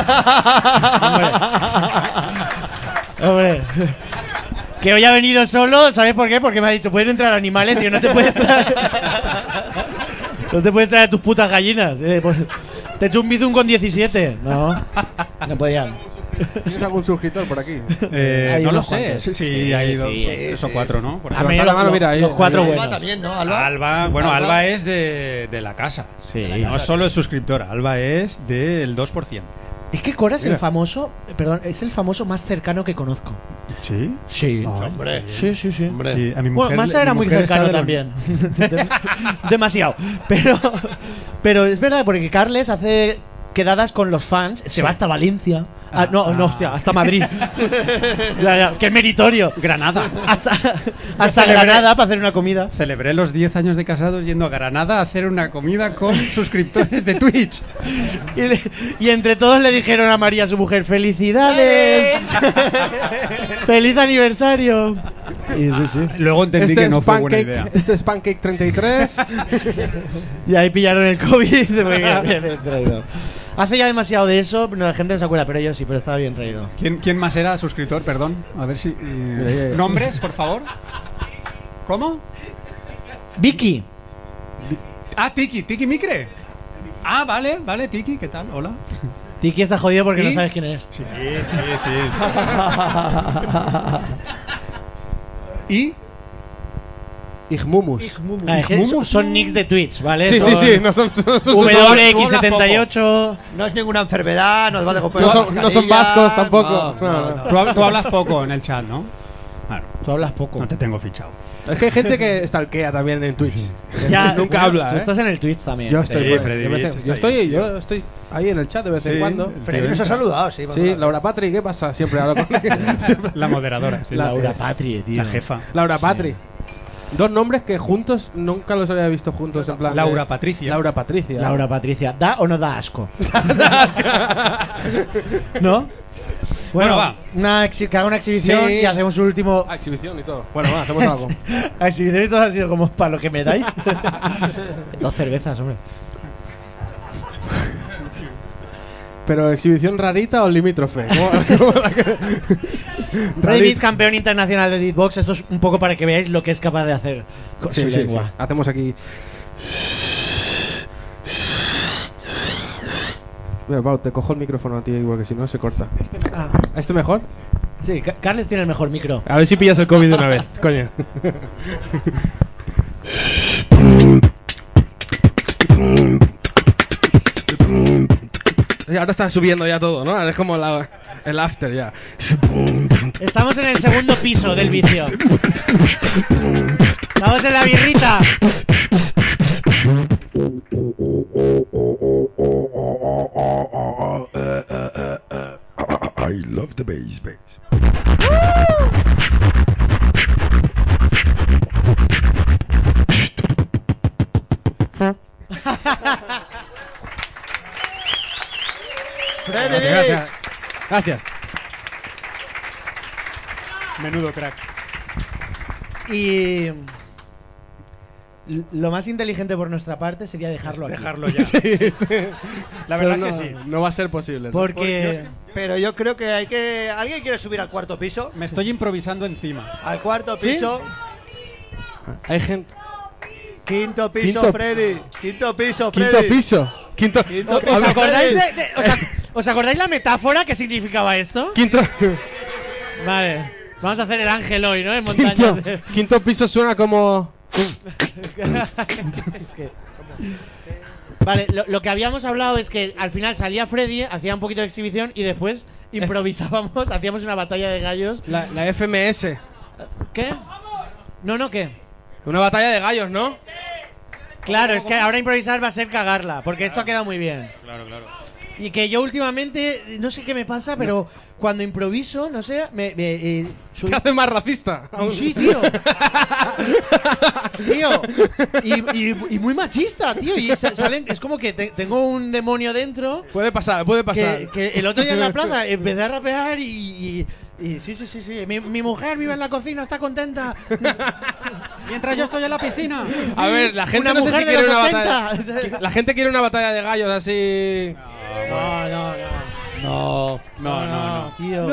Speaker 2: Hombre. Que hoy ha venido solo, ¿sabes por qué? Porque me ha dicho, pueden entrar animales y yo no te puedes traer. No te puedes traer a tus putas gallinas. Pues, te he hecho un bizum con 17. No, no podían.
Speaker 8: ¿Tienes algún suscriptor por aquí?
Speaker 2: Hay
Speaker 1: no lo
Speaker 2: unos
Speaker 1: sé.
Speaker 2: cuantos.
Speaker 1: Sí, hay
Speaker 2: sí,
Speaker 1: tres o cuatro, ¿no? Por
Speaker 2: A
Speaker 1: ejemplo.
Speaker 2: mí
Speaker 8: Levanta la mano, mira, ahí.
Speaker 2: los 4
Speaker 8: Alba
Speaker 2: buenos.
Speaker 3: Alba también, ¿no? Alba.
Speaker 1: Alba es de la casa.
Speaker 2: Sí.
Speaker 1: No solo es suscriptora, Alba es del 2%.
Speaker 2: Es que Cora es el
Speaker 8: Mira.
Speaker 2: famoso, perdón, es el famoso más cercano que conozco.
Speaker 1: ¿Sí?
Speaker 2: Sí.
Speaker 3: Hombre.
Speaker 2: Sí, sí, sí.
Speaker 3: Hombre.
Speaker 1: Sí, a mi
Speaker 2: Bueno,
Speaker 1: mujer,
Speaker 2: Massa era
Speaker 1: mi
Speaker 2: muy
Speaker 1: mujer está
Speaker 2: cercano
Speaker 1: de lo-
Speaker 2: también. Demasiado. Pero es verdad, porque Carles hace quedadas con los fans. Se va hasta Valencia. No, hostia, hasta Madrid. Ya, que es meritorio.
Speaker 1: Granada.
Speaker 2: Hasta Granada para hacer una comida.
Speaker 1: Celebré los 10 años de casados yendo a Granada a hacer una comida con suscriptores de Twitch.
Speaker 2: Y entre todos le dijeron a María, su mujer, ¡felicidades! ¡Feliz aniversario! Y sí, sí.
Speaker 1: Luego entendí que no fue buena idea.
Speaker 8: Este es Pancake 33.
Speaker 2: Y ahí pillaron el COVID. Muy bien traído. Hace ya demasiado de eso, la gente no se acuerda, pero yo sí, pero estaba bien traído.
Speaker 1: ¿Quién más era suscriptor? Perdón. A ver si. ¿Nombres, por favor? ¿Cómo?
Speaker 2: Vicky.
Speaker 1: Ah, Tiki Micre. Ah, vale, Tiki, ¿qué tal? Hola.
Speaker 2: Tiki está jodido porque
Speaker 1: ¿Y?
Speaker 2: no sabes quién es.
Speaker 1: Sí. ¿Y?
Speaker 8: Igmumus.
Speaker 2: Ah, es que son nicks de Twitch, ¿vale?
Speaker 8: Sí,
Speaker 2: Son
Speaker 8: sí, no son
Speaker 2: WX78.
Speaker 3: No es ninguna enfermedad, no vale
Speaker 8: no son vascos tampoco.
Speaker 1: Tú hablas poco en el chat, ¿no? Claro.
Speaker 2: Tú hablas poco.
Speaker 1: No te tengo fichado.
Speaker 8: Es que hay gente que stalkea también en Twitch.
Speaker 2: Ya,
Speaker 8: Nunca
Speaker 2: bueno,
Speaker 8: habla,
Speaker 2: Tú
Speaker 8: ¿eh?
Speaker 2: estás en el Twitch también.
Speaker 8: Yo estoy,
Speaker 1: Sí,
Speaker 8: pues,
Speaker 1: Freddy
Speaker 8: yo me
Speaker 1: Beach
Speaker 8: tengo-
Speaker 1: está
Speaker 8: yo estoy ahí en el chat de vez en cuando.
Speaker 3: Freddy nos ha saludado, sí.
Speaker 8: Sí, Laura Patri, ¿qué pasa? Siempre hablo con ella.
Speaker 1: La moderadora. Sí.
Speaker 2: Laura Patri, tío.
Speaker 1: La jefa.
Speaker 8: Laura Patri. Dos nombres que juntos nunca los había visto juntos en plan.
Speaker 1: Laura Patricia.
Speaker 8: Laura Patricia.
Speaker 2: Laura Patricia, ¿da o no da asco? ¿No?
Speaker 1: Bueno, va.
Speaker 2: Que haga una exhibición
Speaker 1: Sí.
Speaker 2: y hacemos un último.
Speaker 8: Ah, exhibición y todo. Bueno, va, hacemos algo.
Speaker 2: Exhibición y todo ha sido como para lo que me dais. 2 cervezas, hombre.
Speaker 8: Pero exhibición rarita o limítrofe.
Speaker 2: Freddy Beats, campeón internacional de beatbox. Esto es un poco para que veáis lo que es capaz de hacer con su lengua.
Speaker 8: Hacemos aquí. Mira, Pau, te cojo el micrófono a ti porque si no se corta.
Speaker 2: Ah,
Speaker 8: ¿Este mejor?
Speaker 2: sí, Carles tiene el mejor micro.
Speaker 8: A ver si pillas el COVID de una vez, coño. Y ahora está subiendo ya todo, ¿no? Ahora es como el after ya.
Speaker 2: Estamos en el segundo piso del vicio. Estamos en la birrita.
Speaker 9: I love the bass.
Speaker 3: Freddy
Speaker 8: Gracias. Gracias.
Speaker 1: Menudo crack.
Speaker 2: Y lo más inteligente por nuestra parte sería dejarlo aquí.
Speaker 1: Dejarlo ya. La verdad
Speaker 8: Pero
Speaker 1: que
Speaker 8: no,
Speaker 1: sí.
Speaker 8: no va a ser posible. ¿no?
Speaker 2: Porque
Speaker 3: Pero yo creo que hay que. ¿Alguien quiere subir al cuarto piso?
Speaker 1: Me estoy improvisando encima.
Speaker 3: Al cuarto
Speaker 2: ¿Sí?
Speaker 3: piso.
Speaker 8: Hay gente.
Speaker 3: Quinto piso,
Speaker 8: Quinto-
Speaker 3: Freddy. Quinto piso, Freddy.
Speaker 8: Quinto piso. Quinto.
Speaker 3: Quinto
Speaker 2: ¿Os
Speaker 3: piso,
Speaker 2: acordáis,
Speaker 3: Freddy.
Speaker 2: ¿os acordáis la metáfora que significaba esto?
Speaker 8: Quinto.
Speaker 2: Vale. Vamos a hacer el ángel hoy, ¿no? En montañas.
Speaker 8: Quinto, quinto piso suena como.
Speaker 2: Es que- Vale, lo que habíamos hablado es que al final salía Freddy, hacía un poquito de exhibición y después improvisábamos, hacíamos una batalla de gallos.
Speaker 8: La FMS.
Speaker 2: ¿Qué? No, ¿qué?
Speaker 8: Una batalla de gallos, ¿no?
Speaker 2: Claro, es que ahora improvisar va a ser cagarla, porque esto ha quedado muy bien.
Speaker 1: Claro, claro.
Speaker 2: Y que yo últimamente, no sé qué me pasa, pero cuando improviso, no sé, soy...
Speaker 8: Se hace más racista.
Speaker 2: Sí, tío. Tío. Y muy machista, tío. Y salen, es como que tengo un demonio dentro.
Speaker 8: Puede pasar, puede pasar.
Speaker 2: Que el otro día en la plaza empecé a rapear y sí. Mi mujer vive en la cocina, está contenta.
Speaker 1: Mientras yo estoy en la piscina.
Speaker 8: A ver, la gente
Speaker 2: Una
Speaker 8: no sé
Speaker 2: mujer
Speaker 8: si
Speaker 2: de
Speaker 8: quiere
Speaker 2: los
Speaker 8: una
Speaker 2: 80.
Speaker 8: batalla. La gente quiere una batalla de gallos así.
Speaker 2: No, tío.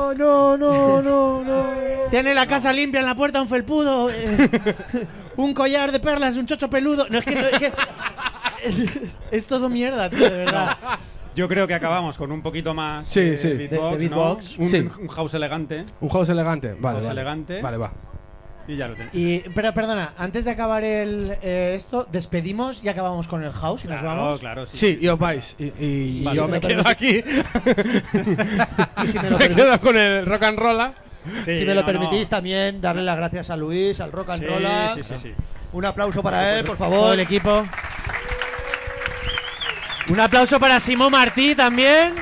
Speaker 3: No.
Speaker 2: Tiene la casa limpia en la puerta, un felpudo. Un collar de perlas, un chocho peludo. No, es que es todo mierda, tío, de verdad.
Speaker 1: Yo creo que acabamos con un poquito más
Speaker 8: Sí,
Speaker 1: de
Speaker 8: sí.
Speaker 1: beatbox,
Speaker 2: De beatbox.
Speaker 1: ¿no?
Speaker 8: Sí.
Speaker 1: Un house elegante
Speaker 8: Un house elegante. Vale,
Speaker 1: House
Speaker 8: vale.
Speaker 1: elegante.
Speaker 8: Vale, va.
Speaker 1: y ya lo tenemos.
Speaker 2: Pero perdona, antes de acabar esto, despedimos y acabamos con el house y nos vamos.
Speaker 1: Claro, sí.
Speaker 8: Sí, y os vais. Y
Speaker 1: Vale.
Speaker 8: yo me quedo aquí.
Speaker 3: Si me lo
Speaker 8: Me quedo con el rock and roll.
Speaker 3: Si me lo permitís, también darle las gracias a Luis, al Rock and Roll.
Speaker 1: Sí.
Speaker 3: Un aplauso para él, por
Speaker 2: Todo
Speaker 3: favor.
Speaker 2: el equipo. Un aplauso para Simón Martí también.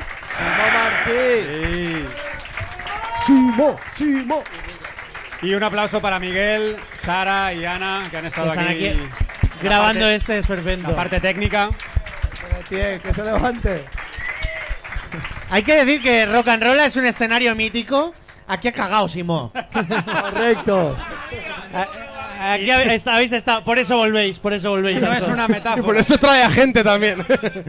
Speaker 3: Simo.
Speaker 1: Y un aplauso para Miguel, Sara y Ana, que han estado
Speaker 2: Están
Speaker 1: aquí,
Speaker 2: aquí grabando este esperpento.
Speaker 1: la parte técnica.
Speaker 3: De pie, que se levante.
Speaker 2: Hay que decir que Rock and Roll es un escenario mítico. Aquí ha cagado Simón.
Speaker 3: Correcto.
Speaker 2: Aquí habéis estado. Por eso volvéis.
Speaker 1: No es una
Speaker 8: Y
Speaker 1: metáfora.
Speaker 8: por eso trae a gente también.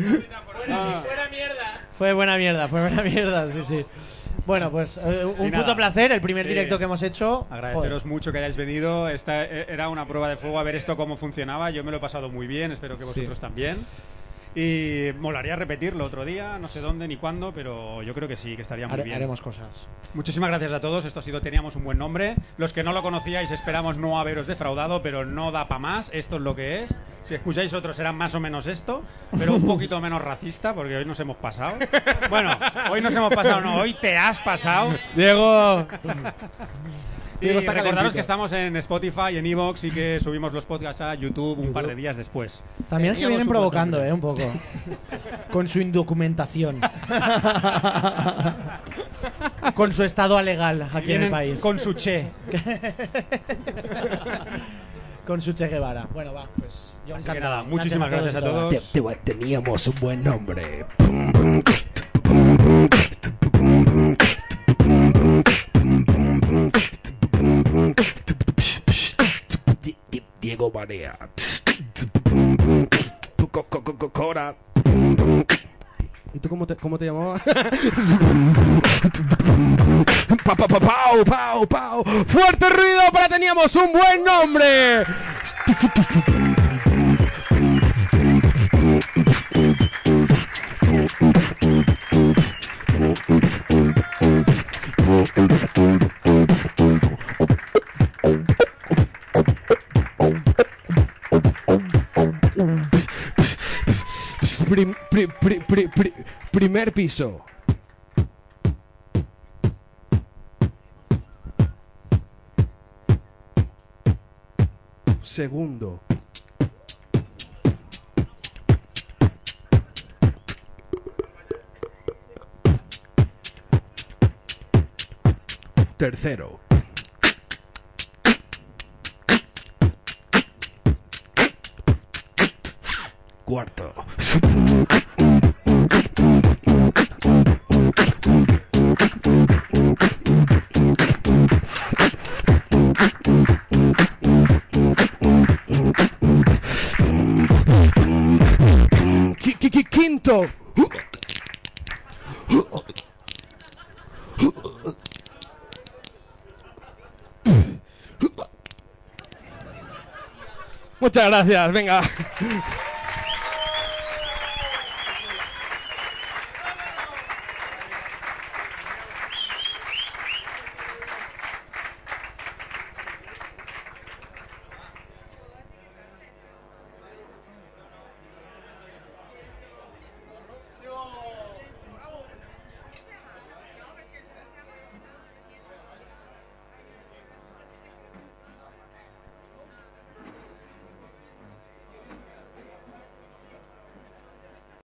Speaker 2: Fue buena mierda, sí. Bueno, pues un
Speaker 1: Y nada.
Speaker 2: puto placer, el primer
Speaker 1: Sí.
Speaker 2: directo que hemos hecho.
Speaker 1: Agradeceros mucho que hayáis venido. Esta era una prueba de fuego a ver esto cómo funcionaba. Yo me lo he pasado muy bien, espero que vosotros también. Y molaría repetirlo otro día, no sé dónde ni cuándo, pero yo creo que sí, que estaría muy bien.
Speaker 2: Haremos cosas.
Speaker 1: Muchísimas gracias a todos. Esto ha sido Teníamos un buen nombre. Los que no lo conocíais, esperamos no haberos defraudado, pero no da para más. Esto es lo que es. Si escucháis otros será más o menos esto, pero un poquito menos racista, porque hoy nos hemos pasado. Bueno, hoy nos hemos pasado, no, hoy te has pasado.
Speaker 8: Diego.
Speaker 1: Y recordaros que estamos en Spotify, en Evox y que subimos los podcasts a YouTube un par de días después.
Speaker 2: También es que vienen provocando, un poco. Con su indocumentación. Con su estado alegal aquí en el país.
Speaker 1: Con su Che.
Speaker 2: Con su Che Guevara. Bueno, va, pues yo
Speaker 1: Así que nada, muchísimas gracias a todos.
Speaker 9: Teníamos un buen nombre. Diego Marea. Cora.
Speaker 8: ¿Y tú cómo te llamabas?
Speaker 9: Pau, pau, pau. Fuerte ruido para Teníamos un buen nombre. Primer piso. Segundo. Tercero. Cuarto. Quinto. Muchas gracias, venga.